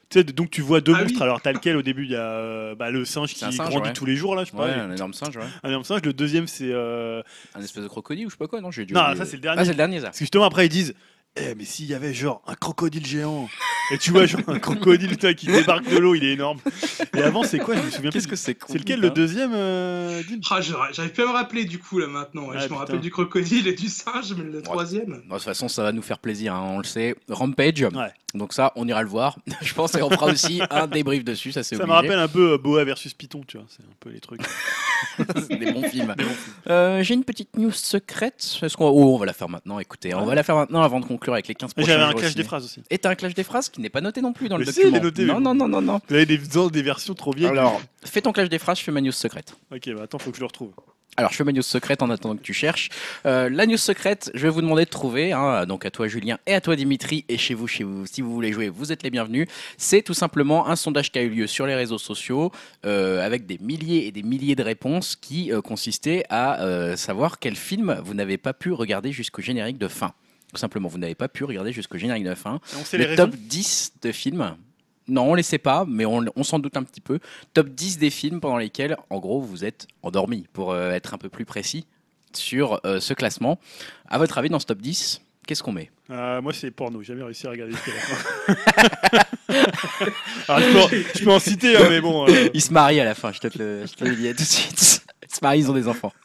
Tu sais, donc tu vois deux Ah monstres. oui. Alors t'as lequel au début? Il y a euh, bah, le singe C'est un qui singe, grandit ouais. tous les jours là, je sais Ouais, pas. un énorme singe, ouais. Un énorme singe. Le deuxième c'est euh, Un espèce de crocodile ou je sais pas quoi, non j'ai dû non, oublier. ça, c'est le dernier. Ah, c'est le dernier, ça. parce que justement après ils disent eh mais s'il y avait genre un crocodile géant et tu vois genre un crocodile putain, qui débarque de l'eau, il est énorme. Et avant c'est quoi? Je me souviens Qu'est-ce plus. que c'est con, C'est lequel putain. le deuxième euh, Dim Ah, je- j'arrive plus à me rappeler du coup là maintenant. Ouais. Ah, je me putain. rappelle du crocodile et du singe, mais le troisième. Bon, de toute façon, ça va nous faire plaisir, hein, on le sait. Rampage. Ouais. Donc ça, on ira le voir. Je pense qu'on fera aussi un débrief dessus, ça c'est Ça obligé. me rappelle un peu euh, Boa versus Python, tu vois, c'est un peu les trucs. C'est des bons films. Euh, J'ai une petite news secrète. Est-ce qu'on va... Oh, on va la faire maintenant, écoutez. On Ouais. va la faire maintenant avant de conclure avec les quinze prochains J'avais un jours au clash ciné. des phrases aussi. Et t'as un clash des phrases qui n'est pas noté non plus dans le Mais si, il est document. noté, mais non, bon. non, non, non, non. Vous avez des, des versions trop vieilles. Alors, fais ton clash des phrases, je fais ma news secrète. Ok, bah attends, faut que je le retrouve. Alors, je fais ma news secrète en attendant que tu cherches. Euh, la news secrète, je vais vous demander de trouver, hein, donc à toi Julien et à toi Dimitri, et chez vous, chez vous, si vous voulez jouer, vous êtes les bienvenus. C'est tout simplement un sondage qui a eu lieu sur les réseaux sociaux, euh, avec des milliers et des milliers de réponses qui euh, consistaient à euh, savoir quel film vous n'avez pas pu regarder jusqu'au générique de fin. Tout simplement, vous n'avez pas pu regarder jusqu'au générique de fin. Et on sait Le les raisons. top dix de films. Non, on les sait pas, mais on, on s'en doute un petit peu. Top dix des films pendant lesquels, en gros, vous êtes endormi, pour euh, être un peu plus précis sur euh, ce classement. À votre avis, dans ce top dix, qu'est-ce qu'on met? Euh, moi, c'est porno, j'ai jamais réussi à regarder jusqu'à la fin. Alors, je peux, en, je peux en citer, hein, mais bon. euh, Ils se marient à la fin, je te le, je te le dis tout de suite. Ils se marient, ils ont des enfants.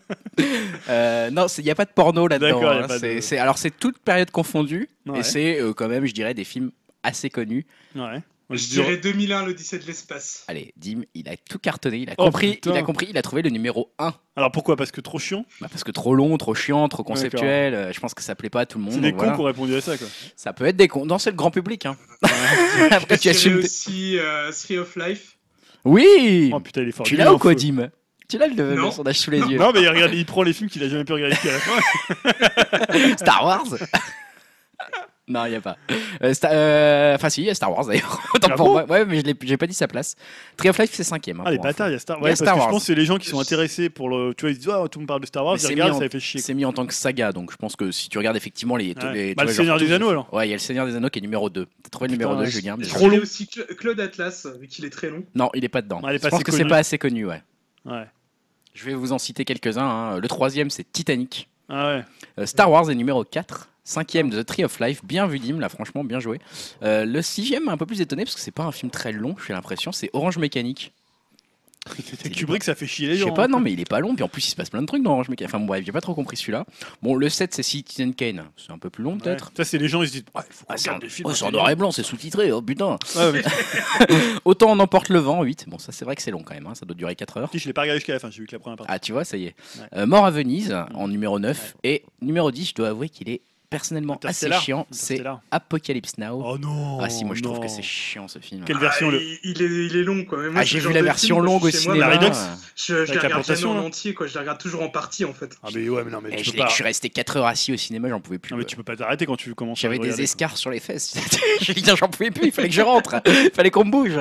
Euh, non, il n'y a pas de porno là-dedans. D'accord, y a hein. pas de- C'est- c'est- alors, c'est toute période confondue, Ouais. et c'est euh, quand même, je dirais, des films assez connus. Ouais. Moi, Je dis- dirais deux mille un, l'Odyssée de l'espace. Allez, Dim, il a tout cartonné, il a, Oh, compris, putain. il a compris, il a trouvé le numéro un. Alors pourquoi? Parce que trop chiant. Bah parce que trop long, trop chiant, trop conceptuel. euh, je pense que ça plaît pas à tout le monde. C'est des donc cons voilà. qui ont répondu à ça, quoi. Ça peut être des cons. Non, c'est le grand public. Hein. Après, tu Je dirais assumes. aussi euh, Three of Life. Oui. Oh putain, il est fort. Tu Lui, il l'as en ou quoi, faut. Dim? Tu l'as le, le Non. sondage sous les yeux. Non, mais il, regarde, il prend les films qu'il a jamais pu regarder jusqu'à la fin. Star Wars. Non, il n'y a pas. Euh, Sta- euh, Enfin, si, il y a Star Wars d'ailleurs. Autant Ah pour bon moi. Ouais, mais je l'ai- j'ai pas dit sa place. Tree of Life, c'est cinquième. hein, Ah, les pour info. bâtards, il y a Star Wars. Il y a Ouais, parce Star que je Wars. pense que c'est les gens qui sont intéressés pour le. Tu vois, ils se disent, ah, tout le monde parle de Star Wars, Mais ils c'est regardent, mis en- ça les fait chier. C'est mis en tant que saga, donc je pense que si tu regardes effectivement les. Ouais. les Bah, tu le vois, Seigneur genre des tous- Anneaux, alors. Ouais, il y a le Seigneur des Anneaux qui est numéro deux. T'as trouvé le Putain, numéro deux, ouais. Julien? Je Bien. Trop dirais long. aussi Cla- Claude Atlas, vu qu'il est très long. Non, il est pas dedans. Ouais, il est je pas pense assez que c'est connu. pas assez connu, ouais. Ouais. Je vais vous en citer quelques-uns. hein. Le troisième, c'est Titanic. Ah ouais. Euh, Star Wars est numéro quatre. Cinquième, The Tree of Life. Bien vu, Dim, là, franchement, bien joué. Euh, le sixième, un peu plus étonné, parce que c'est pas un film très long, j'ai l'impression. C'est Orange Mécanique. Kubrick, ça fait chier les Je gens. sais pas, hein. non, mais il est pas long. Puis en plus, il se passe plein de trucs dans Orange Mécanique. Enfin, bon, bref, j'ai pas trop compris celui-là. Bon, le sept, c'est Citizen Kane. C'est un peu plus long, Ouais. peut-être. Ça, c'est les gens, ils se disent, ouais, il faut qu'on Ah, c'est en, regarde des films. oh, c'est en intelligents. noir et blanc, c'est sous-titré. Oh putain. Ouais, mais Autant on emporte le vent, huit. Bon, ça, c'est vrai que c'est long quand même. hein, Ça doit durer quatre heures. je l'ai pas regardé jusqu'à la fin, j'ai vu que la première partie. Ah, tu vois, ça y est. Ouais. Euh, Mort à Venise, en numéro neuf. Et numéro dix, je dois avouer qu'il est personnellement assez Interstellar. chiant. C'est Interstellar. Apocalypse Now. Oh non. Ah si, moi je trouve non. que c'est chiant ce film. Quelle version Ah, le... il, il est, il est long, quoi. Mais moi, Ah, ce j'ai genre vu la de version film, quand longue au je suis chez moi, cinéma. Paradox. Je, je les Avec la regarde jamais plantation, en là. entier, quoi. Je les regarde toujours en partie, en fait. Ah mais ouais, mais non, mais Et tu je, peux l'ai- pas. je suis resté quatre heures assis au cinéma, j'en pouvais plus. Non mais ouais. tu peux pas t'arrêter quand tu commences. à J'avais regarder, des quoi. escarres sur les fesses. J'ai dit, j'en pouvais plus, il fallait que je rentre. Il fallait qu'on me bouge.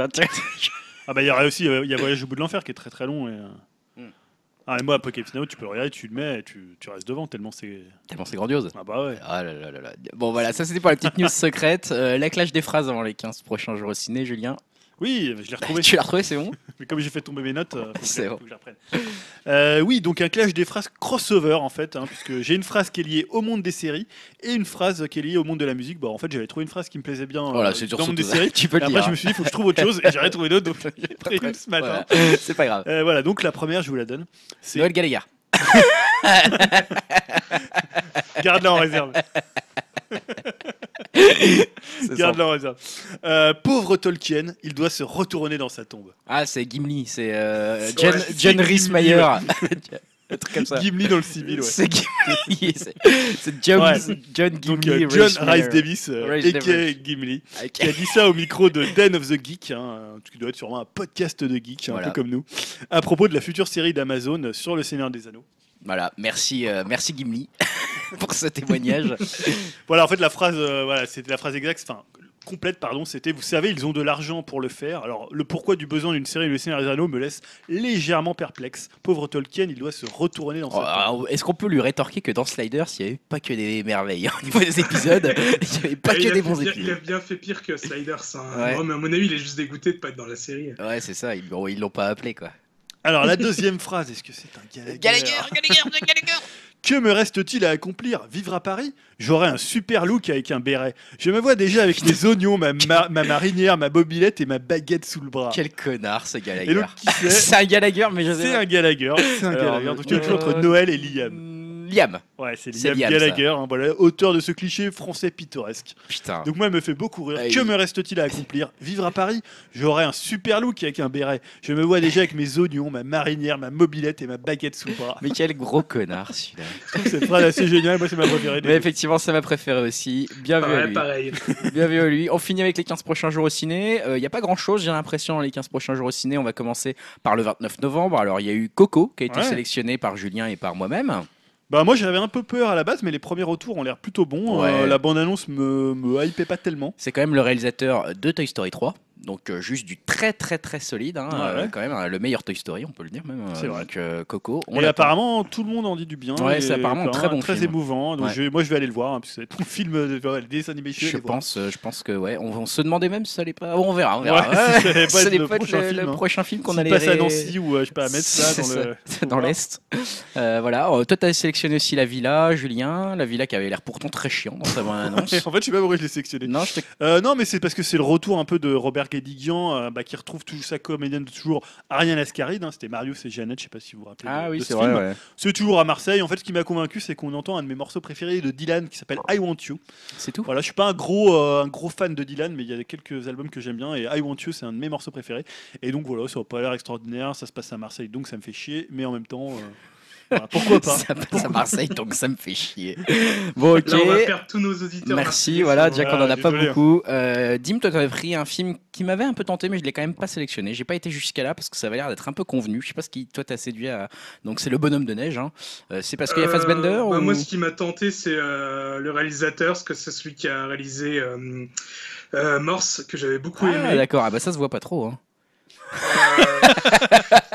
Ah bah il y aurait aussi, euh, il y a Voyage au bout de l'enfer qui est très très long. Et, euh, Mm. Ah et moi Apocalypse Now, tu peux le regarder, tu le mets, et tu, tu restes devant tellement c'est. Tellement c'est grandiose. Ah bah ouais. Ah là là là là. Bon voilà, ça c'était pour la petite news secrète. Euh, la clash des phrases avant les quinze prochains jours au ciné, Julien. Oui, je l'ai retrouvé. Tu l'as retrouvé, c'est bon? Mais comme j'ai fait tomber mes notes, euh, faut, que C'est je- bon. faut que je la reprenne. Euh, oui, donc un clash des phrases crossover en fait, hein, puisque j'ai une phrase qui est liée au monde des séries et une phrase qui est liée au monde de la musique. Bon, en fait, j'avais trouvé une phrase qui me plaisait bien euh, Voilà, c'est dans sur le monde des surtout- séries. Tu peux Et le après, dire. je me suis dit, il faut que je trouve autre chose, et j'ai retrouvé d'autres, donc j'ai pris une ce matin. Voilà. C'est pas grave. Euh, voilà, donc la première, je vous la donne. C'est Noël Gallagher. garde-la en réserve. C'est Garde-la en réserve. Euh, pauvre Tolkien, il doit se retourner dans sa tombe. Ah, c'est Gimli, c'est euh, Ouais, John, c'est John Gimli, Rhys Meyer. Un truc comme ça. Gimli dans le civil, ouais. C'est Gimli. C'est c'est John, Ouais. John Donc Gimli. euh, John Rhys Meyer. Rhys Davis, euh, Rhys aka Davis. Gimli, Ok. qui a dit ça au micro de Den of the Geek, hein, qui doit être sûrement un podcast de geek, un Voilà. peu comme nous, à propos de la future série d'Amazon sur le Seigneur des Anneaux. Voilà, merci, euh, merci Gimli pour ce témoignage. Voilà, en fait, la phrase, euh, voilà, c'était la phrase exacte. Enfin, complète, pardon, c'était, vous savez, ils ont de l'argent pour le faire. Alors, le pourquoi du besoin d'une série Le Seigneur des Anneaux me laisse légèrement perplexe. Pauvre Tolkien, il doit se retourner dans Oh, sa alors, est-ce qu'on peut lui rétorquer que dans Sliders, il n'y avait pas que des merveilles hein, au niveau des épisodes, il n'y avait pas Ouais, que il, a des fait bons bien, il a épisodes. bien fait pire que Sliders. Hein. Ouais. Non, mais à mon avis, il est juste dégoûté de pas être dans la série. Ouais, c'est ça, ils bon, ils l'ont pas appelé quoi. Alors, la deuxième phrase, est-ce que c'est un Gallagher Gallagher, Gallagher, Gallagher. Que me reste-t-il à accomplir? Vivre à Paris? J'aurai un super look avec un béret. Je me vois déjà avec mes oignons, ma, ma, ma marinière, ma mobilette et ma baguette sous le bras. Quel connard ce Et Gallagher. donc, qui c'est? C'est un Gallagher, mais je sais C'est pas. un Gallagher. C'est un Alors, Gallagher. Donc, tu as le euh, choix entre Noël et Liam. Mm, Liam. Ouais, c'est C'est Liam, Liam, Gallagher, hein, voilà, auteur de ce cliché français pittoresque. Putain. Donc moi, il me fait beaucoup rire. Ah, Que il- me reste-t-il à accomplir? Vivre à Paris? J'aurai un super look avec un béret. Je me vois déjà avec mes oignons, ma marinière, ma mobilette et ma baguette sous le bras. Mais quel gros connard celui-là. Je trouve cette phrase assez géniale. Moi, c'est ma préférée. des Mais deux. effectivement, c'est ma préférée aussi. Bien vu à Ouais, lui. pareil. Bien vu à lui. On finit avec les quinze prochains jours au ciné. Il n'y a pas grand chose, j'ai l'impression, dans les quinze prochains jours au ciné. On va commencer par le vingt-neuf novembre. Alors, il y a eu Coco qui a été Ouais. sélectionné par Julien et par moi-même. Bah moi, j'avais un peu peur à la base, mais les premiers retours ont l'air plutôt bons. Ouais. Euh, la bande-annonce me, me hypait pas tellement. C'est quand même le réalisateur de Toy Story trois. Donc euh, juste du très très très solide, hein, Ouais, euh, ouais. quand même, hein, le meilleur Toy Story, on peut le dire même. euh, C'est vrai. Donc euh, Coco. On Et l'attend. apparemment, tout le monde en dit du bien. Ouais, et c'est apparemment un quand très même bon très film. émouvant. Donc Ouais. je- moi, je vais aller le voir, hein, parce que c'est ton film de ouais, le dessin animé. vais Je aller voir. pense, euh, je pense que ouais. On, on se demandait même si ça allait pas. Bon, on verra, on verra. Ouais, si ça allait pas Ce être n'est le pas prochain le, film, le hein. prochain film qu'on S'il allait. passe à ré- Nancy ou euh, je sais pas à Metz là C'est dans ça, le c'est dans l'Est. Euh, voilà. Euh, toi, tu as sélectionné aussi La Villa, Julien. La Villa qui avait l'air pourtant très chiant dans sa bande-annonce. En fait, je sais pas pourquoi je l'ai sélectionné. Non, je te... Euh, non, mais c'est parce que c'est le retour un peu de Robert Guédiguian, euh, bah, qui retrouve toujours sa comédienne de toujours, Ariane Ascaride. Hein, C'était Marius et Jeannette, je sais pas si vous vous rappelez. Ah de, oui, de c'est ce vrai. film. Ouais. C'est toujours à Marseille. En fait, ce qui m'a convaincu, c'est qu'on entend un de mes morceaux préférés de Dylan qui s'appelle I Want You. C'est tout. Voilà, je suis pas un gros, euh, un gros fan de Dylan, mais il y a quelques albums que j'aime bien et I Want You, c'est un de mes morceaux préférés. Et donc voilà, ça n'a pas l'air extraordinaire, ça se passe à Marseille, donc ça me fait chier, mais en même temps, euh, voilà, pourquoi pas. Ça passe à Marseille, donc ça me fait chier. Bon, ok. Là, on va perdre tous nos auditeurs. Merci, marseillais, voilà, c'est déjà bon. qu'on en a Ah, pas désolé. beaucoup. Euh, Dim, toi, tu avais pris un film qui m'avait un peu tenté, mais je l'ai quand même pas sélectionné. J'ai pas été jusqu'à là parce que ça avait l'air d'être un peu convenu. Je sais pas ce qui, toi, t'as séduit à. Donc, c'est Le Bonhomme de Neige. Hein. Euh, c'est parce qu'il y a Euh, Fassbender bah, ou... Moi, ce qui m'a tenté, c'est euh, le réalisateur, parce que c'est celui qui a réalisé euh, euh, Morse, que j'avais beaucoup Ah, aimé. d'accord. Ah, bah, ça se voit pas trop. Hein. Euh,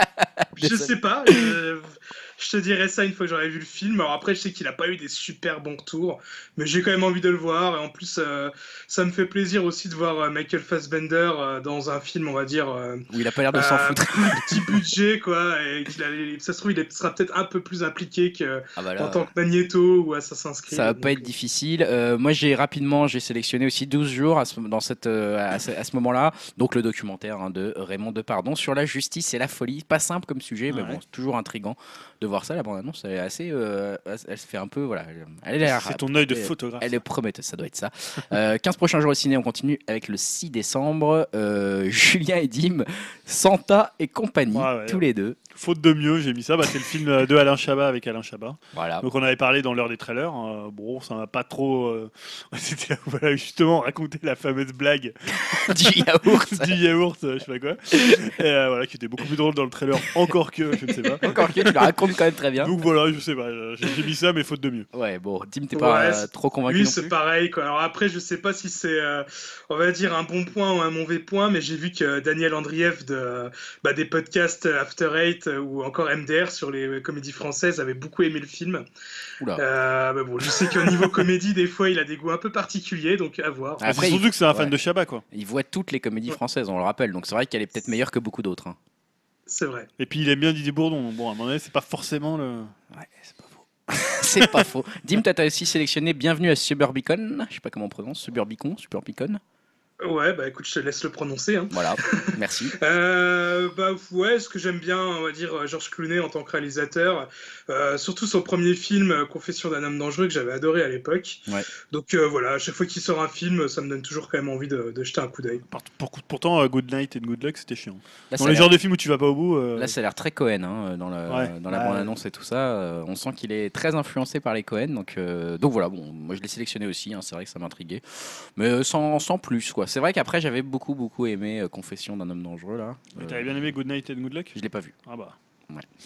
je Désolé. sais pas. euh, je te dirai ça une fois que j'aurai vu le film. Alors après, je sais qu'il a pas eu des super bons retours, mais j'ai quand même envie de le voir. Et en plus, euh, ça me fait plaisir aussi de voir euh, Michael Fassbender euh, dans un film, on va dire, euh, Où il a pas l'air de s'en Euh, foutre. petit budget, quoi. Et qu'il a, ça se trouve, il est- sera peut-être un peu plus impliqué que, Ah, bah en là. tant que Magneto ou Assassin's Creed. Ça va Donc, pas être difficile. Euh, moi, j'ai rapidement, j'ai sélectionné aussi douze jours à ce, dans cette, euh, à ce, à ce moment-là. Donc, le documentaire hein, de Raymond Depardon sur la justice et la folie. Pas simple comme sujet, mais Ouais. bon, c'est toujours intriguant de voir ça. La bande-annonce, elle est assez. euh, elle se fait un peu. Voilà, elle est C'est ton œil de elle- photographe. Elle est prometteuse, ça doit être ça. Euh, quinze prochains jours au ciné, on continue avec le six décembre. Euh, Julien et Dim, Santa et compagnie, Ouais, ouais, tous ouais. les deux. Faute de mieux, j'ai mis ça. Bah, c'est le film euh, de Alain Chabat avec Alain Chabat. Voilà. Donc on avait parlé dans l'heure des trailers. euh, bon, ça m'a pas trop. euh, C'était voilà, justement raconter la fameuse blague du yaourt. du yaourt, euh, je sais pas quoi. Et, euh, voilà, qui était beaucoup plus drôle dans le trailer, encore que je ne sais pas. Encore que tu le racontes quand même très bien. Donc voilà, je sais pas. euh, J'ai j'ai mis ça, mais faute de mieux. Ouais, bon, Dim, t'es pas Ouais, euh, c'est- trop convaincu Oui, non c'est plus. pareil, quoi. Alors après, je sais pas si c'est, euh, on va dire, un bon point ou un mauvais point, mais j'ai vu que Daniel Andrieff de, bah, des podcasts After Eight euh, ou encore M D R sur les euh, comédies françaises avait beaucoup aimé le film. Oula. Euh, bah bon, je sais qu'au niveau comédie, des fois, il a des goûts un peu particuliers, donc à voir. Ah, Après, c'est surtout il- que c'est un fan ouais. de Chabat, quoi. Il voit toutes les comédies françaises, on le rappelle, donc c'est vrai qu'elle est peut-être meilleure que beaucoup d'autres. hein. C'est vrai. Et puis il aime bien Didier Bourdon. Donc bon, à un moment donné, c'est pas forcément le. Ouais, c'est pas faux. C'est pas faux. Dim, t'as aussi sélectionné Bienvenue à Suburbicon. Je sais pas comment on prononce, Suburbicon, Suburbicon. Ouais, bah écoute, je te laisse le prononcer. Hein. Voilà, merci. Euh, bah ouais, ce que j'aime bien, on va dire, Georges Clooney en tant que réalisateur, euh, surtout son premier film, euh, Confession d'un homme dangereux, que j'avais adoré à l'époque. Ouais. Donc euh, voilà, à chaque fois qu'il sort un film, ça me donne toujours quand même envie de, de jeter un coup d'œil. Pour- pour- pourtant, euh, Good Night et Good Luck, c'était chiant. Là, Dans ça a les l'air- genres de films où tu vas pas au bout. euh, Là, ça a l'air très Cohen hein, dans, le, Ouais. dans la Ouais. bande-annonce et tout ça. Euh, on sent qu'il est très influencé par les Cohen. Donc, euh, donc voilà, bon, moi je l'ai sélectionné aussi. hein, c'est vrai que ça m'intriguait. Mais euh, sans, sans plus, quoi. C'est vrai qu'après, j'avais beaucoup, beaucoup aimé euh, Confession d'un homme dangereux. Là. mais Euh, T'avais bien aimé Good Night and Good Luck? je l'ai pas vu. Ah bah. Ouais.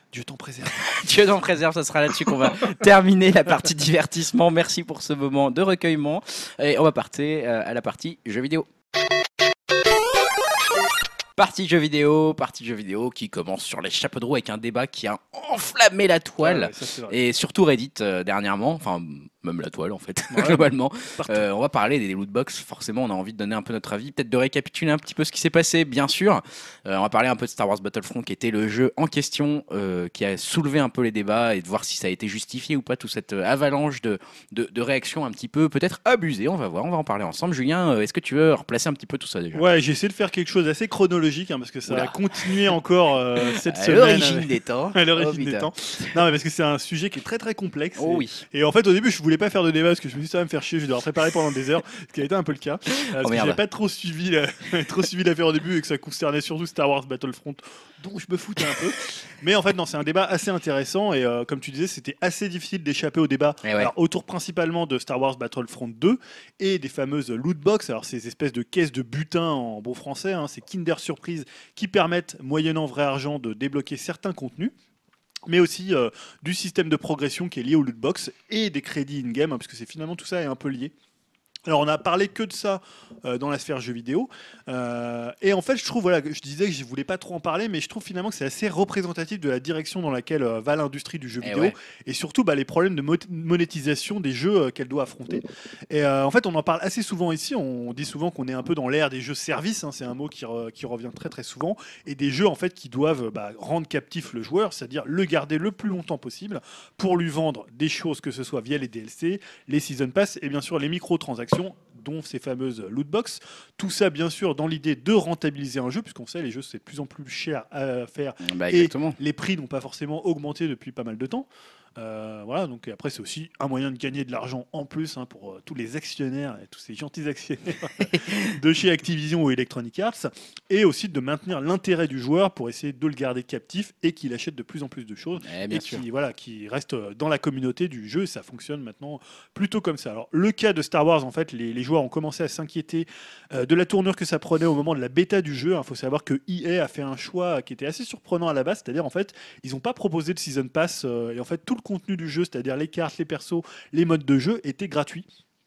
Dieu t'en préserve. Dieu t'en préserve, ce sera là-dessus qu'on va terminer la partie divertissement. Merci pour ce moment de recueillement. Et on va partir euh, à la partie jeux vidéo. Partie jeux vidéo, partie jeux vidéo qui commence sur les chapeaux de roue avec un débat qui a enflammé la toile. Ouais, ouais, ça, c'est vrai. Et surtout Reddit euh, dernièrement, enfin même la toile en fait, Ouais, globalement. partout. Euh, on va parler des lootbox, forcément on a envie de donner un peu notre avis, peut-être de récapituler un petit peu ce qui s'est passé, bien sûr. Euh, on va parler un peu de Star Wars Battlefront qui était le jeu en question, euh, qui a soulevé un peu les débats et de voir si ça a été justifié ou pas, toute cette euh, avalanche de, de, de réactions un petit peu peut-être abusées, on va voir, on va en parler ensemble. Julien, euh, est-ce que tu veux replacer un petit peu tout ça déjà? Ouais, j'ai essayé de faire quelque chose d'assez chronologique hein, parce que ça Oula. a continué encore euh, cette À semaine. l'origine avec- des temps. À l'origine Oh, des putain. temps. Non, mais parce que c'est un sujet qui est très très complexe. Oh et, oui. et en fait, au début, je voulais pas faire de débat parce que je me suis dit ça va me faire chier, je vais devoir préparer pendant des heures, ce qui a été un peu le cas. Euh, parce Oh, que merde. j'avais pas trop suivi, la... trop suivi l'affaire au début et que ça concernait surtout Star Wars Battlefront, dont je me foutais un peu. Mais en fait, non, c'est un débat assez intéressant et euh, comme tu disais, c'était assez difficile d'échapper au débat. Eh ouais. Alors, autour principalement de Star Wars Battlefront deux et des fameuses loot box, alors ces espèces de caisses de butin en bon français, hein, ces Kinder Surprise qui permettent, moyennant vrai argent, de débloquer certains contenus, mais aussi euh, du système de progression qui est lié au loot box et des crédits in-game, hein, parce que c'est finalement tout ça est un peu lié. Alors on a parlé que de ça euh, dans la sphère jeux vidéo euh, et en fait je trouve voilà que je disais que je voulais pas trop en parler mais je trouve finalement que c'est assez représentatif de la direction dans laquelle euh, va l'industrie du jeu Eh vidéo ouais. et surtout bah, les problèmes de mo- monétisation des jeux euh, qu'elle doit affronter et euh, en fait on en parle assez souvent ici, on dit souvent qu'on est un peu dans l'ère des jeux services hein, c'est un mot qui, re- qui revient très très souvent et des jeux en fait qui doivent bah, rendre captif le joueur, c'est-à-dire le garder le plus longtemps possible pour lui vendre des choses que ce soit via les D L C, les Season Pass et bien sûr les microtransactions dont ces fameuses loot box. Tout ça, bien sûr, dans l'idée de rentabiliser un jeu, puisqu'on sait les jeux c'est de plus en plus cher à faire Bah, et exactement. les prix n'ont pas forcément augmenté depuis pas mal de temps. Euh, voilà, donc après c'est aussi un moyen de gagner de l'argent en plus hein, pour euh, tous les actionnaires et tous ces gentils actionnaires de chez Activision ou Electronic Arts, et aussi de maintenir l'intérêt du joueur pour essayer de le garder captif et qu'il achète de plus en plus de choses Eh bien et sûr. qui voilà qui reste euh, dans la communauté du jeu. Et ça fonctionne maintenant plutôt comme ça. Alors le cas de Star Wars, en fait, les, les joueurs ont commencé à s'inquiéter euh, de la tournure que ça prenait au moment de la bêta du jeu. Il faut savoir que E A a fait un choix qui était assez surprenant à la base, c'est-à-dire en fait ils n'ont pas proposé de season pass euh, et en fait tout le contenu du jeu, c'est-à-dire les cartes, les persos, les modes de jeu étaient gratuits.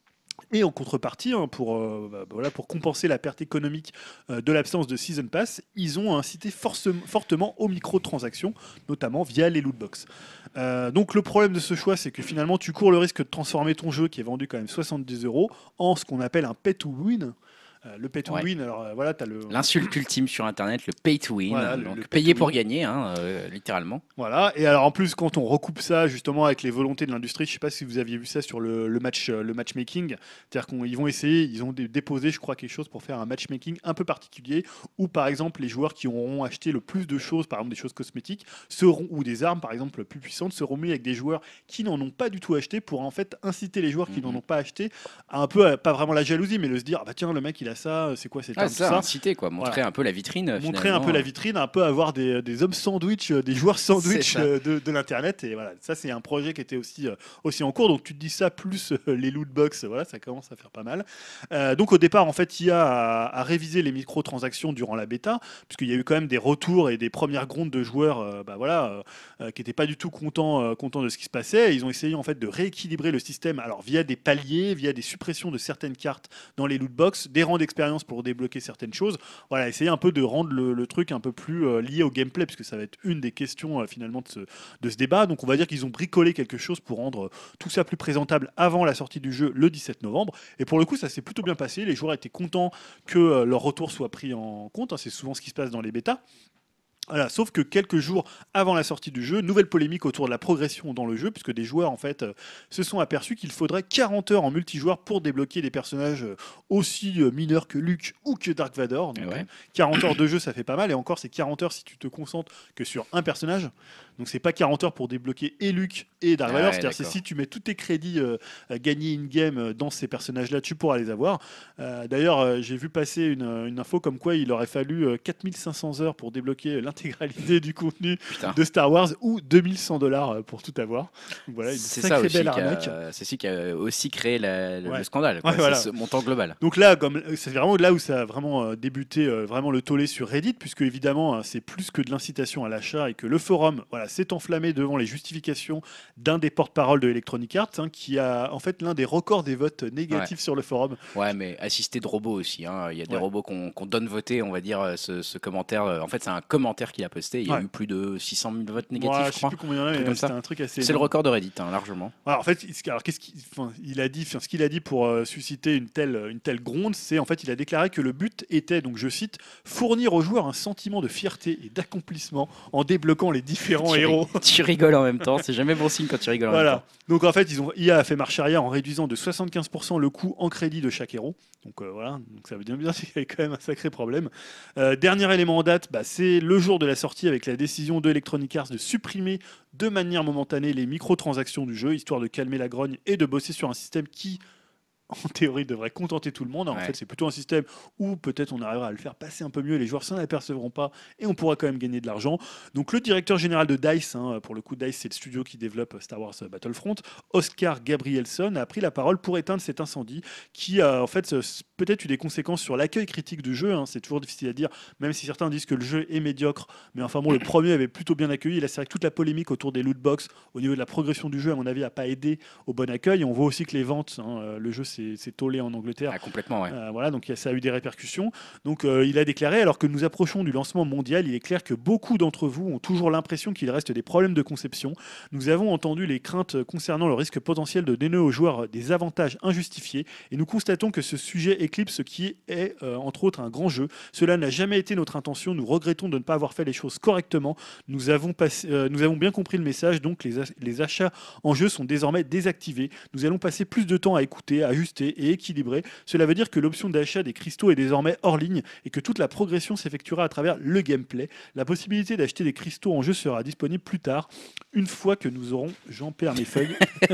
Et en contrepartie, hein, pour, euh, bah, voilà, pour compenser la perte économique euh, de l'absence de Season Pass, ils ont incité force- fortement aux microtransactions, notamment via les lootbox. Euh, donc le problème de ce choix, c'est que finalement, tu cours le risque de transformer ton jeu, qui est vendu quand même soixante-dix euros, en ce qu'on appelle un pay to win. Euh, le pay to Ouais. win, alors euh, voilà, tu as le... L'insulte ultime sur internet, le pay to win, Voilà, le- donc le pay payer to pour win. gagner, hein, euh, littéralement. Voilà, et alors en plus, quand on recoupe ça justement avec les volontés de l'industrie, je sais pas si vous aviez vu ça sur le, le match, euh, le matchmaking, c'est-à-dire qu'ils vont essayer, ils ont dé- déposé, je crois, quelque chose pour faire un matchmaking un peu particulier, où par exemple les joueurs qui auront acheté le plus de choses, par exemple des choses cosmétiques, seront ou des armes par exemple plus puissantes, seront mis avec des joueurs qui n'en ont pas du tout acheté pour en fait inciter les joueurs qui Mhm. n'en ont pas acheté à un peu, euh, pas vraiment la jalousie, mais de se dire, ah bah tiens, le mec il a ça, c'est quoi cette Ah, arme, ça, tout ça. inciter, quoi, montrer Voilà. un peu la vitrine. Montrer un finalement. peu la vitrine, un peu avoir des, des hommes sandwich, euh, des joueurs sandwich ça. euh, de, de l'internet. Et voilà, ça c'est un projet qui était aussi, euh, aussi en cours. Donc tu te dis ça plus euh, les loot box, voilà, ça commence à faire pas mal. Euh, donc au départ, en fait, I A a, a révisé les microtransactions durant la bêta, puisqu'il y a eu quand même des retours et des premières grondes de joueurs, euh, bah voilà, euh, euh, qui n'étaient pas du tout contents, euh, contents de ce qui se passait. Et ils ont essayé en fait de rééquilibrer le système, alors via des paliers, via des suppressions de certaines cartes dans les loot box, des rangs d'expérience pour débloquer certaines choses. Voilà, essayer un peu de rendre le, le truc un peu plus euh, lié au gameplay, puisque ça va être une des questions euh, finalement de ce, de ce débat. Donc on va dire qu'ils ont bricolé quelque chose pour rendre euh, tout ça plus présentable avant la sortie du jeu le dix-sept novembre. Et pour le coup, ça s'est plutôt bien passé. Les joueurs étaient contents que euh, leur retour soit pris en compte. Hein. C'est souvent ce qui se passe dans les bêtas. Voilà, sauf que quelques jours avant la sortie du jeu, nouvelle polémique autour de la progression dans le jeu, puisque des joueurs en fait euh, se sont aperçus qu'il faudrait quarante heures en multijoueur pour débloquer des personnages euh, aussi euh, mineurs que Luke ou que Dark Vador. Donc, Et ouais. euh, quarante heures de jeu, ça fait pas mal, et encore c'est quarante heures si tu te concentres que sur un personnage. Donc c'est pas quarante heures pour débloquer et Luke et Dark Ah Vador, ouais, c'est-à-dire c'est d'accord. si tu mets tous tes crédits euh, euh, gagnés in-game euh, dans ces personnages-là, tu pourras les avoir. Euh, D'ailleurs, euh, j'ai vu passer une, une info comme quoi il aurait fallu euh, quatre mille cinq cents heures pour débloquer l'intégralité du contenu Putain. de Star Wars ou deux mille cent dollars euh, pour tout avoir. Donc voilà, une C'est ça sacrée aussi belle qui arnaque. a, c'est ce qui a aussi créé la- le, Ouais. le scandale. quoi. Ouais, voilà. C'est ce montant global. Donc là, comme c'est vraiment là où ça a vraiment euh, débuté, euh, vraiment le tollé sur Reddit, puisque évidemment, hein, c'est plus que de l'incitation à l'achat et que le forum, voilà, s'est enflammé devant les justifications d'un des porte-parole de Electronic Arts, hein, qui a en fait l'un des records des votes négatifs Ouais. sur le forum. Ouais, mais assisté de robots aussi, hein. Il y a des Ouais. robots qu'on qu'on donne voter, on va dire, euh, ce, ce commentaire. euh, En fait, c'est un commentaire qu'il a posté. Il y a Ouais. eu plus de six cent mille votes négatifs, Moi, je je sais crois. plus combien il y en a, Un truc mais comme c'était ça. un truc assez. C'est le énorme. record de Reddit, hein, largement. Alors, en fait, il- alors, qu'est-ce qu'il, enfin, il a dit, enfin, ce qu'il a dit pour euh, susciter une telle, une telle gronde, c'est en fait, il a déclaré que le but était, donc je cite, fournir aux joueurs un sentiment de fierté et d'accomplissement en débloquant les différents Tu, ri- héros. tu rigoles en même temps. C'est jamais bon signe quand tu rigoles en même Voilà. temps. Donc en fait, ils ont, I A a fait marche arrière en réduisant de soixante-quinze pour cent le coût en crédit de chaque héros. Donc euh, voilà, donc ça veut bien dire qu'il y avait quand même un sacré problème. Euh, dernier élément en date, bah, c'est le jour de la sortie avec la décision de Electronic Arts de supprimer de manière momentanée les microtransactions du jeu, histoire de calmer la grogne et de bosser sur un système qui, en théorie, devrait contenter tout le monde. En Ouais. fait, c'est plutôt un système où peut-être on arrivera à le faire passer un peu mieux, les joueurs s'en apercevront pas et on pourra quand même gagner de l'argent. Donc le directeur général de DICE, hein, pour le coup DICE c'est le studio qui développe Star Wars Battlefront, Oscar Gabrielson a pris la parole pour éteindre cet incendie qui a en fait euh, peut-être eu des conséquences sur l'accueil critique du jeu, hein. C'est toujours difficile à dire, même si certains disent que le jeu est médiocre, mais enfin bon, le premier avait plutôt bien accueilli. Et là, c'est vrai que toute la polémique autour des loot box au niveau de la progression du jeu, à mon avis, n'a pas aidé au bon accueil. Et on voit aussi que les ventes, hein, euh, le jeu s'est s'est tollé en Angleterre. Ah, complètement, ouais. Euh, voilà, donc il y a- ça a eu des répercussions. Donc euh, il a déclaré, alors que nous approchons du lancement mondial, il est clair que beaucoup d'entre vous ont toujours l'impression qu'il reste des problèmes de conception. Nous avons entendu les craintes concernant le risque potentiel de donner aux joueurs des avantages injustifiés et nous constatons que ce sujet éclipse ce qui est euh, entre autres un grand jeu. Cela n'a jamais été notre intention. Nous regrettons de ne pas avoir fait les choses correctement. Nous avons, passé, euh, nous avons bien compris le message, donc les, ach- les achats en jeu sont désormais désactivés. Nous allons passer plus de temps à écouter, à ajuster et équilibrer. Cela veut dire que l'option d'achat des cristaux est désormais hors ligne et que toute la progression s'effectuera à travers le gameplay. La possibilité d'acheter des cristaux en jeu sera disponible plus tard, une fois que nous aurons... J'en perds mes feuilles.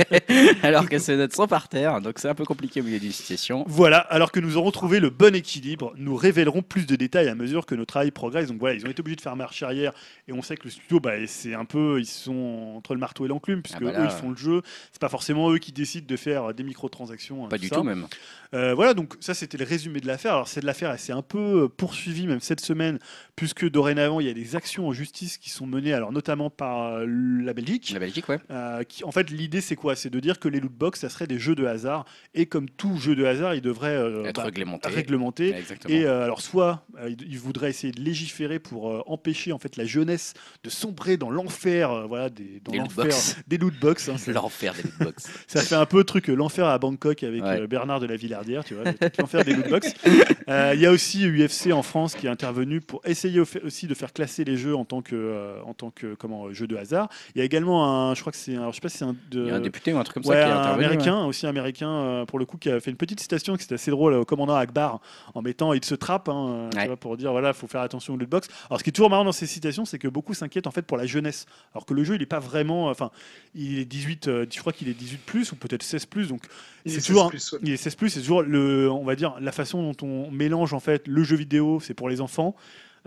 Alors que ces notes sont par terre, donc c'est un peu compliqué au milieu d'une situation. Voilà, alors que nous aurons trouvé le bon équilibre, nous révélerons plus de détails à mesure que notre travail progresse. Donc voilà, ils ont été obligés de faire marche arrière et on sait que le studio, bah, c'est un peu, ils sont entre le marteau et l'enclume puisque Ah bah là, eux ils font le jeu. C'est pas forcément eux qui décident de faire des microtransactions. hein, Pas tout du ça. tout même. Euh, voilà, donc ça c'était le résumé de l'affaire. Alors cette l'affaire, elle s'est un peu poursuivie même cette semaine puisque dorénavant il y a des actions en justice qui sont menées, alors notamment par euh, la Belgique. La Belgique, ouais. Euh, qui- en fait, l'idée, c'est quoi? C'est de dire que les loot box, ça serait des jeux de hasard. Et comme tout jeu de hasard, ils devraient euh, Être bah, réglementé. réglementer. Exactement. Et euh, alors, soit euh, ils ils voudraient essayer de légiférer pour euh, empêcher en fait la jeunesse de sombrer dans l'enfer, euh, voilà, des, dans Des loot l'enfer box. des loot box. hein. C'est- L'enfer des lootbox. ça fait un peu truc euh, l'enfer à Bangkok avec Ouais. euh, Bernard de la Villardière, tu vois, tout l'enfer des loot box. Euh, Il y a aussi U F C en France qui est intervenu pour essayer au fait- aussi de faire classer les jeux en tant que euh, en tant que comment euh, jeu de hasard. Il y a également un, je crois que c'est, un, je sais pas si c'est un de, Il y a un député ou un truc comme ouais, ça qui est un intervenu. américain, aussi américain euh, pour le coup, qui a fait une petite citation qui c'était assez drôle au commandant Akbar en mettant il se trappe hein, tu Ouais. vois, pour dire voilà, faut faire attention aux lootbox. Alors ce qui est toujours marrant dans ces citations, c'est que beaucoup s'inquiètent en fait pour la jeunesse, alors que le jeu il est pas vraiment, enfin il est dix-huit, euh, je crois qu'il est dix-huit plus ou peut-être seize plus, donc Il c'est est toujours seize plus, ouais. il est seize plus, c'est toujours le, on va dire la façon dont on mélange en fait le jeu vidéo, c'est pour les enfants.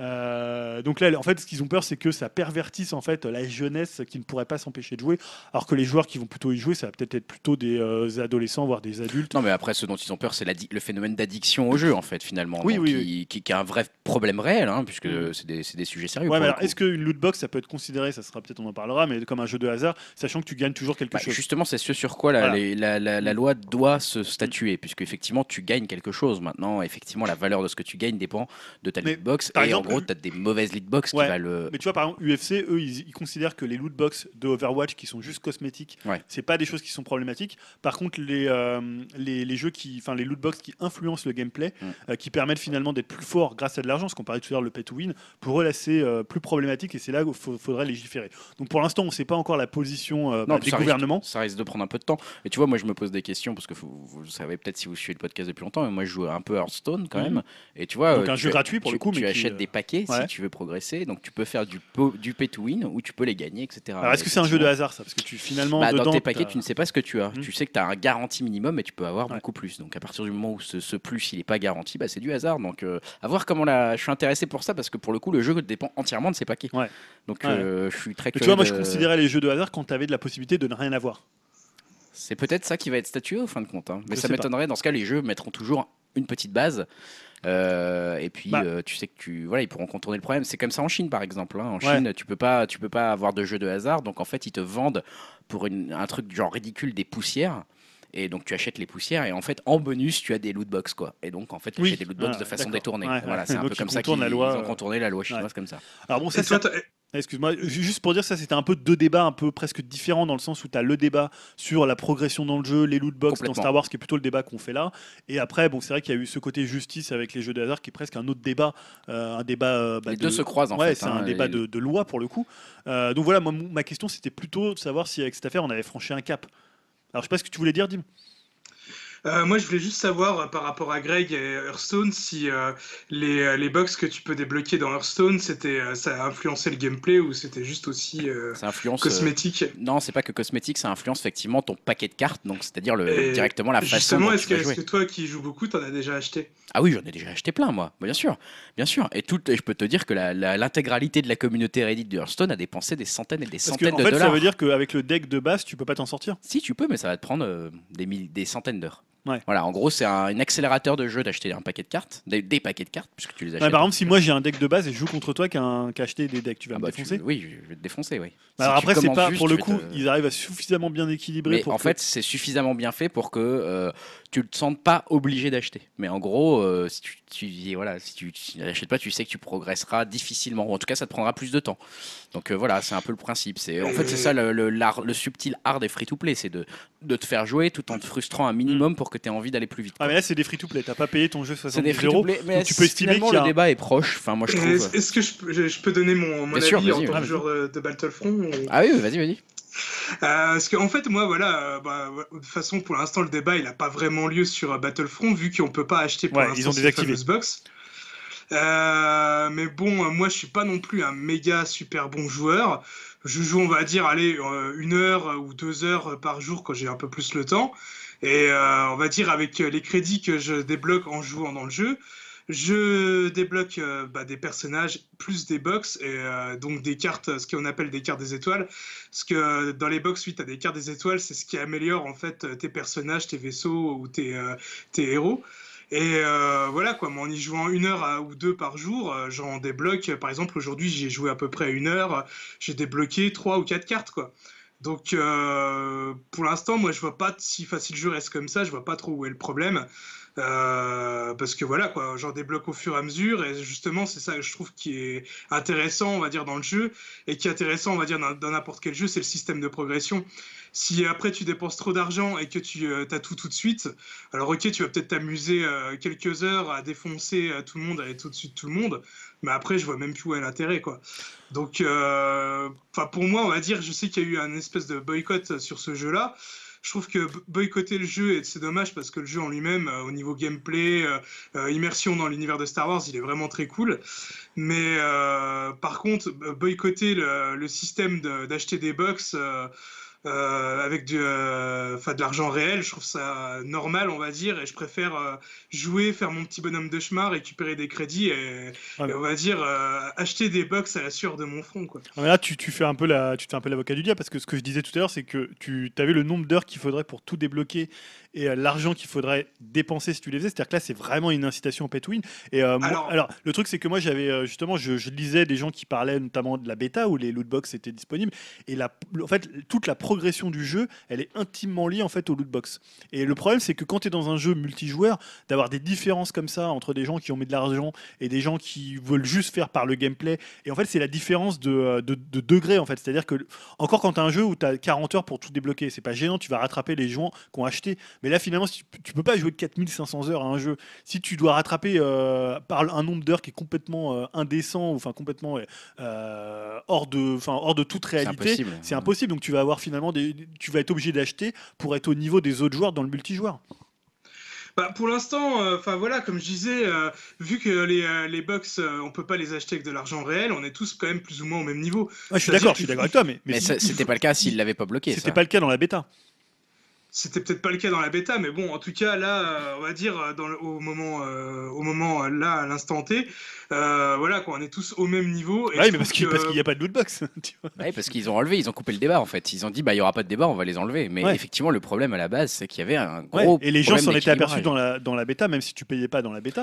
Euh, donc là, en fait, ce qu'ils ont peur, c'est que ça pervertisse en fait la jeunesse qui ne pourrait pas s'empêcher de jouer, alors que les joueurs qui vont plutôt y jouer, ça va peut-être être plutôt des euh, adolescents, voire des adultes. Non, mais après, ce dont ils ont peur, c'est l'addi- le phénomène d'addiction au jeu, en fait, finalement. Oui, Donc, oui, qui, oui. Qui, qui a un vrai problème réel, hein, puisque Mhm. c'est des, c'est des sujets sérieux. Ouais, pour mais le alors, coup. est-ce qu'une loot box, ça peut être considéré, ça sera peut-être, on en parlera, mais comme un jeu de hasard, sachant que tu gagnes toujours quelque Bah, chose. justement, c'est ce sur quoi la, Voilà. les- la, la- la loi doit se statuer, puisque effectivement, tu gagnes quelque chose. Maintenant, effectivement, la valeur de ce que tu gagnes dépend de ta Mais, lootbox. par Et exemple, en gros, tu as des mauvaises lootbox Ouais. qui valent. euh, Mais tu vois, par exemple, U F C, eux, ils, ils considèrent que les loot box de Overwatch, qui sont juste cosmétiques, Ouais. c'est pas des choses qui sont problématiques. Par contre, les, euh, les, les jeux qui, enfin, les loot box qui influencent le gameplay, Mm. euh, qui permettent finalement d'être plus fort grâce à de l'argent, ce qu'on parlait tout à l'heure, le pay to win, pour eux, là, c'est euh, plus problématique et c'est là où il faudrait légiférer. Donc, pour l'instant, on ne sait pas encore la position euh, bah, Non, des ça risque- gouvernements. ça risque de prendre un peu de temps. Et tu vois, moi, je me pose des questions parce que vous, vous savez peut-être si vous suivez le podcast depuis longtemps, mais moi, je joue un peu à Hearthstone quand Mhm. même. Et tu vois, Donc, euh, un tu jeu as- gratuit pour tu- le coup, Tu mais qui, achètes euh, des paquets ouais. si tu veux progresser, donc tu peux faire du, po- du pay to win ou tu peux les gagner, et cetera. Alors, est-ce que c'est un jeu de hasard, ça? Parce que tu finalement, Bah, dedans, dans tes paquets, t'as- tu ne sais pas ce que tu as. Mhm. Tu sais que tu as un garantie minimum, mais tu peux avoir Ouais. beaucoup plus. Donc, à partir du moment où ce, ce plus il n'est pas garanti, bah, c'est du hasard. Donc, euh, à voir comment la. Je suis intéressé pour ça parce que pour le coup, le jeu dépend entièrement de ses paquets. Ouais. Donc, Ouais. euh, je suis très Mais tu curieux. vois, moi, je de- considérais les jeux de hasard quand tu avais de la possibilité de ne rien avoir. C'est peut-être ça qui va être statué au fin de compte. hein. Mais Je ça sais pas. m'étonnerait. Dans ce cas, les jeux mettront toujours une petite base. Euh, et puis, Bah. euh, tu sais que tu, voilà, ils pourront contourner le problème. C'est comme ça en Chine, par exemple. Hein. En Ouais. Chine, tu peux pas, tu peux pas avoir de jeu de hasard. Donc, en fait, ils te vendent pour une- un truc genre ridicule des poussières. Et donc, tu achètes les poussières. Et en fait, en bonus, tu as des loot box, quoi. Et donc, en fait, tu Oui. achètes des loot box Ah, de façon d'accord. détournée. Ouais, Voilà, ouais. c'est un Donc, peu ils comme ça qu'ils contournent la loi, ils ont euh, contourné la loi chinoise ouais. comme ça. Alors bon, Et ça, toi, c'est t'as- excuse-moi, ju- juste pour dire ça, c'était un peu deux débats un peu presque différents dans le sens où tu as le débat sur la progression dans le jeu, les loot box dans Complètement. Star Wars qui est plutôt le débat qu'on fait là. Et après, bon, c'est vrai qu'il y a eu ce côté justice avec les jeux de hasard qui est presque un autre débat, euh, un débat. euh, bah, Les de- deux se croisent, en ouais, fait, c'est hein, un débat les- de, de loi pour le coup. Euh, donc voilà, moi, mon- ma question c'était plutôt de savoir si avec cette affaire on avait franchi un cap. Alors je sais pas ce que tu voulais dire, Dim. Euh, moi, je voulais juste savoir euh, par rapport à Greg et Hearthstone si euh, les, euh, les box que tu peux débloquer dans Hearthstone, c'était, euh, ça a influencé le gameplay ou c'était juste aussi euh, Ça influence. euh, cosmétique. Non, c'est pas que cosmétique, ça influence effectivement ton paquet de cartes, donc c'est-à-dire le, Et directement la façon justement, dont est-ce tu que, vas est-ce jouer. que toi qui joues beaucoup, t'en as déjà acheté? Ah oui, j'en ai déjà acheté plein, moi, bien sûr, bien sûr. Et tout, et je peux te dire que la- la- l'intégralité de la communauté Reddit de Hearthstone a dépensé des centaines et des Parce centaines que en de fait, dollars. ça veut dire qu'avec le deck de base, tu peux pas t'en sortir. Si tu peux, mais ça va te prendre euh, des, mille- des centaines d'heures. Ouais. Voilà, en gros, c'est un, un accélérateur de jeu d'acheter un paquet de cartes, des, des paquets de cartes, puisque tu les achètes. Ouais, par exemple, si moi j'ai un deck de base et je joue contre toi qui a, un- qui a acheté des decks, tu vas Ah me bah, tu- défoncer. oui, je vais te défoncer, oui. Bah, Si alors tu après, c'est commences pas juste, pour le je vais coup, te- ils arrivent à suffisamment bien équilibrer Mais pour en que- fait, c'est suffisamment bien fait pour que euh, tu ne te sentes pas obligé d'acheter. Mais en gros, euh, si tu, tu- voilà, si tu tu n'achètes pas, tu sais que tu progresseras difficilement. Ou en tout cas, ça te prendra plus de temps. Donc euh, voilà, c'est un peu le principe. C'est, en fait, c'est ça le, le, l'art- le subtil art des free-to-play, c'est de, de te faire jouer tout en te frustrant un minimum pour que tu aies envie d'aller plus vite. Ah, quoi. mais là, c'est des free-to-play. T'as pas payé ton jeu C'est des soixante-dix euros. free-to-play, mais donc tu peux estimer finalement, qu'il y a le un- débat est proche. Enfin, moi, je Et trouve. Est-ce est-ce que je, peux- je, je peux donner mon, mon Bien avis sûr, en vas-y, tant vas-y. que vas-y. joueur de, de Battlefront ou- Ah oui, vas-y, vas-y. Euh, Parce qu'en fait, moi, voilà, euh, bah, de toute façon, pour l'instant, le débat, il n'a pas vraiment lieu sur euh, Battlefront, vu qu'on peut pas acheter pour Ouais, l'instant ils ont ces désactivé. fameuses box. Euh, mais bon, euh, moi, je suis pas non plus un méga super bon joueur. Je joue, on va dire, allez, euh, une heure ou deux heures par jour quand j'ai un peu plus le temps. Et euh, on va dire, avec les crédits que je débloque en jouant dans le jeu, je débloque euh, bah, des personnages plus des box et euh, donc des cartes, ce qu'on appelle des cartes des étoiles. Parce que euh, dans les box, oui, tu as des cartes des étoiles, c'est ce qui améliore en fait tes personnages, tes vaisseaux ou tes, euh, tes héros. Et euh, voilà quoi, moi, en y jouant une heure à- ou deux par jour, euh, j'en débloque. Par exemple, aujourd'hui, j'ai joué à peu près une heure, j'ai débloqué trois ou quatre cartes quoi. Donc euh, pour l'instant, moi, je vois pas si facile le jeu reste comme ça, je vois pas trop où est le problème. Euh, parce que voilà quoi, j'en débloque au fur et à mesure et justement c'est ça que je trouve qui est intéressant on va dire dans le jeu et qui est intéressant on va dire dans, dans n'importe quel jeu, c'est le système de progression. Si après tu dépenses trop d'argent et que tu euh, as tout tout de suite, alors ok tu vas peut-être t'amuser euh, quelques heures à défoncer euh, tout le monde, à être au-dessus de tout le monde, mais après je vois même plus où est l'intérêt quoi. Donc euh, enfin pour moi on va dire, je sais qu'il y a eu un espèce de boycott sur ce jeu là. Je trouve que boycotter le jeu, et c'est dommage parce que le jeu en lui-même, euh, au niveau gameplay, euh, euh, immersion dans l'univers de Star Wars, il est vraiment très cool. Mais euh, par contre, boycotter le, le système de, d'acheter des box euh, euh, avec du, euh, de l'argent réel, je trouve ça normal, on va dire, et je préfère euh, jouer, faire mon petit bonhomme de chemin, récupérer des crédits et, Ouais. et on va dire euh, acheter des box à la sueur de mon front, quoi. Ah, mais là, tu, tu fais un peu la, tu te fais un peu l'avocat du diable parce que ce que je disais tout à l'heure, c'est que tu avais le nombre d'heures qu'il faudrait pour tout débloquer et euh, l'argent qu'il faudrait dépenser si tu les faisais. C'est-à-dire que là, c'est vraiment une incitation au pay to win. Et euh, moi- Alors- alors, le truc, c'est que moi, j'avais euh, justement, je, je lisais des gens qui parlaient notamment de la bêta où les loot box étaient disponibles. Et la, en fait, toute la progression du jeu, elle est intimement liée en fait aux loot box. Et le problème, c'est que quand tu es dans un jeu multijoueur, d'avoir des différences comme ça entre des gens qui ont mis de l'argent et des gens qui veulent juste faire par le gameplay. Et en fait, c'est la différence de, de, de degré en fait. C'est-à-dire que, encore quand tu as un jeu où tu as quarante heures pour tout débloquer, c'est pas gênant, tu vas rattraper les gens qui ont acheté. Mais là, finalement, si tu, tu peux pas jouer quatre mille cinq cents heures à un jeu. Si tu dois rattraper euh, par un nombre d'heures qui est complètement euh, indécent, ou enfin complètement euh, hors, de, enfin, hors de toute réalité, impossible. c'est impossible. Donc tu vas avoir finalement des, tu vas être obligé d'acheter pour être au niveau des autres joueurs dans le multijoueur. Bah, pour l'instant, enfin voilà, comme je disais, euh, vu que les, euh, les box, euh, on peut pas les acheter avec de l'argent réel, on est tous quand même plus ou moins au même niveau. Ouais, je suis C'est-à-dire d'accord, je suis qu'il d'accord faut- avec toi, mais, mais Mais si- ça- il c'était faut- pas le cas s'il l'avait pas bloqué. C'était ça. pas le cas dans la bêta. C'était peut-être pas le cas dans la bêta, mais bon, en tout cas, là, euh, on va dire, euh, dans le- au moment, euh, au moment euh, là, à l'instant T, euh, voilà, quoi, on est tous au même niveau. Et Ouais, je mais parce trouve qu'il que- parce qu'il n'y a pas de loot box. tu vois. Ouais, parce qu'ils ont enlevé, ils ont coupé le débat en fait. Ils ont dit bah il y aura pas de débat, on va les enlever. Mais Ouais. effectivement, le problème à la base, c'est qu'il y avait un Ouais, gros et les gens problème s'en étaient aperçus d'équilibrage. dans la, dans la bêta, même si tu payais pas dans la bêta.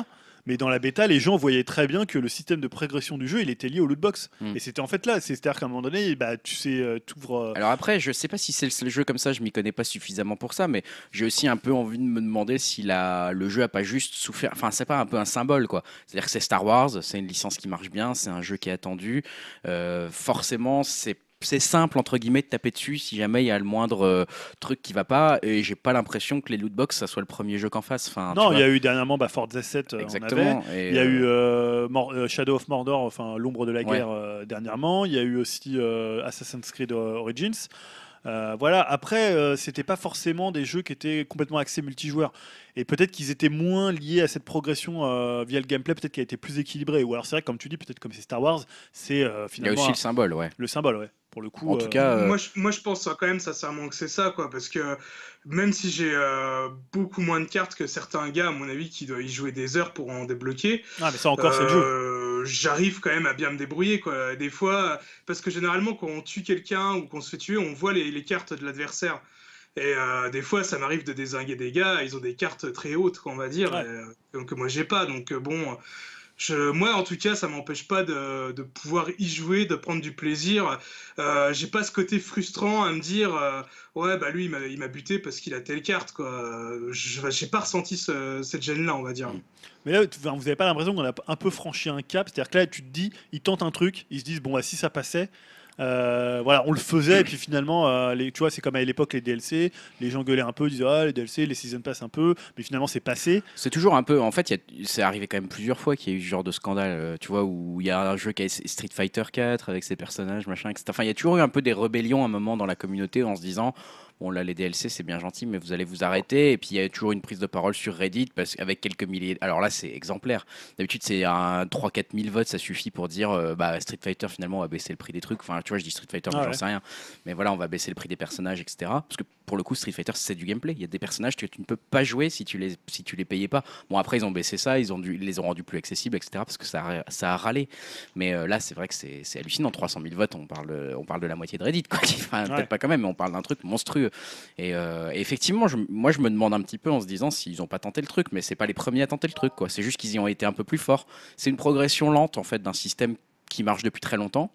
mais dans la bêta, les gens voyaient très bien que le système de progression du jeu, il était lié au loot box. Mm. Et c'était en fait là, c'est-à-dire qu'à un moment donné, bah, tu sais, euh, t'ouvres. Euh... Alors après, je sais pas si c'est le jeu comme ça, je m'y connais pas suffisamment pour ça, mais j'ai aussi un peu envie de me demander si la, le jeu a pas juste souffert. Enfin, c'est pas un peu un symbole, quoi. C'est-à-dire que c'est Star Wars, c'est une licence qui marche bien, c'est un jeu qui est attendu. Euh, forcément, c'est c'est simple entre guillemets de taper dessus si jamais il y a le moindre euh, truc qui va pas, et j'ai pas l'impression que les lootbox ça soit le premier jeu qu'en face. Enfin, non, il y a eu dernièrement bah, Forza sept, euh, exactement. Il y a euh... eu euh, Mor- Shadow of Mordor, enfin l'ombre de la guerre ouais. euh, dernièrement. Il y a eu aussi euh, Assassin's Creed Origins. Euh, voilà. Après, euh, c'était pas forcément des jeux qui étaient complètement axés multijoueurs. Et peut-être qu'ils étaient moins liés à cette progression euh, via le gameplay, peut-être qu'elle était plus équilibrée. Ou alors c'est vrai, comme tu dis, peut-être comme c'est Star Wars, c'est euh, finalement. Il y a aussi un... le symbole, ouais. Le symbole, ouais. Pour le coup. En euh... tout cas, euh... moi, je, moi je pense quand même sincèrement que c'est ça, quoi, parce que même si j'ai euh, beaucoup moins de cartes que certains gars, à mon avis, qui doivent y jouer des heures pour en débloquer. Ah, mais ça encore, euh, c'est le jeu. J'arrive quand même à bien me débrouiller, quoi. Des fois, parce que généralement, quand on tue quelqu'un ou qu'on se fait tuer, on voit les, les cartes de l'adversaire. Et euh, des fois, ça m'arrive de dézinguer des gars, ils ont des cartes très hautes, on va dire, ouais. et, euh, que moi j'ai pas. Donc bon, je, moi en tout cas, ça m'empêche pas de, de pouvoir y jouer, de prendre du plaisir. Euh, j'ai pas ce côté frustrant à me dire, euh, ouais bah lui il m'a, il m'a buté parce qu'il a telle carte, quoi. Je, j'ai pas ressenti ce, cette gêne-là, on va dire. Mais là, vous n'avez pas l'impression qu'on a un peu franchi un cap, c'est-à-dire que là, tu te dis, ils tentent un truc, ils se disent bon bah si ça passait. Euh, voilà, on le faisait et puis finalement, euh, les, tu vois, c'est comme à l'époque les D L C, les gens gueulaient un peu, disaient ah les D L C, les season pass un peu, mais finalement c'est passé. C'est toujours un peu, en fait, y a, c'est arrivé quand même plusieurs fois qu'il y a eu ce genre de scandale, euh, tu vois, où il y a un jeu qui est Street Fighter quatre avec ses personnages, machin, et cetera. Enfin, il y a toujours eu un peu des rébellions à un moment dans la communauté en se disant. Bon là les D L C c'est bien gentil mais vous allez vous arrêter, et puis il y a toujours une prise de parole sur Reddit parce qu'avec quelques milliers, alors là c'est exemplaire, d'habitude c'est un trois quatre mille votes, ça suffit pour dire euh, bah Street Fighter finalement on va baisser le prix des trucs, enfin tu vois je dis Street Fighter mais ah j'en ouais. sais rien, mais voilà on va baisser le prix des personnages etc, parce que pour le coup Street Fighter c'est du gameplay, il y a des personnages que tu ne peux pas jouer si tu les, si tu les payais pas. Bon après ils ont baissé ça, ils, ont dû, ils les ont rendus plus accessibles etc parce que ça a, ça a râlé, mais euh, là c'est vrai que c'est, c'est hallucinant, trois cent mille votes, on parle, on parle de la moitié de Reddit quoi. Enfin ouais. peut-être pas quand même mais on parle d'un truc monstrueux. Et, euh, et effectivement, je, moi je me demande un petit peu en se disant s'ils n'ont pas tenté le truc, mais c'est pas les premiers à tenter le truc, quoi. C'est juste qu'ils y ont été un peu plus forts. C'est une progression lente en fait d'un système qui marche depuis très longtemps.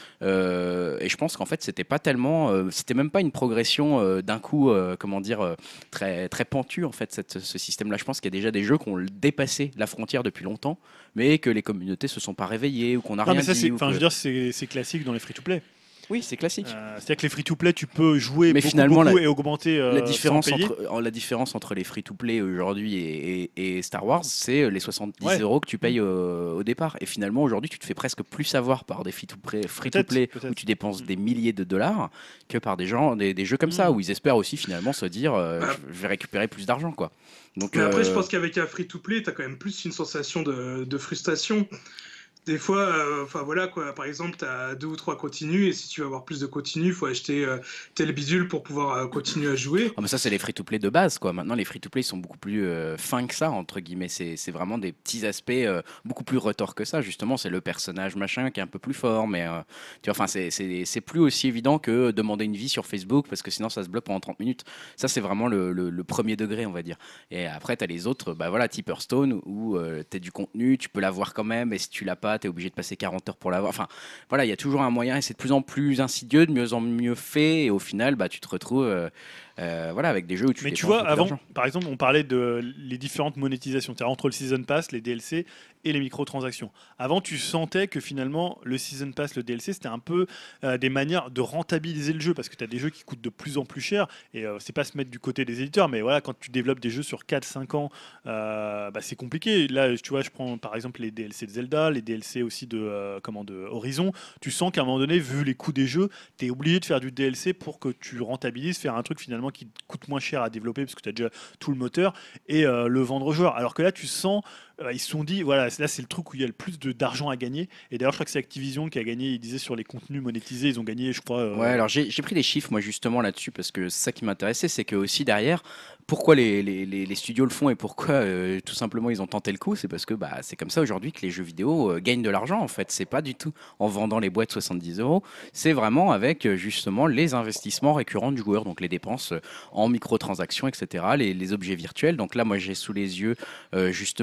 Euh, et je pense qu'en fait c'était pas tellement, euh, c'était même pas une progression euh, d'un coup, euh, comment dire, euh, très très pentue en fait cette, ce système-là. Je pense qu'il y a déjà des jeux qui ont dépassé la frontière depuis longtemps, mais que les communautés se sont pas réveillées ou qu'on a non, rien mais ça, dit. Enfin, que... je veux dire, c'est, c'est classique dans les free-to-play. Oui, c'est classique. Euh, c'est-à-dire que les free-to-play, tu peux jouer mais beaucoup, finalement, beaucoup la, et augmenter euh, la différence sans payer. entre la différence entre les free-to-play aujourd'hui et, et, et Star Wars, c'est les soixante-dix ouais. euros que tu payes euh, au départ. Et finalement, aujourd'hui, tu te fais presque plus avoir par des free-to-play, free-to-play peut-être, peut-être. où tu dépenses mmh. des milliers de dollars que par des gens, des, des jeux comme mmh. ça où ils espèrent aussi finalement se dire, euh, bah. je vais récupérer plus d'argent, quoi. Donc, mais après, euh... je pense qu'avec un free-to-play, tu as quand même plus une sensation de, de frustration. Des fois, enfin euh, voilà quoi. Par exemple, tu as deux ou trois continues et si tu veux avoir plus de continues, il faut acheter euh, tel bidule pour pouvoir euh, continuer à jouer. Oh, mais ça, c'est les free-to-play de base quoi. Maintenant, les free-to-play sont beaucoup plus euh, fins que ça entre guillemets. C'est, c'est vraiment des petits aspects euh, beaucoup plus retors que ça. Justement, c'est le personnage machin qui est un peu plus fort, mais euh, tu vois, enfin, c'est, c'est c'est plus aussi évident que demander une vie sur Facebook parce que sinon ça se bloque pendant trente minutes. Ça, c'est vraiment le, le, le premier degré, on va dire. Et après, tu as les autres, bah voilà, type Hearthstone où euh, tu as du contenu, tu peux l'avoir quand même, et si tu l'as pas, t'es obligé de passer quarante heures pour l'avoir. Enfin, voilà, il y a toujours un moyen et c'est de plus en plus insidieux, de mieux en mieux fait. Et au final, bah, tu te retrouves euh, euh, voilà, avec des jeux où tu Mais tu vois, avant, d'argent. Par exemple, on parlait de les différentes monétisations, c'est-à-dire entre le Season Pass, les D L C et les microtransactions. Avant, tu sentais que finalement, le Season Pass, le D L C, c'était un peu euh, des manières de rentabiliser le jeu parce que tu as des jeux qui coûtent de plus en plus cher et euh, c'est pas se mettre du côté des éditeurs, mais voilà, quand tu développes des jeux sur quatre cinq ans, euh, bah, c'est compliqué. Là, tu vois, je prends par exemple les D L C de Zelda, les D L C aussi de, euh, comment, de Horizon. Tu sens qu'à un moment donné, vu les coûts des jeux, tu es obligé de faire du D L C pour que tu rentabilises, faire un truc finalement qui coûte moins cher à développer parce que tu as déjà tout le moteur et euh, le vendre aux joueurs. Alors que là, tu sens, euh, ils se sont dit, voilà, là c'est le truc où il y a le plus de, d'argent à gagner. Et d'ailleurs, je crois que c'est Activision qui a gagné, ils disaient sur les contenus monétisés, ils ont gagné, je crois. Euh... Ouais, alors j'ai, j'ai pris des chiffres, moi, justement là-dessus, parce que c'est ça qui m'intéressait, c'est que aussi derrière, pourquoi les, les, les, les studios le font et pourquoi euh, tout simplement ils ont tenté le coup, c'est parce que bah, c'est comme ça aujourd'hui que les jeux vidéo euh, gagnent de l'argent en fait. C'est pas du tout en vendant les boîtes soixante-dix euros, c'est vraiment avec euh, justement les investissements récurrents du joueur, donc les dépenses en microtransactions, et cetera, les, les objets virtuels. Donc là, moi j'ai sous les yeux euh, justement le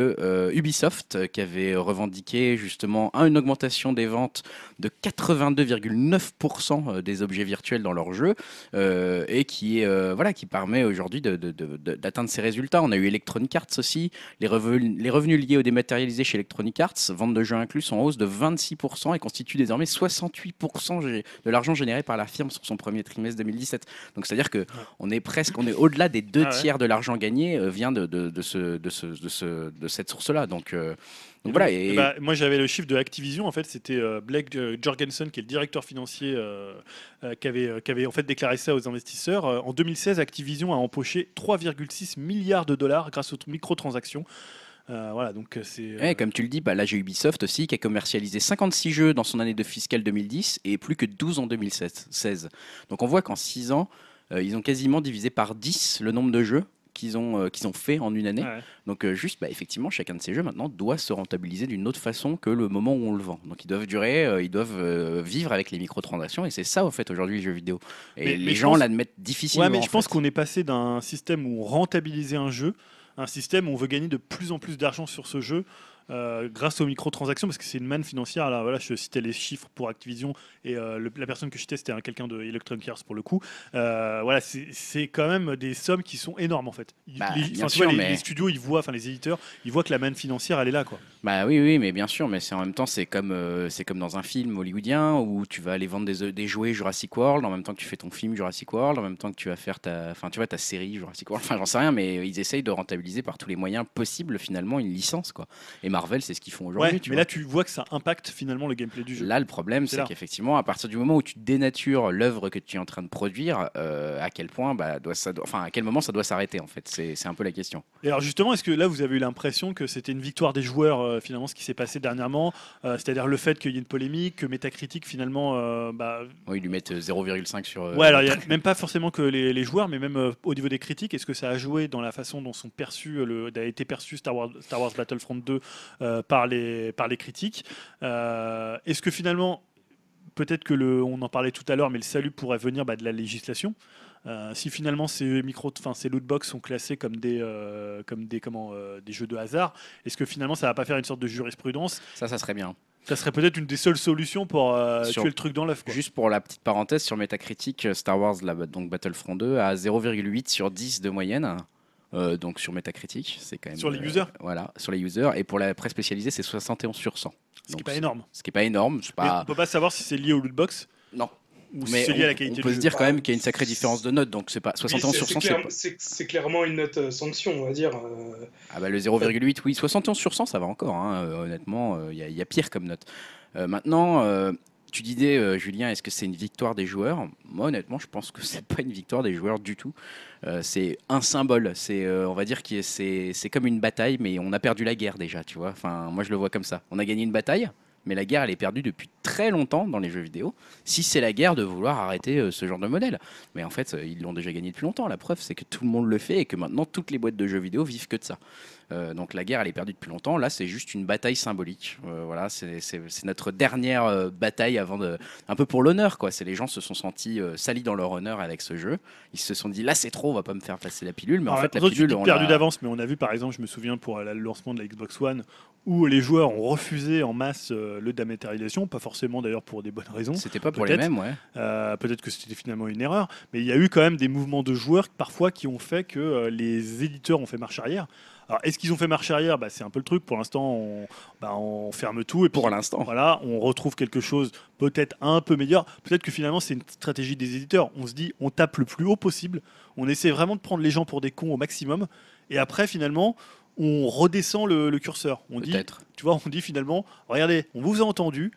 le euh, Ubisoft euh, qui avait revendiqué justement une augmentation des ventes de quatre-vingt-deux virgule neuf pour cent des objets virtuels dans leur jeu euh, et qui, euh, voilà, qui permet aujourd'hui de, de, de, de, d'atteindre ces résultats. On a eu Electronic Arts aussi, les revenus, les revenus liés aux dématérialisés chez Electronic Arts, vente de jeux inclus, sont en hausse de vingt-six pour cent et constituent désormais soixante-huit pour cent de l'argent généré par la firme sur son premier trimestre deux mille dix-sept. Donc c'est-à-dire que on est presque, on est au-delà des deux ah ouais. tiers de l'argent gagné euh, vient de, de, de, ce, de, ce, de, ce, de cette source-là. Donc, euh, donc voilà. Et... Bah, moi j'avais le chiffre de Activision. En fait, c'était euh, Blake euh, Jorgensen, qui est le directeur financier, euh, euh, qui avait, euh, qui avait en fait déclaré ça aux investisseurs. Euh, en deux mille seize, Activision a empoché trois virgule six milliards de dollars grâce aux microtransactions. Euh, voilà, donc c'est. Euh... Ouais, comme tu le dis, bah, là j'ai Ubisoft aussi qui a commercialisé cinquante-six jeux dans son année de fiscale deux mille dix et plus que douze en deux mille seize. Donc on voit qu'en six ans, euh, ils ont quasiment divisé par dix le nombre de jeux qu'ils ont, euh, qu'ils ont fait en une année. Ouais. Donc euh, juste, bah, effectivement, chacun de ces jeux maintenant doit se rentabiliser d'une autre façon que le moment où on le vend. Donc ils doivent durer, euh, ils doivent euh, vivre avec les microtransactions et c'est ça en fait aujourd'hui les jeux vidéo. Et mais, les mais gens pense... l'admettent difficilement. Ouais, mais je pense fait. qu'on est passé d'un système où on rentabilisait un jeu un système où on veut gagner de plus en plus d'argent sur ce jeu euh, grâce aux microtransactions, parce que c'est une manne financière. Là, voilà, je citais les chiffres pour Activision et euh, le, la personne que je citais, c'était un, quelqu'un de Electronic Arts pour le coup. Euh, voilà, c'est quand même des sommes qui sont énormes en fait. Ils, bah, les, bien tu sûr, vois, mais... les, les studios, ils voient, enfin les éditeurs, ils voient que la manne financière, elle est là, quoi. Bah oui, oui, mais bien sûr, mais c'est en même temps, c'est comme, euh, c'est comme dans un film hollywoodien où tu vas aller vendre des, des jouets Jurassic World en même temps que tu fais ton film Jurassic World, en même temps que tu vas faire ta, enfin tu vois, ta série Jurassic World. Enfin, j'en sais rien, mais ils essayent de rentabiliser par tous les moyens possibles finalement une licence, quoi. Et Marvel, c'est ce qu'ils font aujourd'hui. Ouais, mais vois. là, tu vois que ça impacte finalement le gameplay du jeu. Là, le problème, c'est qu'effectivement, à partir du moment où tu dénatures l'œuvre que tu es en train de produire, euh, à quel point, bah, doit, ça doit, enfin, à quel moment ça doit s'arrêter en fait. C'est un peu la question. Et alors justement, est-ce que là, vous avez eu l'impression que c'était une victoire des joueurs euh, finalement, ce qui s'est passé dernièrement, euh, c'est-à-dire le fait qu'il y ait une polémique, que Metacritic finalement, euh, bah... oui, ils lui mettent zéro virgule cinq sur. Euh, ouais, alors il y a même pas forcément que les, les joueurs, mais même euh, au niveau des critiques, est-ce que ça a joué dans la façon dont sont perçus, le, a été perçu Star Wars, Star Wars Battlefront deux euh, par les par les critiques. Euh, est-ce que finalement, peut-être que le, on en parlait tout à l'heure, mais le salut pourrait venir bah, de la législation. Euh, si finalement ces micro, enfin ces lootbox sont classés comme des, euh, comme des, comment, euh, des jeux de hasard, est-ce que finalement ça va pas faire une sorte de jurisprudence? Ça, ça serait bien. Ça serait peut-être une des seules solutions pour euh, sur, tuer le truc dans l'œuf. Juste pour la petite parenthèse, sur Metacritic, Star Wars, là, donc Battlefront deux, a zéro virgule huit sur dix de moyenne. Euh, donc sur Metacritic, c'est quand même. Sur les users euh, voilà, sur les users. Et pour la presse spécialisée, c'est soixante et onze sur cent. Ce qui n'est pas énorme. Ce qui n'est pas énorme. Pas... on ne peut pas savoir si c'est lié au lootbox. Non. Ou mais si lié on, à la qualité on peut se dire quand même qu'il y a une sacrée différence de notes, donc c'est pas soixante et onze sur cent. C'est clairement une note euh, sanction, on va dire. Euh... Ah bah le zéro virgule huit, oui, soixante et onze sur cent, ça va encore. Hein, euh, honnêtement, il euh, y, y a pire comme note. Euh, maintenant, euh, tu disais, euh, Julien, est-ce que c'est une victoire des joueurs? Moi, honnêtement, je pense que c'est pas une victoire des joueurs du tout. Euh, c'est un symbole. C'est, euh, on va dire que c'est comme une bataille, mais on a perdu la guerre déjà, tu vois. Enfin, moi, je le vois comme ça. On a gagné une bataille. Mais la guerre, elle est perdue depuis très longtemps dans les jeux vidéo. Si c'est la guerre de vouloir arrêter euh, ce genre de modèle. Mais en fait, euh, ils l'ont déjà gagné depuis longtemps. La preuve, c'est que tout le monde le fait et que maintenant, toutes les boîtes de jeux vidéo vivent que de ça. Euh, donc la guerre, elle est perdue depuis longtemps. Là, c'est juste une bataille symbolique. Euh, voilà, c'est notre dernière euh, bataille avant de, un peu pour l'honneur, quoi. C'est les gens se sont sentis euh, salis dans leur honneur avec ce jeu. Ils se sont dit là, c'est trop, on va pas me faire passer la pilule. Mais alors, en fait, la pilule, on perdu d'avance. Mais on a vu, par exemple, je me souviens pour le lancement de la Xbox One, où les joueurs ont refusé en masse euh, le dématérialisation, pas forcément d'ailleurs pour des bonnes raisons. C'était pas pour les mêmes, ouais. Euh, Peut-être que c'était finalement une erreur, mais il y a eu quand même des mouvements de joueurs parfois qui ont fait que euh, les éditeurs ont fait marche arrière. Alors, est-ce qu'ils ont fait marche arrière? Bah, c'est un peu le truc. Pour l'instant, on, bah, on ferme tout. Et puis, pour l'instant, voilà, on retrouve quelque chose peut-être un peu meilleur. Peut-être que finalement, c'est une stratégie des éditeurs. On se dit, on tape le plus haut possible. On essaie vraiment de prendre les gens pour des cons au maximum. Et après, finalement, on redescend le, le curseur. On dit, tu vois, on dit finalement, regardez, on vous a entendu.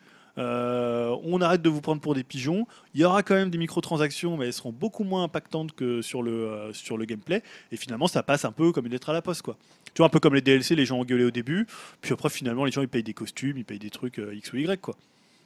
Euh, on arrête de vous prendre pour des pigeons. Il y aura quand même des microtransactions, mais elles seront beaucoup moins impactantes que sur le, euh, sur le gameplay. Et finalement, ça passe un peu comme une lettre à la poste, quoi. Tu vois, un peu comme les D L C, les gens ont gueulé au début. Puis après, finalement, les gens ils payent des costumes, ils payent des trucs euh, X ou Y, quoi.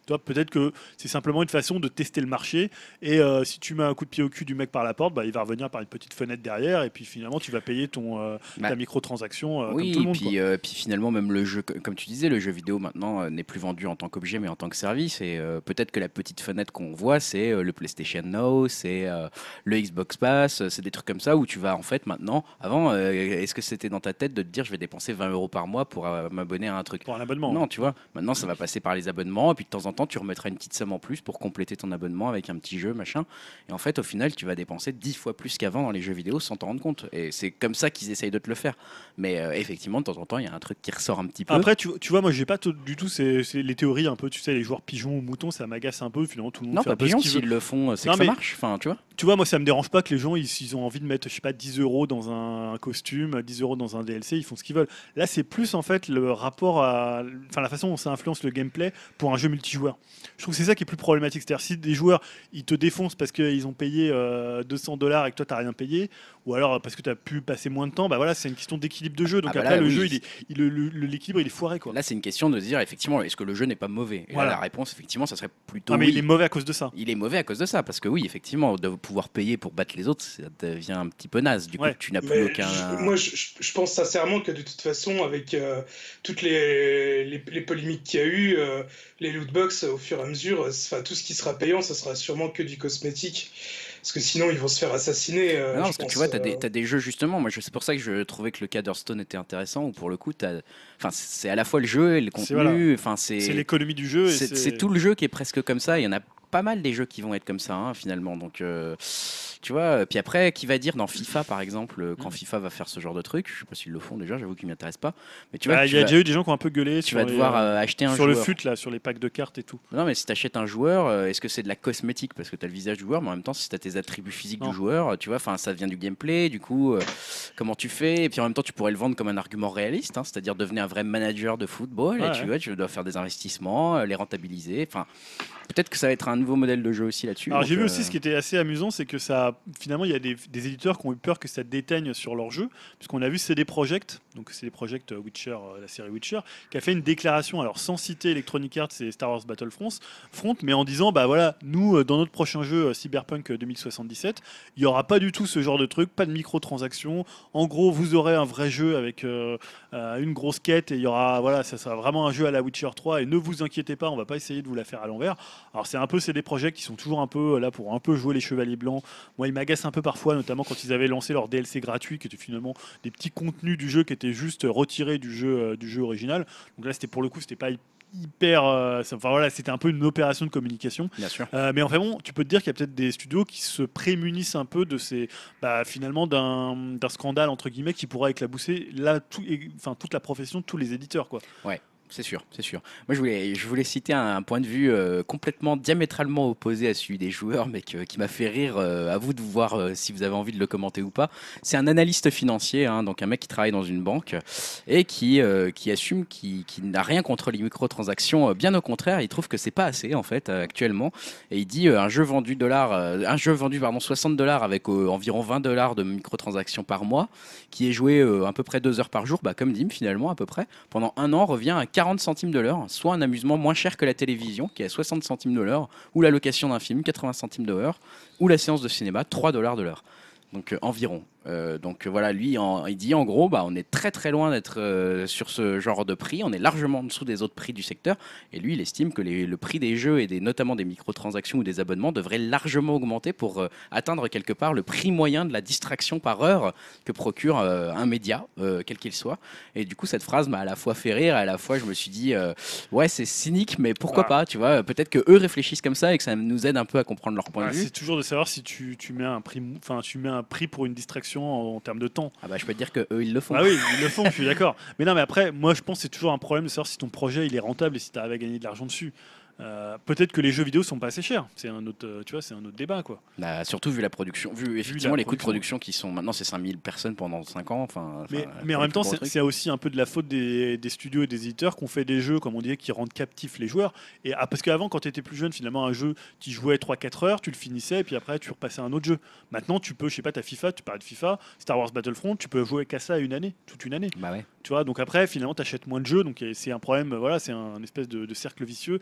Toi, peut-être que c'est simplement une façon de tester le marché. Et euh, si tu mets un coup de pied au cul du mec par la porte, bah, il va revenir par une petite fenêtre derrière. Et puis finalement, tu vas payer ton, euh, Bah, ta microtransaction euh, oui, comme tout le monde. puis, euh, puis finalement, même le jeu, comme tu disais, le jeu vidéo maintenant euh, n'est plus vendu en tant qu'objet, mais en tant que service. Et euh, peut-être que la petite fenêtre qu'on voit, c'est euh, le PlayStation Now, c'est euh, le Xbox Pass, euh, c'est des trucs comme ça où tu vas en fait maintenant. Avant, euh, est-ce que c'était dans ta tête de te dire je vais dépenser vingt euros par mois pour euh, m'abonner à un truc? Pour un abonnement. Non, tu vois, maintenant ça va passer par les abonnements, et puis de temps en temps, tu remettras une petite somme en plus pour compléter ton abonnement avec un petit jeu, machin. Et en fait, au final, tu vas dépenser dix fois plus qu'avant dans les jeux vidéo sans t'en rendre compte. Et c'est comme ça qu'ils essayent de te le faire. Mais euh, effectivement, de temps en temps, il y a un truc qui ressort un petit peu. Après, tu, tu vois, moi, j'ai pas tout- du tout c'est c'est les théories un peu, tu sais, les joueurs pigeons ou moutons, ça m'agace un peu. Finalement, tout le monde Non, fait pas un peu ce pigeon, qu'il veut. s'ils le font, c'est Non, que ça mais- marche. Enfin, tu vois. Tu vois, moi, ça me dérange pas que les gens, ils, s'ils ont envie de mettre, je sais pas, dix euros dans un, un costume, dix euros dans un D L C, ils font ce qu'ils veulent. Là, c'est plus en fait le rapport à, enfin, la façon dont ça influence le gameplay pour un jeu multijoueur. Je trouve que c'est ça qui est plus problématique. C'est-à-dire, si des joueurs, ils te défoncent parce qu'ils ont payé euh, deux cents dollars et que toi, t'as rien payé, ou alors parce que tu as pu passer moins de temps, bah voilà, c'est une question d'équilibre de jeu. Donc Ah bah après, là, le oui. jeu, il est, il- le- le- l'équilibre, il est foiré, quoi. Là, c'est une question de se dire, effectivement, est-ce que le jeu n'est pas mauvais? Et Voilà. là, la réponse, effectivement, ça serait plutôt Ah, mais oui. il est mauvais à cause de ça. Il est mauvais à cause de ça, parce que oui, effectivement, de pouvoir payer pour battre les autres, ça devient un petit peu naze. Du coup, Ouais. tu n'as plus Mais aucun. je- moi, je, je- je pense sincèrement que de toute façon, avec euh, toutes les, les, les polémiques qu'il y a eu, euh, les lootbox, au fur et à mesure, euh, enfin, tout ce qui sera payant, ça sera sûrement que du cosmétique. Parce que sinon, ils vont se faire assassiner. euh, Ah non, je parce que pense, tu vois, tu as, euh, des des jeux justement. Moi, je- c'est pour ça que je trouvais que le cas d'Hearthstone était intéressant. Où pour le coup, t'as- enfin, c'est à la fois le jeu et le C'est contenu. Enfin, c'est C'est l'économie du jeu. et c'est c'est tout le jeu qui est presque comme ça. Il y en a pas mal des jeux qui vont être comme ça hein, finalement. Donc, euh, tu vois. Puis après, qui va dire dans FIFA par exemple, euh, quand Mm. FIFA va faire ce genre de truc, je sais pas s'ils le font déjà. J'avoue qu'ils m'y intéressent pas. Mais tu Bah, vois, il tu y a vas, déjà eu des gens qui ont un peu gueulé tu sur vas les, devoir euh, euh, acheter un sur le joueur. fut là, sur les packs de cartes et tout. Non, mais si tu achètes un joueur, euh, est-ce que c'est de la cosmétique parce que tu as le visage du joueur, mais en même temps, si tu as tes attributs physiques Non. du joueur, tu vois, enfin, ça vient du gameplay, du coup, euh, comment tu fais? Et puis en même temps, tu pourrais le vendre comme un argument réaliste, hein, c'est-à-dire devenir un vrai manager de football, Ouais, et tu ouais. vois, tu dois faire des investissements, euh, les rentabiliser, enfin, peut-être que ça va être un nouveau modèle de jeu aussi là-dessus. Alors donc, j'ai vu euh, aussi ce qui était assez amusant, c'est que ça, finalement, il y a des, des éditeurs qui ont eu peur que ça déteigne sur leur jeu, puisqu'on a vu C D Projekt, donc C D Projekt Witcher, euh, la série Witcher, qui a fait une déclaration, alors sans citer Electronic Arts et Star Wars Battlefront, Front, mais en disant, bah voilà, nous, euh, dans notre prochain jeu euh, Cyberpunk deux mille soixante-dix-sept, il n'y aura pas du tout ce genre de truc, pas de microtransactions. En gros, vous aurez un vrai jeu avec euh, euh, une grosse quête et il y aura, voilà, ça sera vraiment un jeu à la Witcher trois et ne vous inquiétez pas, on va pas essayer de vous la faire à l'envers. Alors c'est un peu c'est des projets qui sont toujours un peu là pour un peu jouer les chevaliers blancs. Moi, ils m'agacent un peu parfois, notamment quand ils avaient lancé leur D L C gratuit, qui était finalement des petits contenus du jeu qui étaient juste retirés du jeu euh, du jeu original. Donc là, c'était pour le coup, c'était pas hyper, euh, ça- enfin voilà, c'était un peu une opération de communication. Bien sûr. Euh, mais enfin bon, tu peux te dire qu'il y a peut-être des studios qui se prémunissent un peu de ces, bah, finalement d'un d'un scandale entre guillemets qui pourrait éclabousser là, tout, et- enfin toute la profession de tous les éditeurs quoi. C'est sûr, c'est sûr. Moi, je voulais, je voulais citer un, un point de vue euh, complètement diamétralement opposé à celui des joueurs, mais que- qui m'a fait rire. euh, à vous de voir euh, si vous avez envie de le commenter ou pas. C'est un analyste financier, hein, donc un mec qui travaille dans une banque et qui, euh, qui assume qu'il qui n'a rien contre les microtransactions. Euh, Bien au contraire, il trouve que c'est pas assez en fait euh, actuellement. Et il dit euh, un jeu vendu dollars, euh, un jeu vendu pardon soixante dollars avec euh, environ vingt dollars de microtransactions par mois, qui est joué euh, à peu près deux heures par jour, bah, comme Dim finalement à peu près, pendant un an revient à quarante centimes de l'heure, soit un amusement moins cher que la télévision qui est à soixante centimes de l'heure, ou la location d'un film quatre-vingts centimes de l'heure, ou la séance de cinéma trois dollars de l'heure. Donc euh, environ. Euh, donc euh, voilà, lui, en- il dit en gros, bah, on est très très loin d'être euh, sur ce genre de prix, on est largement en dessous des autres prix du secteur, et lui, il estime que les- le prix des jeux et des, notamment des microtransactions ou des abonnements devrait largement augmenter pour euh, atteindre quelque part le prix moyen de la distraction par heure que procure euh, un média, euh, quel qu'il soit. Et du coup, cette phrase m'a à la fois fait rire, et à la fois je me suis dit, euh, ouais, c'est cynique, mais pourquoi Voilà. pas, tu vois, peut-être que eux réfléchissent comme ça et que ça nous aide un peu à comprendre leur point Ouais, de vue. c'est toujours de savoir si tu, tu mets un prix, enfin tu mets un prix pour une distraction en, en termes de temps. Ah bah je peux te dire que eux ils le font. Ah oui, ils le font, je suis d'accord. Mais non, mais après, moi je pense que c'est toujours un problème de savoir si ton projet il est rentable et si tu arrives à gagner de l'argent dessus. Euh, peut-être que les jeux vidéo sont pas assez chers. C'est un autre, euh, tu vois, c'est un autre débat quoi. Bah, surtout vu la production, vu effectivement la les coûts de production. production qui sont maintenant c'est cinq mille personnes pendant cinq ans. Enfin, Mais, enfin, mais en pour les même temps, plus gros c'est trucs. c'est aussi un peu de la faute des, des studios et des éditeurs qui ont fait des jeux, comme on disait, qui rendent captifs les joueurs. Et, ah, parce qu'avant, quand tu étais plus jeune, finalement, un jeu, tu jouais trois quatre heures, tu le finissais, et puis après, tu repassais à un autre jeu. Maintenant, tu peux, je sais pas, ta FIFA, tu parlais de FIFA, Star Wars Battlefront, tu peux jouer qu'à ça une année, toute une année. Bah ouais. Tu vois, donc après, finalement, tu achètes moins de jeux, donc c'est un problème, voilà, c'est un, un espèce de, de cercle vicieux qui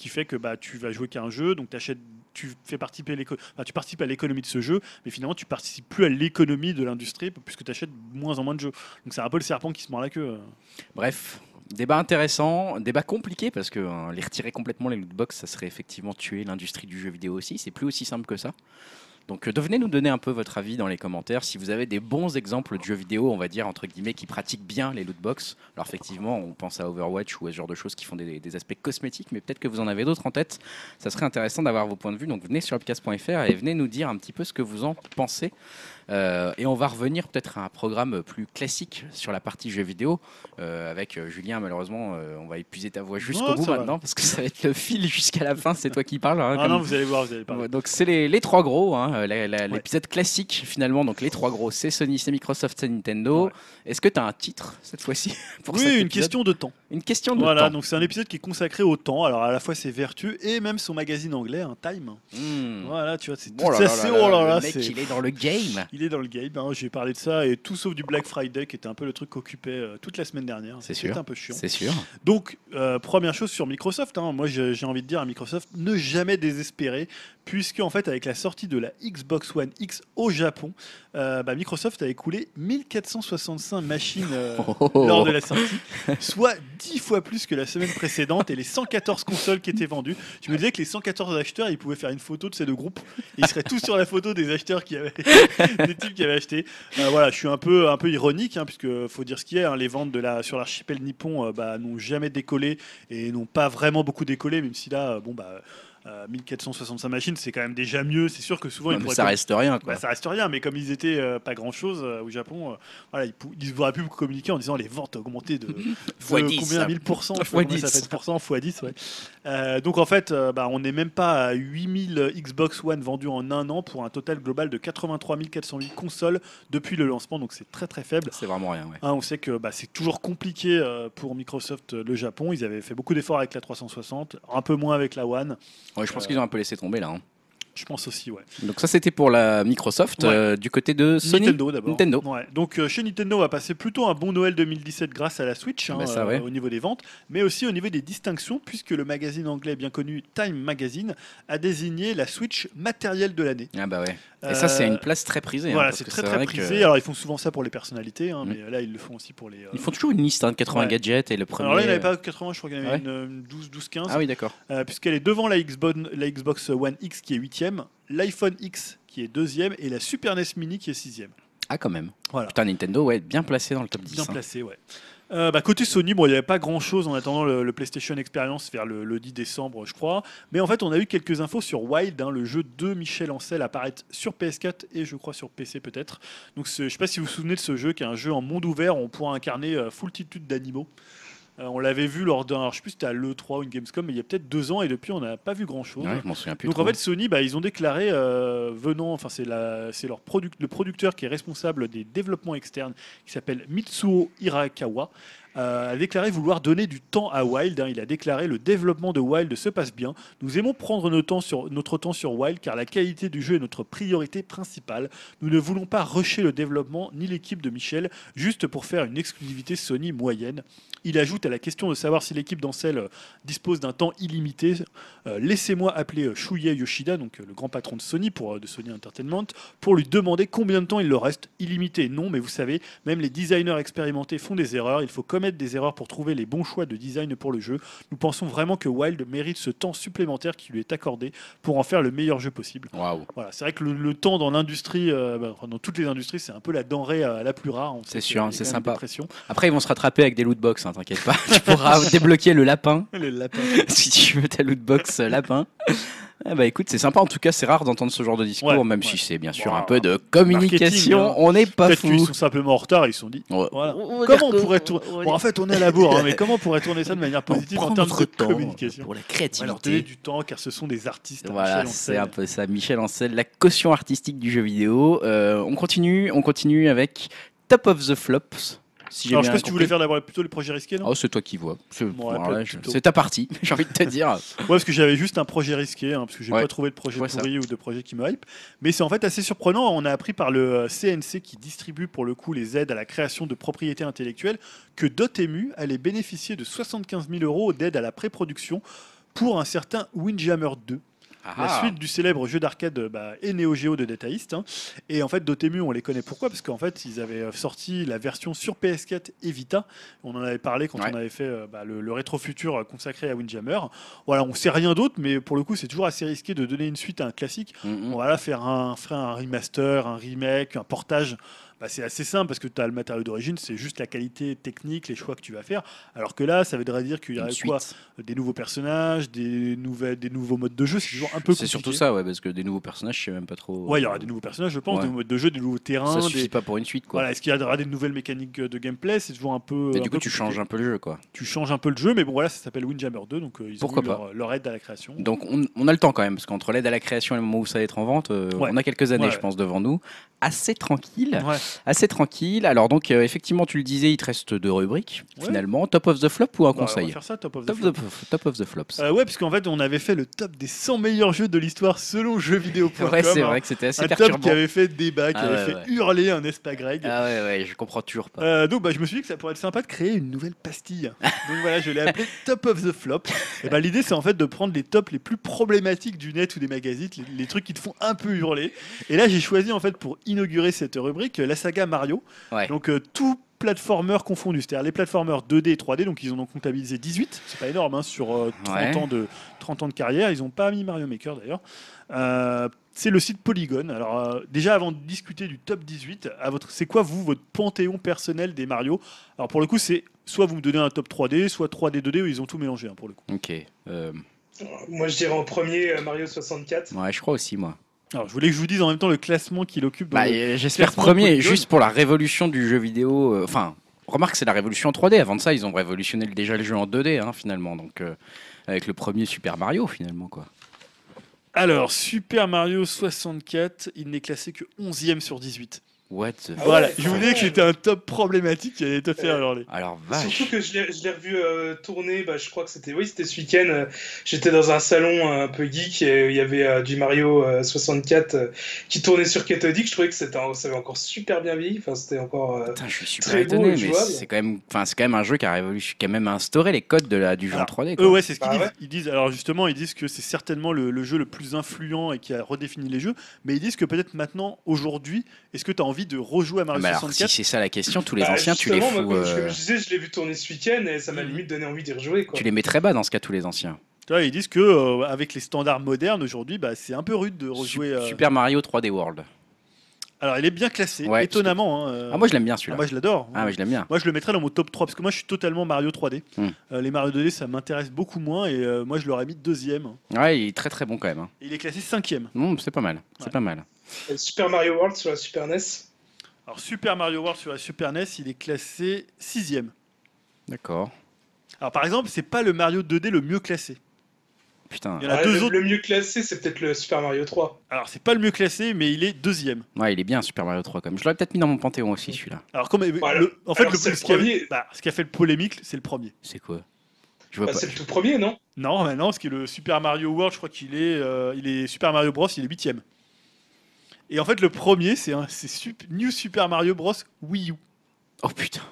fait que bah, tu vas jouer qu'à un jeu, donc t'achètes, tu fais participer l'éco- enfin, tu participes à l'économie de ce jeu, mais finalement tu participes plus à l'économie de l'industrie puisque tu achètes moins en moins de jeux. Donc c'est un peu le serpent qui se mord la queue. Bref, débat intéressant, débat compliqué parce que hein, les retirer complètement les lootbox, ça serait effectivement tuer l'industrie du jeu vidéo aussi. C'est plus aussi simple que ça. Donc euh, devenez nous donner un peu votre avis dans les commentaires. Si vous avez des bons exemples de jeux vidéo, on va dire entre guillemets, qui pratiquent bien les lootbox. Alors effectivement, on pense à Overwatch ou à ce genre de choses qui font des, des aspects cosmétiques, mais peut-être que vous en avez d'autres en tête. Ça serait intéressant d'avoir vos points de vue. Donc venez sur upcast point f r et venez nous dire un petit peu ce que vous en pensez. Euh, et on va revenir peut-être à un programme plus classique sur la partie jeux vidéo euh, avec euh, Julien. Malheureusement, euh, on va épuiser ta voix jusqu'au Non, bout ça va. maintenant parce que ça va être le fil jusqu'à la fin. C'est toi qui parles. hein, Ah comme- non, vous allez voir, vous allez parler. Ouais, donc c'est les, les trois gros, hein, la- la- Ouais. l'épisode classique finalement. Donc les trois gros, c'est Sony, c'est Microsoft, c'est Nintendo. Ouais. Est-ce que tu as un titre cette fois-ci pour Oui, cet une épisode question de temps. Une question de Voilà, temps. donc c'est un épisode qui est consacré au temps. Alors à la fois c'est vertu et même son magazine anglais, un Time. Hmm. Voilà, tu vois, c'est tout Oh là ça. là c'est là oh là, là là, le mec, c'est- il est dans le game. Il est dans le game, hein, j'ai parlé de ça et tout sauf du Black Friday qui était un peu le truc qu'occupait euh, toute la semaine dernière. C'est C'était sûr. un peu chiant. C'est sûr. Donc, euh, première chose sur Microsoft, hein, moi j'ai j'ai envie de dire à Microsoft, ne jamais désespérer, puisque en fait avec la sortie de la Xbox One X au Japon, euh, bah, Microsoft a écoulé mille quatre cent soixante-cinq machines euh, Oh, oh, lors oh. de la sortie, soit dix fois plus que la semaine précédente et les cent quatorze consoles qui étaient vendues. Je me disais que les cent quatorze acheteurs, ils pouvaient faire une photo de ces deux groupes, et ils seraient tous sur la photo des acheteurs qui avaient, des types qui avaient acheté. Euh, voilà, je suis un peu, un peu ironique, hein, puisque faut dire ce qu'il y a, hein, les ventes de la, sur l'archipel nippon euh, bah, n'ont jamais décollé et n'ont pas vraiment beaucoup décollé, même si là, euh, bon bah. Euh, mille quatre cent soixante-cinq machines, c'est quand même déjà mieux. C'est sûr que souvent, Ouais, ils mais pourraient ça com- reste rien quoi. bah, ça reste rien, mais comme ils étaient euh, pas grand chose au Japon, euh, voilà, ils, pou- ils auraient pu communiquer en disant les ventes ont augmenté de, de Fois dix, combien ça. mille pourcents, je sais Fois pas combien ça dix. fait de pourcents, fois dix, ouais. Euh, donc en fait, euh, bah, on n'est même pas à huit mille Xbox One vendus en un an pour un total global de quatre-vingt-trois mille quatre cent huit consoles depuis le lancement, donc c'est très très faible. C'est vraiment rien. Ouais. Hein, on sait que bah, c'est toujours compliqué euh, pour Microsoft euh, le Japon. Ils avaient fait beaucoup d'efforts avec la trois cent soixante, un peu moins avec la One. Ouais, je pense Euh, qu'ils ont un peu laissé tomber là. hein. Je pense aussi, ouais. Donc ça c'était pour la Microsoft. Ouais. Euh, du côté de Sony. Nintendo d'abord. Nintendo. Ouais. Donc euh, chez Nintendo, on va passer plutôt un bon Noël deux mille dix-sept grâce à la Switch hein, Bah ça, euh, ouais. au niveau des ventes, mais aussi au niveau des distinctions, puisque le magazine anglais bien connu Time Magazine a désigné la Switch matériel de l'année. Ah bah ouais. Et Euh, ça c'est une place très prisée. hein, Voilà, parce c'est que très c'est très vrai prisé. que- Alors ils font souvent ça pour les personnalités, hein, Mm. mais là ils le font aussi pour les. euh, Ils font toujours une liste hein, de quatre-vingts Ouais. gadgets et le premier. Alors là, il n'y en avait pas quatre-vingts, je crois qu'il y en avait Ouais. une, une douze, douze, quinze. Ah oui d'accord. Euh, puisqu'elle est devant la Xbox, la Xbox One X qui est huitième, l'iPhone X qui est deuxième et la Super N E S Mini qui est sixième. Ah quand même. Voilà. Putain Nintendo ouais bien placé dans le top dix. Bien hein. placé, ouais. Euh, bah, côté Sony, bon, il n'y avait pas grand chose en attendant le, le PlayStation Experience vers le, le dix décembre, je crois. Mais en fait, on a eu quelques infos sur Wild, hein, le jeu de Michel Ancel apparaître sur P S quatre et je crois sur P C peut-être. Donc, ce- je ne sais pas si vous vous souvenez de ce jeu qui est un jeu en monde ouvert où on pourra incarner euh, foultitude d'animaux. Euh, on l'avait vu lors d'un, alors, je sais plus si c'était à l'E trois ou une Gamescom, mais il y a peut-être deux ans et depuis, on n'a pas vu grand chose. Ouais, je m'en souviens plus Donc trop. en fait Sony, bah, ils ont déclaré euh, venant, enfin c'est la, c'est leur product, le producteur qui est responsable des développements externes, qui s'appelle Mitsuo Hirakawa, euh, a déclaré vouloir donner du temps à Wild. hein. Il a déclaré le développement de Wild se passe bien. Nous aimons prendre notre temps sur notre temps sur Wild car la qualité du jeu est notre priorité principale. Nous ne voulons pas rusher le développement ni l'équipe de Michel juste pour faire une exclusivité Sony moyenne. Il ajoute à la question de savoir si l'équipe d'Ancel euh, dispose d'un temps illimité. euh, Laissez-moi appeler euh, Shuya Yoshida, donc euh, le grand patron de Sony, pour, euh, de Sony Entertainment, pour lui demander combien de temps il leur reste. Illimité, non, mais vous savez, même les designers expérimentés font des erreurs. Il faut commettre des erreurs pour trouver les bons choix de design pour le jeu. Nous pensons vraiment que Wild mérite ce temps supplémentaire qui lui est accordé pour en faire le meilleur jeu possible. Waouh. Voilà, c'est vrai que le, le temps dans l'industrie, euh, bah, enfin, dans toutes les industries, c'est un peu la denrée euh, la plus rare. On C'est sait sûr, qu'il y a c'est quand même sympa. des pressions. Après ils vont se rattraper avec des lootbox, hein, t'inquiète pas. Tu pourras débloquer le lapin Les lapins. si tu veux ta lootbox euh, lapin. Ah bah écoute, c'est sympa en tout cas, c'est rare d'entendre ce genre de discours, Ouais, même ouais. si c'est bien sûr Bon, un peu de communication, marketing, hein. on n'est pas Peut-être qu'ils fou. sont simplement en retard, ils se sont dit. Ouais. Voilà. On va Comment dire on que- pourrait tourner Bon, en fait, on est à la bourre, hein, mais comment on pourrait tourner ça de manière On positive prend en termes notre de temps communication pour la On va leur donner créativité. du temps car ce sont des artistes. hein, Voilà, Michel c'est Ancel. un peu ça, Michel Ancel, la caution artistique du jeu vidéo. Euh, on continue, on continue avec Top of the Flops. Si j'ai Alors, je sais bien pas si tu compris. voulais faire d'abord plutôt les projets risqués, non Oh, c'est toi qui vois. C'est Ouais, voilà, peut-être je- plutôt. c'est ta partie, j'ai envie de te dire. Ouais, parce que j'avais juste un projet risqué, hein, parce que j'ai Ouais. pas trouvé de projet Je vois ça. pourri ou de projet qui me hype. Mais c'est en fait assez surprenant. On a appris par le euh, C N C qui distribue pour le coup les aides à la création de propriété intellectuelle que Dotemu allait bénéficier de soixante-quinze mille euros d'aide à la pré-production pour un certain Windjammer deux. Ah La ah. suite du célèbre jeu d'arcade bah, et Neo Geo de Data East. Hein. Et en fait, Dotemu, on les connaît pourquoi? Parce qu'en fait, ils avaient sorti la version sur P S quatre et Vita. On en avait parlé quand Ouais. on avait fait euh, bah, le, le rétro-futur consacré à Windjammer. Voilà, on sait rien d'autre, mais pour le coup, c'est toujours assez risqué de donner une suite à un classique. Mhm. On va là faire un, faire un remaster, un remake, un portage. Bah, c'est assez simple parce que tu as le matériau d'origine, c'est juste la qualité technique, les choix que tu vas faire. Alors que là, ça voudrait dire qu'il y Une aurait suite. quoi? Des nouveaux personnages, des, nouvelles, des nouveaux modes de jeu, c'est toujours un peu C'est compliqué. surtout ça, ouais, parce que des nouveaux personnages, je sais même pas trop. Ouais, il y aura des nouveaux personnages, je pense, Ouais. des nouveaux modes de jeu, des nouveaux terrains. Ça suffit des... pas pour une suite, quoi. Voilà, est-ce qu'il y aura des nouvelles mécaniques de gameplay? C'est toujours un peu. Mais un du coup, peu tu compliqué. changes un peu le jeu, quoi. Tu changes un peu le jeu, mais bon, voilà, ça s'appelle Windjammer deux, donc euh, ils Pourquoi ont eu pas. leur, leur aide à la création. Donc, on, on a le temps quand même, parce qu'entre l'aide à la création et le moment où ça va être en vente, euh, Ouais. on a quelques années, Ouais, je ouais. pense, devant nous. Assez tranquille. Ouais. Assez tranquille. Alors, donc, euh, effectivement, tu le disais, il te reste deux rubriques, Ouais. finalement. Top of the flop ou un Bah, on conseil? va faire ça, top of the Top, flop. of the- top of the flops. Euh, ouais, parce qu'en fait, on avait fait le top des cent meilleurs jeux de l'histoire selon jeuxvideo point com. ouais, c'est hein. vrai que c'était assez Un top perturbant. qui avait fait débat, qui Ah avait ouais, fait ouais. hurler un Espa Greg. Ah ouais, ouais, je comprends toujours pas. Euh, donc bah, je me suis dit que ça pourrait être sympa de créer une nouvelle pastille. Donc voilà, je l'ai appelé Top of the Flop. Et bah, l'idée c'est en fait de prendre les tops les plus problématiques du net ou des magazines, les, les trucs qui te font un peu hurler. Et là j'ai choisi en fait pour inaugurer cette rubrique la saga Mario. Ouais. Donc euh, tout platformers confondus, c'est-à-dire les platformers deux D et trois D, donc ils en ont comptabilisé dix-huit, c'est pas énorme hein, sur euh, trente, Ouais. ans de, trente ans de carrière, ils n'ont pas mis Mario Maker d'ailleurs. Euh, c'est le site Polygon. Alors euh, déjà avant de discuter du top dix-huit, à votre, c'est quoi vous votre panthéon personnel des Mario? Alors pour le coup c'est soit vous me donnez un top trois D, soit trois D deux D où ils ont tout mélangé hein, pour le coup. Ok. Euh, Moi, je dirais en premier euh, Mario soixante-quatre. ouais, je crois aussi, moi. Alors je voulais que je vous dise en même temps le classement qu'il occupe. Dans Bah, le... euh, j'espère classement premier, Polygon. juste pour la révolution du jeu vidéo. euh, Enfin, remarque, c'est la révolution en trois D. Avant de ça, ils ont révolutionné déjà le jeu en deux D, hein, finalement. Donc, euh, avec le premier Super Mario, finalement, quoi. Alors Super Mario soixante-quatre, il n'est classé que onzième sur dix-huit. What the... Ah Voilà, ouais, je vous quand disais que même. c'était un top problématique qui allait te faire Ouais. hurler. Alors, vache. Surtout que je l'ai je l'ai revu euh, tourner, bah, je crois que c'était oui, c'était ce week-end. euh, J'étais dans un salon euh, un peu geek et il y avait euh, du Mario euh, soixante-quatre euh, qui tournait sur cathodique. Je trouvais que c'était un- ça avait encore super bien vieilli. Enfin, c'était encore. euh, Putain, je suis super Très beau étonné, et mais jouable. c'est quand même, enfin, c'est quand même un jeu qui a révolutionné, qui a même instauré les codes de la, du jeu en Alors, trois D. Eux, Quoi. ouais, c'est ce qu'ils Bah disent. ouais. Ils disent. Alors justement, ils disent que c'est certainement le, le jeu le plus influent et qui a redéfini les jeux. Mais ils disent que peut-être maintenant, aujourd'hui, est-ce que tu as envie de rejouer à Ah, Mario mais alors, si soixante-quatre? c'est ça la question, tous les bah, anciens, tu les justement, moi, fous, comme je- euh, comme je disais, je l'ai vu tourner ce week-end et ça m'a Mhm. limite donné envie d'y rejouer. Quoi. tu les mets très bas dans ce cas, tous les anciens. Tu vois, ils disent que euh, avec les standards modernes aujourd'hui, bah, c'est un peu rude de Su- rejouer. euh, Super Mario trois D World. Alors, il est bien classé, Ouais, étonnamment. hein, euh. Ah, moi, je l'aime bien Ah, celui-là. moi, je l'adore. Ah, mais je l'aime bien. Moi, je le mettrais dans mon top trois parce que moi, je suis totalement Mario trois D. Hmm. Euh, les Mario deux D, ça m'intéresse beaucoup moins et euh, moi, je l'aurais mis deuxième. Ouais, il est très très bon quand même. hein. Et il est classé cinquième. Non, c'est pas mal. C'est Ouais. pas mal. Et Super Mario World sur la Super N E S. Alors, Super Mario World sur la Super N E S, il est classé sixième. D'accord. Alors, par exemple, c'est pas le Mario deux D le mieux classé. Putain. Il y en a Ouais, deux le, autres. le mieux classé, c'est peut-être le Super Mario trois. Alors, c'est pas le mieux classé, mais il est deuxième. Ouais, il est bien Super Mario trois quand même. Je l'aurais peut-être mis dans mon panthéon aussi celui-là. Alors, comme, Voilà. le- en fait, Alors, le, c'est le ce, qui a, premier. bah, ce qui a fait le polémique, c'est le premier. C'est quoi? Je vois Bah, pas. c'est le tout premier, non? Non, mais non, ce qui est le Super Mario World, je crois qu'il est, euh, il est Super Mario Bros, il est huitième. Et en fait, le premier, c'est un- c'est Sup- New Super Mario Bros Wii U. Oh putain.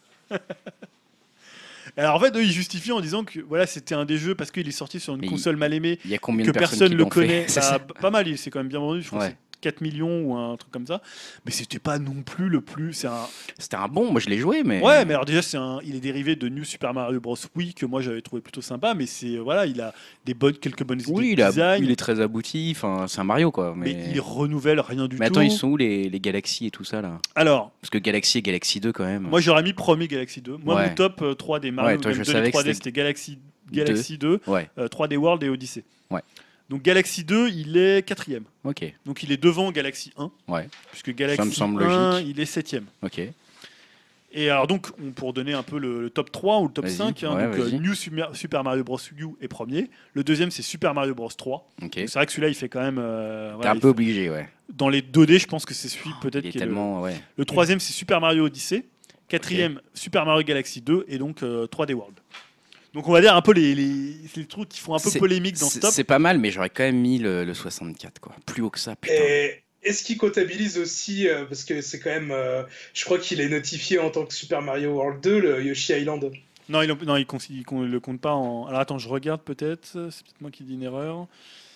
Alors en fait, eux, ils justifient en disant que voilà, c'était un des jeux parce qu'il est sorti sur une Mais console mal aimée, Il y a combien que de personnes personne qui le l'ont fait connaît. C'est Bah, ça. pas mal, il- c'est quand même bien vendu, je crois. Ouais. que c'est quatre millions ou un truc comme ça. Mais c'était pas non plus le plus. C'est un... C'était un bon, moi je l'ai joué, mais. Ouais, mais alors déjà, c'est un... il est dérivé de New Super Mario Bros. Wii que moi j'avais trouvé plutôt sympa, mais c'est voilà, il a des bonnes, quelques bonnes idées Oui, de il, a- design, il est très abouti. Enfin, c'est un Mario quoi. mais... Mais, il renouvelle rien du mais tout. attends, ils sont où les, les galaxies et tout ça là? Alors, Parce que Galaxy et Galaxy deux quand même. moi j'aurais mis premier Galaxy deux. Moi, Ouais. mon top euh, trois des Mario Ouais, toi, même je deux D savais que trois D, c'était c'était Galaxy, Galaxy deux, Ouais, euh, trois D World et Odyssey. Ouais. Donc Galaxy deux, il est quatrième. ok. Donc il est devant Galaxy un, Ouais, puisque Galaxy me semble un, logique. il est septième. ok. Et alors donc, on- pour donner un peu le, le top trois ou le top Vas-y, cinq, hein, ouais, donc, euh, vas-y. New Super, Super Mario Bros. U est premier. Le deuxième, c'est Super Mario Bros. trois. Ok. Donc, c'est vrai que celui-là, il fait quand même... euh, T'es voilà, un il peu fait- obligé, ouais. Dans les deux D, je pense que c'est celui peut-être Il est qui est le- tellement, ouais. le... troisième, c'est Super Mario Odyssey. Quatrième, Super Mario Galaxy deux. Et donc euh, trois D World. Donc on va dire un peu les, les, les trucs qui font un peu C'est- polémique dans ce C'est top. c'est pas mal, mais j'aurais quand même mis le, le soixante-quatre quoi. Plus haut que ça, putain. Et est-ce qu'il comptabilise aussi, euh, parce que c'est quand même, euh, je crois qu'il est notifié en tant que Super Mario World deux, le Yoshi Island. Non, ils, l'ont- non, ils, cons- ils con- le comptent pas en. Alors attends, je regarde peut-être. C'est peut-être moi qui dis une erreur.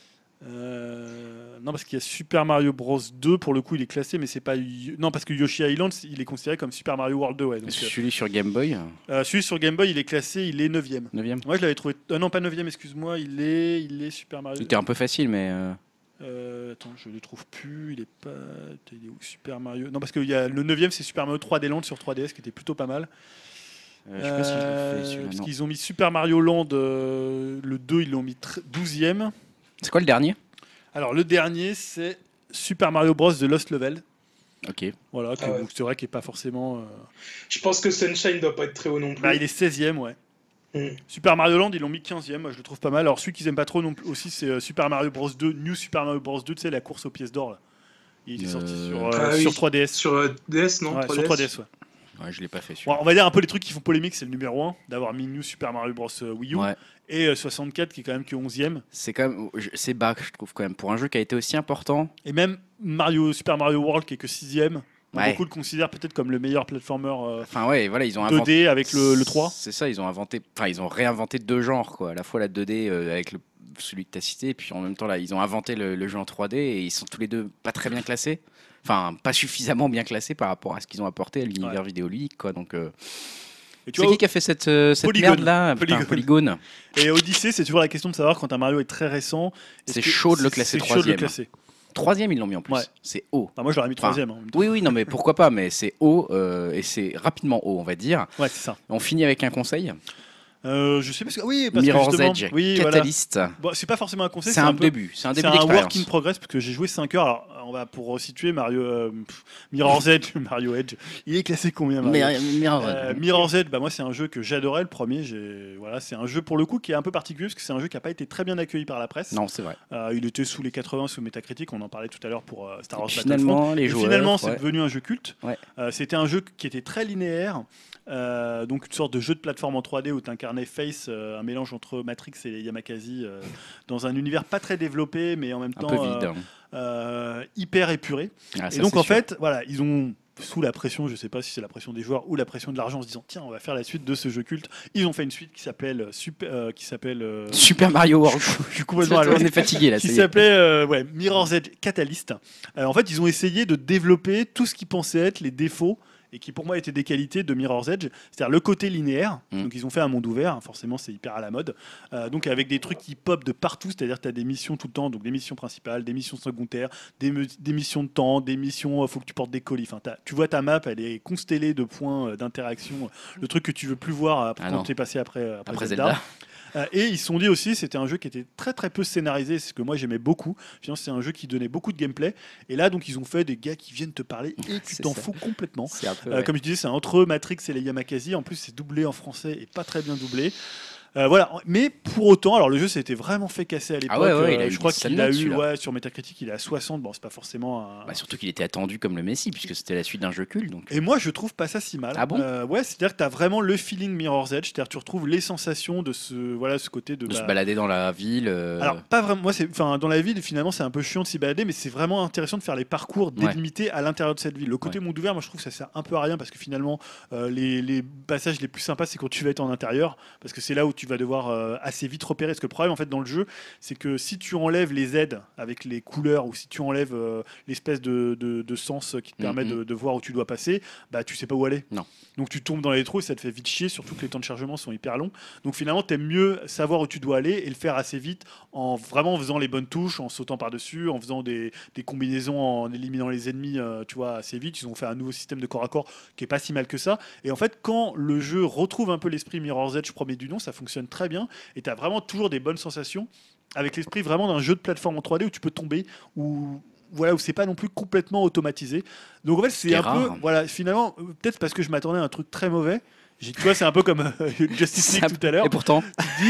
Euh, Non, parce qu'il y a Super Mario Bros deux. Pour le coup, il est classé, mais c'est pas. Yo- Non, parce que Yoshi Island, il est considéré comme Super Mario World deux. Ouais, donc, euh, Celui sur Game Boy, euh, celui sur Game Boy, il est classé, il est neuvième. neuvième. Moi, je l'avais trouvé. euh, non, pas neuvième, excuse-moi. Il est, il est Super Mario. Il était un peu facile, mais. euh, Euh, attends, je le trouve plus. Il est pas. Il est où Super Mario? Non, parce que il y a le neuvième, c'est Super Mario trois D Land sur trois D S qui était plutôt pas mal. euh, je sais pas si je l'ai fait Euh, celui-là. parce non. qu'ils ont mis Super Mario Land, euh, le deux, ils l'ont mis tr- douzième. C'est quoi le dernier? Alors, le dernier, c'est Super Mario Bros. The Lost Level. Ok. Voilà, que- Ah ouais. c'est vrai qu'il n'est pas forcément. euh, Je pense que Sunshine doit pas être très haut non plus. Bah, il est seizième, ouais. Mm. Super Mario Land, ils l'ont mis quinzième, moi je le trouve pas mal. Alors, celui qu'ils aiment pas trop non plus aussi, c'est euh, Super Mario Bros. deux, New Super Mario Bros. deux, tu sais, la course aux pièces d'or là. Il était sorti Euh, sur, euh, Ah oui. sur trois D S. Sur euh, D S, non Ouais, 3D S. sur trois D S, ouais. Ouais, je l'ai pas fait Bon, celui-là. on va dire un peu les trucs qui font polémique, c'est le numéro un, d'avoir mis New Super Mario Bros. euh, Wii U, Ouais. et euh, soixante-quatre qui est quand même que onzième. C'est quand même, je- c'est bas, je trouve quand même pour un jeu qui a été aussi important. Et même Mario, Super Mario World qui est que sixième. Ouais. Beaucoup le considèrent peut-être comme le meilleur platformer euh, Enfin ouais, voilà, ils ont deux inventé. D avec le, le trois. C'est ça, ils ont inventé, enfin ils ont réinventé deux genres quoi. À la fois la deux D euh, avec le, celui que tu as cité, et puis en même temps là, ils ont inventé le, le jeu en trois D et ils sont tous les deux pas très bien classés. Enfin, pas suffisamment bien classés par rapport à ce qu'ils ont apporté à l'univers Ouais. vidéoludique quoi. Donc euh, Et tu c'est vois, qui qui a fait cette, euh, cette Polygone. merde là? Polygone. Polygone. et Odyssey, c'est toujours la question de savoir quand un Mario est très récent. est-ce C'est que- chaud de le c'est- classer c'est chaud de le troisième. classer. Troisième, ils l'ont mis en plus. Ouais. C'est haut. Enfin, moi, je l'aurais mis Enfin, troisième. en même temps. Oui, oui, non, mais pourquoi pas, mais c'est haut euh, et c'est rapidement haut, on va dire. Ouais, c'est ça. On finit avec un conseil. Euh, je sais parce que oui, parce Mirror's que justement, Edge, oui, voilà. Catalyst. Bon, c'est pas forcément un conseil, C'est un peu- début, c'est un C'est début un work in d'expérience. progress parce que j'ai joué cinq heures. Alors, on va pour resituer Mario euh, pff, Mirror's Edge, Mario Edge. Il est classé combien Mario Mais Mirror's Euh, Edge. Mirror's Edge, bah moi c'est un jeu que j'adorais le premier. J'ai voilà, c'est un jeu pour le coup qui est un peu particulier parce que c'est un jeu qui a pas été très bien accueilli par la presse. Non, c'est vrai. Euh, il était sous les quatre-vingts sous Metacritic. On en parlait tout à l'heure pour euh, Star Wars Battlefront. Finalement, les Et joueurs. finalement, c'est ouais. devenu un jeu culte. Ouais. Euh, C'était un jeu qui était très linéaire, euh, donc une sorte de jeu de plateforme en trois D où tu incarnais Face, euh, un mélange entre Matrix et Yamakasi, euh, dans un univers pas très développé, mais en même un temps peu vide. euh, euh, hyper épuré. Ah, Et ça, donc c'est en sûr. fait, voilà, ils ont sous la pression, je sais pas si c'est la pression des joueurs ou la pression de l'argent, en se disant tiens, on va faire la suite de ce jeu culte. Ils ont fait une suite qui s'appelle super, euh, qui s'appelle. euh, Super Mario World. je suis complètement à On l'ouest. est fatigué là. Qui ça y est. s'appelait euh, ouais, Mirror's Edge Catalyst. Euh, en fait, ils ont essayé de développer tout ce qui pensait être les défauts et qui pour moi étaient des qualités de Mirror's Edge, c'est-à-dire le côté linéaire. Mm. Donc ils ont fait un monde ouvert, hein, forcément c'est hyper à la mode. Euh, donc avec des trucs qui pop de partout, c'est-à-dire tu as des missions tout le temps, donc des missions principales, des missions secondaires, des, me- des missions de temps, des missions, il faut que tu portes des colis. Enfin, t'as- tu vois ta map, elle est constellée de points euh, d'interaction, le truc que tu veux plus voir euh, Ah quand non. tu es passé après, euh, après, Après Zelda. Zelda. Euh, et ils se sont dit aussi, c'était un jeu qui était très très peu scénarisé, c'est ce que moi j'aimais beaucoup. Finalement, c'est un jeu qui donnait beaucoup de gameplay. Et là, donc, ils ont fait des gars qui viennent te parler et tu C'est t'en ça. fous complètement. C'est un peu. Euh, ouais. Comme je disais, c'est entre Matrix et les Yamakasi. En plus, c'est doublé en français et pas très bien doublé. Euh, voilà, mais pour autant, alors le jeu s'était vraiment fait casser à l'époque. ouais, ouais, il a Euh, eu je crois des qu'il sales a notes, eu, celui-là. ouais, sur Metacritic, il est à soixante. Bon, c'est pas forcément un. Bah, surtout qu'il était attendu comme le Messi, puisque c'était la suite d'un jeu culte. Donc. Et moi, je trouve pas ça si mal. Ah bon Euh, ouais, c'est-à-dire que tu as vraiment le feeling Mirror's Edge, c'est-à-dire que tu retrouves les sensations de ce, voilà, ce côté de. De bah, se balader dans la ville. euh, Alors, pas vraiment. Moi, c'est, enfin, dans la ville, finalement, c'est un peu chiant de s'y balader, mais c'est vraiment intéressant de faire les parcours Ouais. délimités à l'intérieur de cette ville. Le côté monde ouvert, moi, je trouve que ça sert un peu à rien parce que finalement, euh, les, les passages les plus sympas, c'est quand tu vas être en intérieur, parce que c'est là où tu vas devoir euh, assez vite repérer. Parce que le problème, en fait, dans le jeu, c'est que si tu enlèves les aides avec les couleurs ou si tu enlèves euh, l'espèce de, de, de sens qui te permet Mhm. de, de voir où tu dois passer, bah, tu sais pas où aller. Non. Donc tu tombes dans les trous et ça te fait vite chier, surtout que les temps de chargement sont hyper longs. Donc finalement, tu aimes mieux savoir où tu dois aller et le faire assez vite en vraiment en faisant les bonnes touches, en sautant par-dessus, en faisant des, des combinaisons, en éliminant les ennemis, euh, tu vois, assez vite. Ils ont fait un nouveau système de corps à corps qui est pas si mal que ça. Et en fait, quand le jeu retrouve un peu l'esprit Mirror's Edge premier du nom, ça fonctionne très bien et tu as vraiment toujours des bonnes sensations avec l'esprit vraiment d'un jeu de plateforme en trois D où tu peux tomber, où voilà, où c'est pas non plus complètement automatisé. Donc en fait, c'est C'est un rare. peu voilà, finalement euh, peut-être parce que je m'attendais à un truc très mauvais. J'ai- Tu vois, c'est un peu comme euh, Justice League Ça- tout à l'heure. Et pourtant,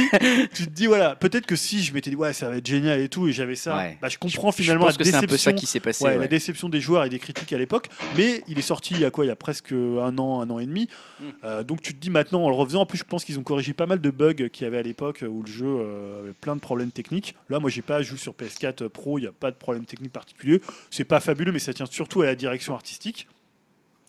Tu te dis, voilà, peut-être que si je m'étais dit, ouais, ça va être génial et tout, et j'avais ça, Ouais. bah, je comprends je finalement pense la que c'est un déception. peu ça qui s'est passé. Ouais, ouais. la déception des joueurs et des critiques à l'époque, mais il est sorti il y a quoi Il y a presque un an, un an et demi. Mm. Euh, donc tu te dis maintenant en le refaisant, en plus je pense qu'ils ont corrigé pas mal de bugs qu'il y avait à l'époque où le jeu euh, avait plein de problèmes techniques. Là, moi j'ai pas joué sur P S quatre Pro, il n'y a pas de problème technique particulier. C'est pas fabuleux, mais ça tient surtout à la direction artistique.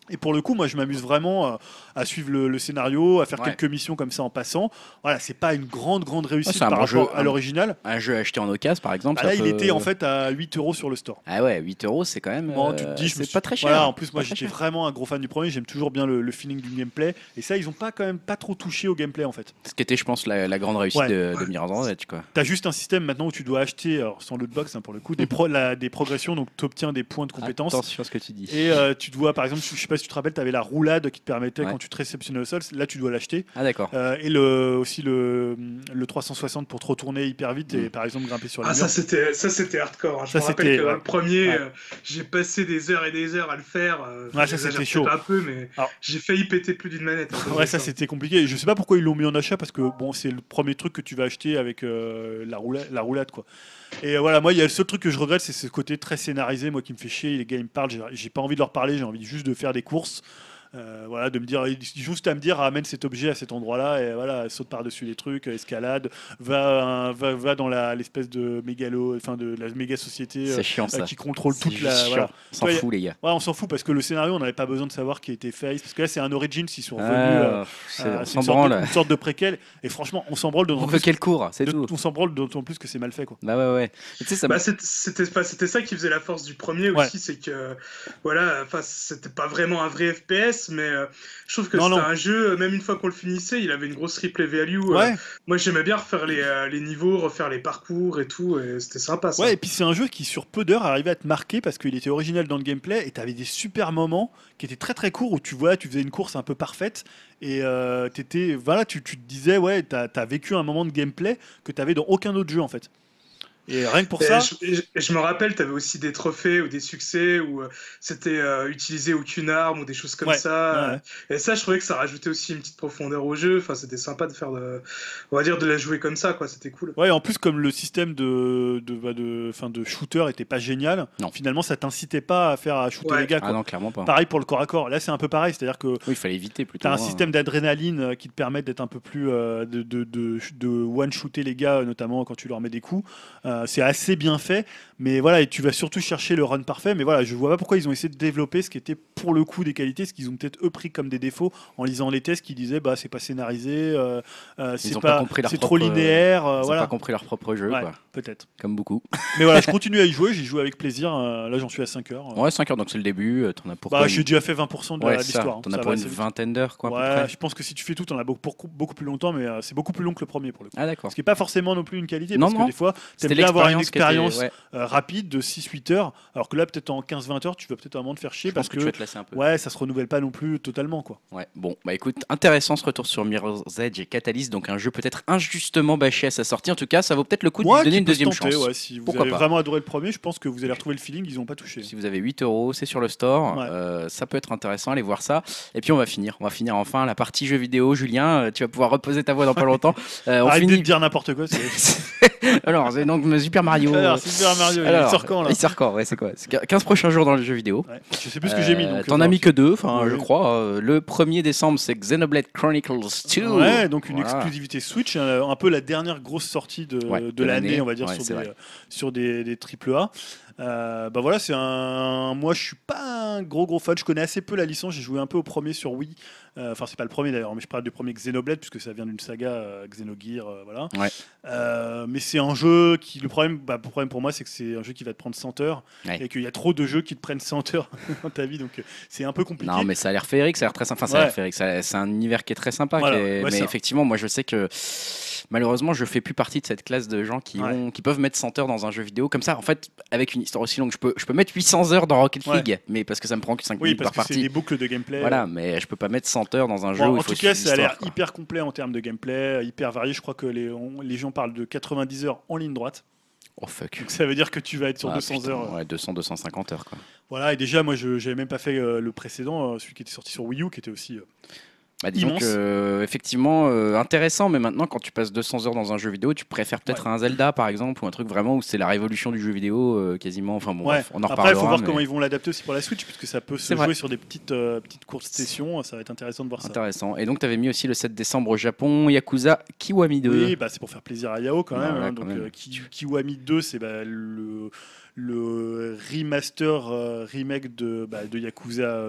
Et pour le coup, moi, je m'amuse vraiment à, à suivre le, le scénario, à faire Ouais. quelques missions comme ça en passant. Voilà, c'est pas une grande, grande réussite c'est un par bon rapport jeu, à un- l'original. Un jeu acheté en occasion, par exemple. Bah ça là, il peut- était en fait à huit euros sur le store. Ah ouais, huit euros, c'est quand même. Bon, tu te euh, dis, je me c'est suis- pas très cher. Voilà, en plus, Pas moi, très j'étais cher. vraiment un gros fan du premier. J'aime toujours bien le, le feeling du gameplay. Et ça, ils ont pas quand même pas trop touché au gameplay en fait. Ce qui était, je pense, la, la grande réussite Ouais. de, de Mirror's Edge, quoi. T'as juste un système maintenant où tu dois acheter, alors sans lootbox hein, pour le coup, des, pro- la- des progressions. Donc, tu obtiens des points de compétences. Attention à ce que tu dis. Et euh, tu dois, par exemple, je sais pas si tu te rappelles, tu avais la roulade qui te permettait Ouais. quand tu te réceptionnais au sol. Là, tu dois l'acheter. Ah d'accord. Euh, et le, aussi le, le trois cent soixante pour te retourner hyper vite et Mm. par exemple grimper sur les Ah, murs. ça c'était ça c'était hardcore. hein. Je Ça, me rappelle c'était- que dans ouais. le premier, Ouais. euh, j'ai passé des heures et des heures à le faire. euh, enfin, Ouais, ça, j'exagère c'était chaud. peut-être un peu, mais Alors- j'ai failli péter plus d'une manette. hein, Ouais, ça c'était compliqué. Je sais pas pourquoi ils l'ont mis en achat parce que bon, c'est le premier truc que tu vas acheter avec euh, la, roulade, la roulade quoi. Et euh, voilà, moi il y a le seul truc que je regrette, c'est ce côté très scénarisé, moi qui me fait chier. Les gars ils me parlent, j'ai- j'ai pas envie de leur parler, j'ai envie juste de faire des courses. Euh, voilà, de me dire, juste à me dire, amène cet objet à cet endroit-là et voilà, saute par-dessus les trucs, escalade, va, va, va dans la- l'espèce de mégalo, enfin de la méga société C'est euh, chiant ça. qui contrôle C'est toute la. juste Voilà. chiant. On s'en Ouais, fout, les gars. Ouais, on s'en fout parce que le scénario, on n'avait pas besoin de savoir qui était Face parce que là c'est un Origins, ils sont revenus. euh, Ah, c'est- euh, on c'est s'en une sorte, de, branle. une sorte de préquel et franchement on s'en branle On d'autant veut plus, qu'elle court, c'est de- tout. on s'en branle d'autant plus que c'est mal fait quoi. Bah ouais, ouais. Et tu sais, ça me- Bah, c'est- c'était enfin, c'était ça qui faisait la force du premier Ouais. aussi, c'est que voilà, enfin c'était pas vraiment un vrai F P S, mais euh, je trouve que Non, c'était non. un jeu, même une fois qu'on le finissait, il avait une grosse replay value. euh, Ouais, moi j'aimais bien refaire les, euh, les niveaux, refaire les parcours et tout, et c'était sympa ça. ouais, et puis c'est un jeu qui sur peu d'heures arrivait à te marquer parce qu'il était original dans le gameplay et t'avais des super moments qui étaient très très courts où tu vois, tu faisais une course un peu parfaite et euh, t'étais, voilà, tu, tu te disais ouais, t'as as vécu un moment de gameplay que t'avais dans aucun autre jeu en fait. Et rien que pour Et ça. je, et je- et je me rappelle, tu avais aussi des trophées ou des succès où euh, c'était euh, utilisé aucune arme ou des choses comme Ouais, ça. ouais. Et ça, je trouvais que ça rajoutait aussi une petite profondeur au jeu. Enfin, c'était sympa de faire, de, on va dire, de la jouer comme ça, quoi. C'était cool. Ouais, en plus, comme le système de, de, bah, de, fin, de shooter était pas génial, Non. finalement, ça t'incitait pas à faire à shooter Ouais. les gars. Ah Quoi. non, clairement pas. Pareil pour le corps à corps. Là, c'est un peu pareil, c'est-à-dire que Oui, il fallait éviter plutôt. t'as un hein. système d'adrénaline euh, qui te permet d'être un peu plus euh, de, de, de, de one-shooter les gars, euh, notamment quand tu leur mets des coups. Euh, c'est assez bien fait, mais voilà, et tu vas surtout chercher le run parfait. Mais voilà, je vois pas pourquoi ils ont essayé de développer ce qui était pour le coup des qualités, ce qu'ils ont peut-être eux pris comme des défauts en lisant les tests qui disaient bah c'est pas scénarisé, euh, euh, Ils c'est ont pas pas, compris leur c'est trop propre- linéaire, euh, Ils ont voilà. pas compris leur propre jeu, Ouais, quoi. peut-être. Comme beaucoup. Mais voilà, je continue à y jouer, j'y joue avec plaisir. euh, là, j'en suis à cinq heures. Ouais, cinq heures, donc c'est le début. euh, T'en as pour Bah, quoi, j'ai une- déjà fait vingt pour cent de Ouais, la- de c'est ça. l'histoire. hein. T'en as Ça pour va une assez vite. vingtaine d'heures, quoi, à peu Ouais, près. je pense que si tu fais tout, t'en as beaucoup, beaucoup, beaucoup plus longtemps, mais euh, c'est beaucoup plus long que le premier pour le coup. Ah d'accord. Ce qui n'est pas forcément non plus une qualité, Non, parce non. que des fois, C'était t'aimes bien avoir une l'expérience qui était- expérience ouais. euh, rapide de six huit heures, alors que là, peut-être en quinze vingt heures, tu vas peut-être à un moment te faire chier Je pense parce que, que, tu vas te lasser un peu. ouais, ça se renouvelle pas non plus totalement, quoi. Ouais, bon, bah écoute, intéressant ce retour sur Mirror's Edge et Catalyst, donc un jeu peut-être injustement bâché à sa sortie. En tout cas, ça vaut peut-être le coup de Moi, lui donner qui une peut se deuxième tenter, chance. ouais, si vous Pourquoi avez pas. vraiment adoré le premier, je pense que vous allez retrouver le feeling, ils ont pas touché. Si vous avez huit euros, c'est sur le store. Ouais. Euh, ça peut être intéressant, allez voir ça. Et puis on va finir. On va finir enfin la partie jeux vidéo. Julien, euh, tu vas pouvoir reposer ta voix dans pas longtemps. Euh, on Arrêtez finit. de dire n'importe quoi. c'est- Alors, c'est donc Super Mario. Alors, Super Mario, il Alors, sort quand là Il sort quand, ouais, c'est quoi C'est quinze prochains jours dans le jeu vidéo. Ouais, je sais plus ce que j'ai mis. Euh, donc, T'en euh, as mis que deux, enfin, Oui, je oui. crois. Euh, le premier décembre, c'est Xenoblade Chronicles deux. Ouais, donc une Voilà. exclusivité Switch, euh, un peu la dernière grosse sortie de, Ouais, de de l'année, l'année. on va dire, Ouais, sur, c'est des, vrai. euh, sur des, des triple A. Euh, bah voilà, c'est un. Moi, je suis pas un gros gros fan. Je connais assez peu la licence. J'ai joué un peu au premier sur Wii. Euh, Enfin, c'est pas le premier d'ailleurs, mais je parle du premier Xenoblade puisque ça vient d'une saga euh, Xenogear, euh, voilà. Ouais. Euh, mais c'est un jeu qui. Le problème, bah, le problème pour moi, c'est que c'est un jeu qui va te prendre cent heures Ouais. et qu'il y a trop de jeux qui te prennent cent heures dans ta vie, donc euh, c'est un peu compliqué. Non, mais ça a l'air féerique, ça a l'air très sympa. Enfin, ça a Ouais. l'air féerique. ça- C'est un univers qui est très sympa. Voilà, qui est- ouais, mais ça. effectivement, moi, je sais que malheureusement, je fais plus partie de cette classe de gens qui, Ouais. ont, qui peuvent mettre cent heures dans un jeu vidéo. Comme ça, en fait, avec une histoire aussi longue, je peux, je peux mettre huit cents heures dans Rocket Ouais. League, mais parce que ça me prend que cinq Oui, minutes parce par que c'est des partie. boucles de gameplay. Voilà, mais je peux pas mettre cent heures dans un jeu Bon, où en il faut tout cas, suivre ça a l'air l'histoire, quoi. hyper complet en termes de gameplay, hyper varié. Je crois que les, on- les gens parlent de quatre-vingt-dix heures en ligne droite. Oh fuck. Donc ça veut dire que tu vas être sur Ah, deux cents putain, heures. Ouais, deux cents, deux cent cinquante heures, quoi. Voilà, et déjà, moi, je n'avais même pas fait euh, le précédent, euh, celui qui était sorti sur Wii U, qui était aussi. euh, Bah, disons Immense. que, euh, effectivement, euh, intéressant, mais maintenant, quand tu passes deux cents heures dans un jeu vidéo, tu préfères peut-être Ouais. un Zelda, par exemple, ou un truc vraiment où c'est la révolution du jeu vidéo, euh, quasiment. Enfin bon, ouais. bref, on en Après, il reparlera. faut voir mais comment ils vont l'adapter aussi pour la Switch, puisque ça peut se C'est jouer vrai. sur des petites, euh, petites courtes sessions. Ça va être intéressant de voir ça. Intéressant. Et donc, tu avais mis aussi le sept décembre au Japon, Yakuza Kiwami deux. Oui, bah, c'est pour faire plaisir à Yao quand même. Voilà, hein. quand Donc, même. euh, Ki- Kiwami deux, c'est bah, le, le remaster, euh, remake de, bah, de Yakuza deux.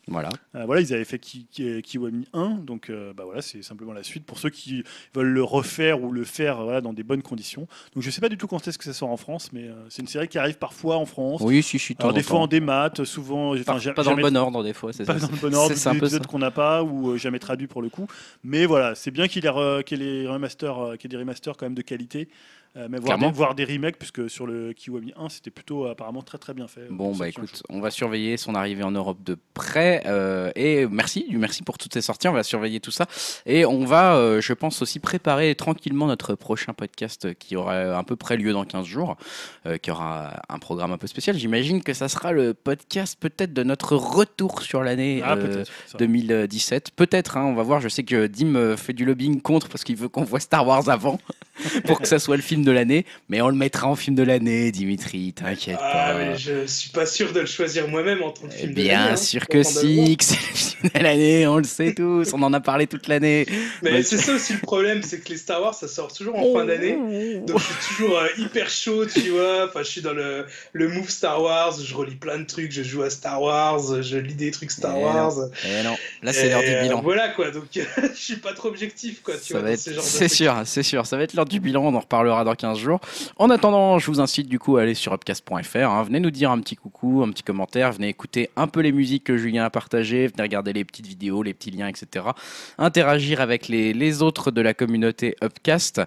Voilà. Euh, voilà, ils avaient fait Ki- Ki- Kiwami un, donc euh, bah voilà, c'est simplement la suite pour ceux qui veulent le refaire ou le faire voilà, dans des bonnes conditions. Donc je sais pas du tout quand est-ce que ça sort en France, mais euh, c'est une série qui arrive parfois en France. Oui, si, si. de Alors temps des en fois temps. en démat, souvent, Pas, enfin, ja- pas dans le jamais bon ordre des fois, c'est pas ça. dans le bon ordre, C'est, c'est un des peu ça. épisodes qu'on n'a pas ou euh, jamais traduit pour le coup. Mais voilà, c'est bien qu'il ait, re- qu'il ait, remaster, euh, qu'il y ait des remasters quand même de qualité. Euh, mais voir Clairement. des, voir des remakes, puisque sur le Kiwami un, c'était plutôt euh, apparemment très très bien fait. euh, Bon, pour ceux bah qui ont écoute, joué. on va surveiller son arrivée en Europe de près. euh, et merci, du merci pour toutes ces sorties. On va surveiller tout ça. Et on va, euh, je pense, aussi préparer tranquillement notre prochain podcast qui aura à peu près lieu dans quinze jours, euh, qui aura un programme un peu spécial. J'imagine que ça sera le podcast peut-être de notre retour sur l'année Ah, euh, peut-être. ça. deux mille dix-sept. Peut-être, hein, on va voir. Je sais que Dim euh, fait du lobbying contre parce qu'il veut qu'on voit Star Wars avant pour que ça soit le film de l'année. Mais on le mettra en film de l'année, Dimitri, t'inquiète Ah, pas. mais je suis pas sûr de le choisir moi-même en tant que Eh film de bien l'année, hein. sûr Je que suis content de le voir. si, que c'est le film de l'année, on le sait tous, on en a parlé toute l'année. Mais Donc- c'est ça aussi le problème, c'est que les Star Wars, ça sort toujours en fin d'année. Donc je suis toujours euh, hyper chaud, tu vois. Enfin, je suis dans le, le move Star Wars, je relis plein de trucs, je joue à Star Wars, je lis des trucs Star Eh Wars. Eh non, là c'est Et, l'heure du euh, bilan. Voilà quoi, donc je suis pas trop objectif quoi, tu Ça vois, va dans être, ce genre de c'est trucs. sûr, c'est sûr, ça va être l'heure du bilan, on en reparlera dans quinze jours. En attendant, je vous incite du coup à aller sur upcast point f r, hein. Venez nous dire un petit coucou, un petit commentaire, venez écouter un peu les musiques que Julien a partagées, venez regarder les petites vidéos, les petits liens, et cetera. Interagir avec les, les autres de la communauté Upcast.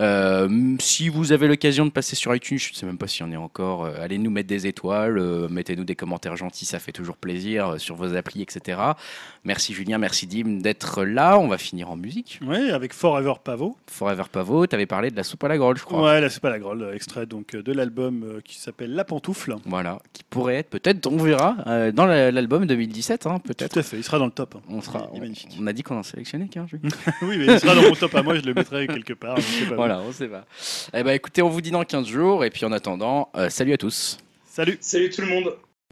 Euh, si vous avez l'occasion de passer sur iTunes, je ne sais même pas s'il y en a encore, euh, allez nous mettre des étoiles, euh, mettez-nous des commentaires gentils, ça fait toujours plaisir, euh, sur vos applis, et cetera. Merci Julien, merci Dim d'être là, on va finir en musique. Ouais, avec Forever Pavo. Forever Pavot, t'avais parlé de la soupe à la grolle, je crois. Ouais, là c'est pas la grolle, extrait donc euh, de l'album euh, qui s'appelle La Pantoufle. Voilà, qui pourrait être peut-être, on verra, euh, dans la- l'album deux mille dix-sept, hein, peut-être. Tout à fait, il sera dans le top. On, sera, Il est on, magnifique. on a dit qu'on en sélectionnait qu'un, Julien. Oui, mais il sera dans mon top à moi, je le mettrai quelque part. Je sais pas où. Voilà, on sait pas. Eh ben, écoutez, on vous dit dans quinze jours, et puis en attendant, euh, salut à tous. Salut. Salut tout le monde.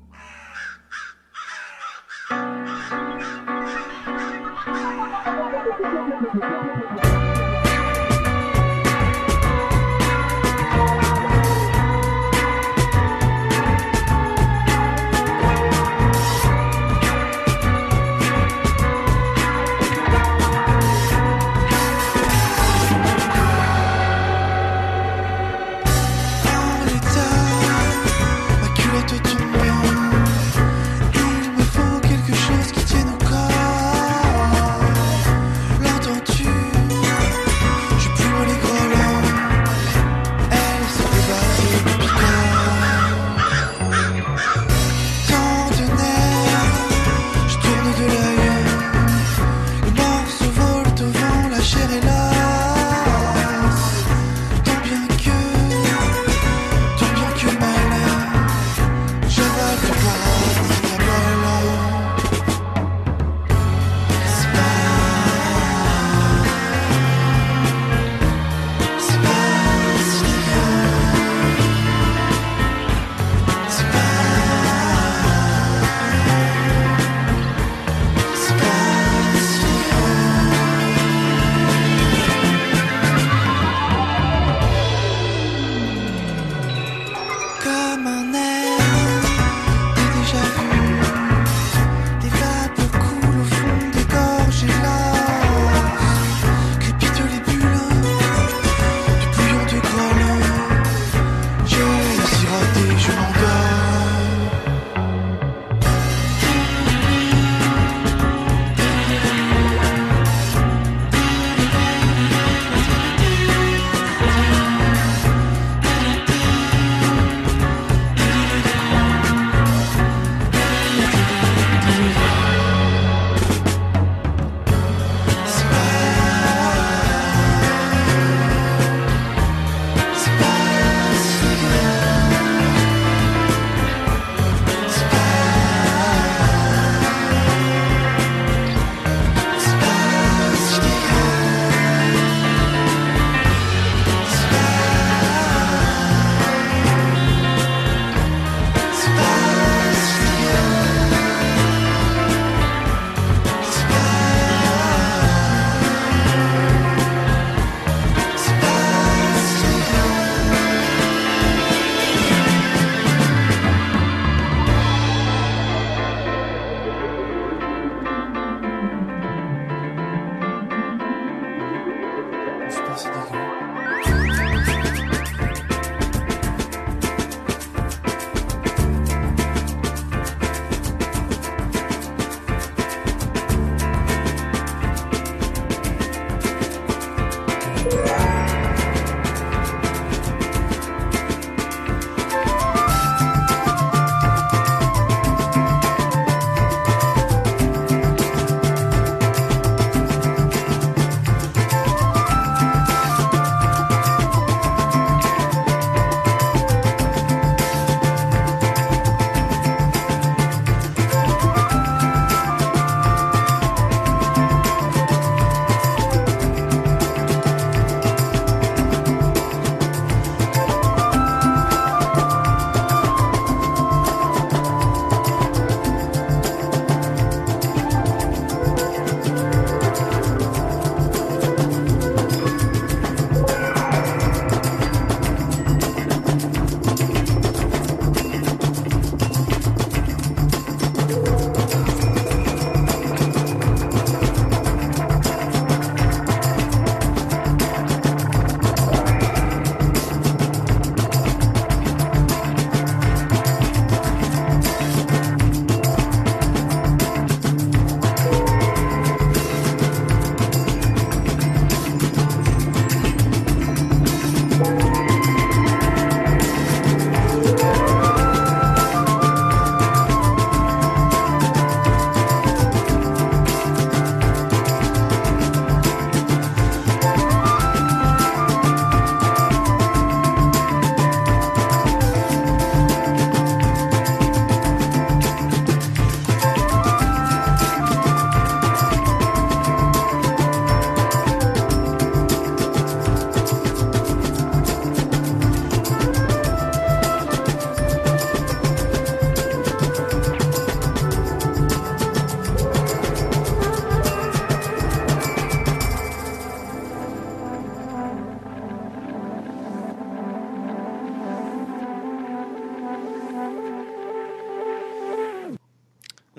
En l'état, ma culotte tombe bien. Il me faut quelque chose qui tienne au corps. L'entends-tu?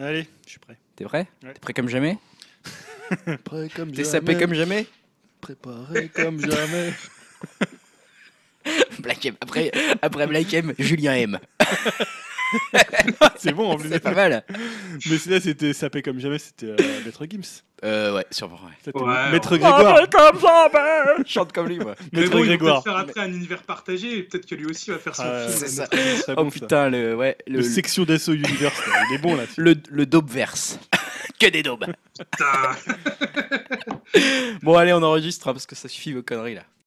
Allez, je suis prêt. T'es prêt? Ouais. T'es prêt comme jamais? Prêt comme T'es jamais. sapé comme jamais? Préparé comme jamais. Black M. Après, après Black M, Julien M. C'est bon en plus. C'est pas mal. Mais c'est là, c'était sapé comme jamais, c'était euh, Maître Gims. Euh, ouais, sûrement. Ouais. C'était Ouais, Maître ouais. Grégoire. comme ça, chante comme lui, moi. Mais Maître bon, ils vont Grégoire. peut-être faire après un univers partagé et peut-être que lui aussi va faire son Ah, film. c'est ça. Ce serait Oh bon, ça. putain, le, ouais, le, Le section d'assaut Universe, là, il est bon là. le, le daube-verse. Que des daubes. Putain. Bon, allez, on enregistre hein, parce que ça suffit vos conneries là.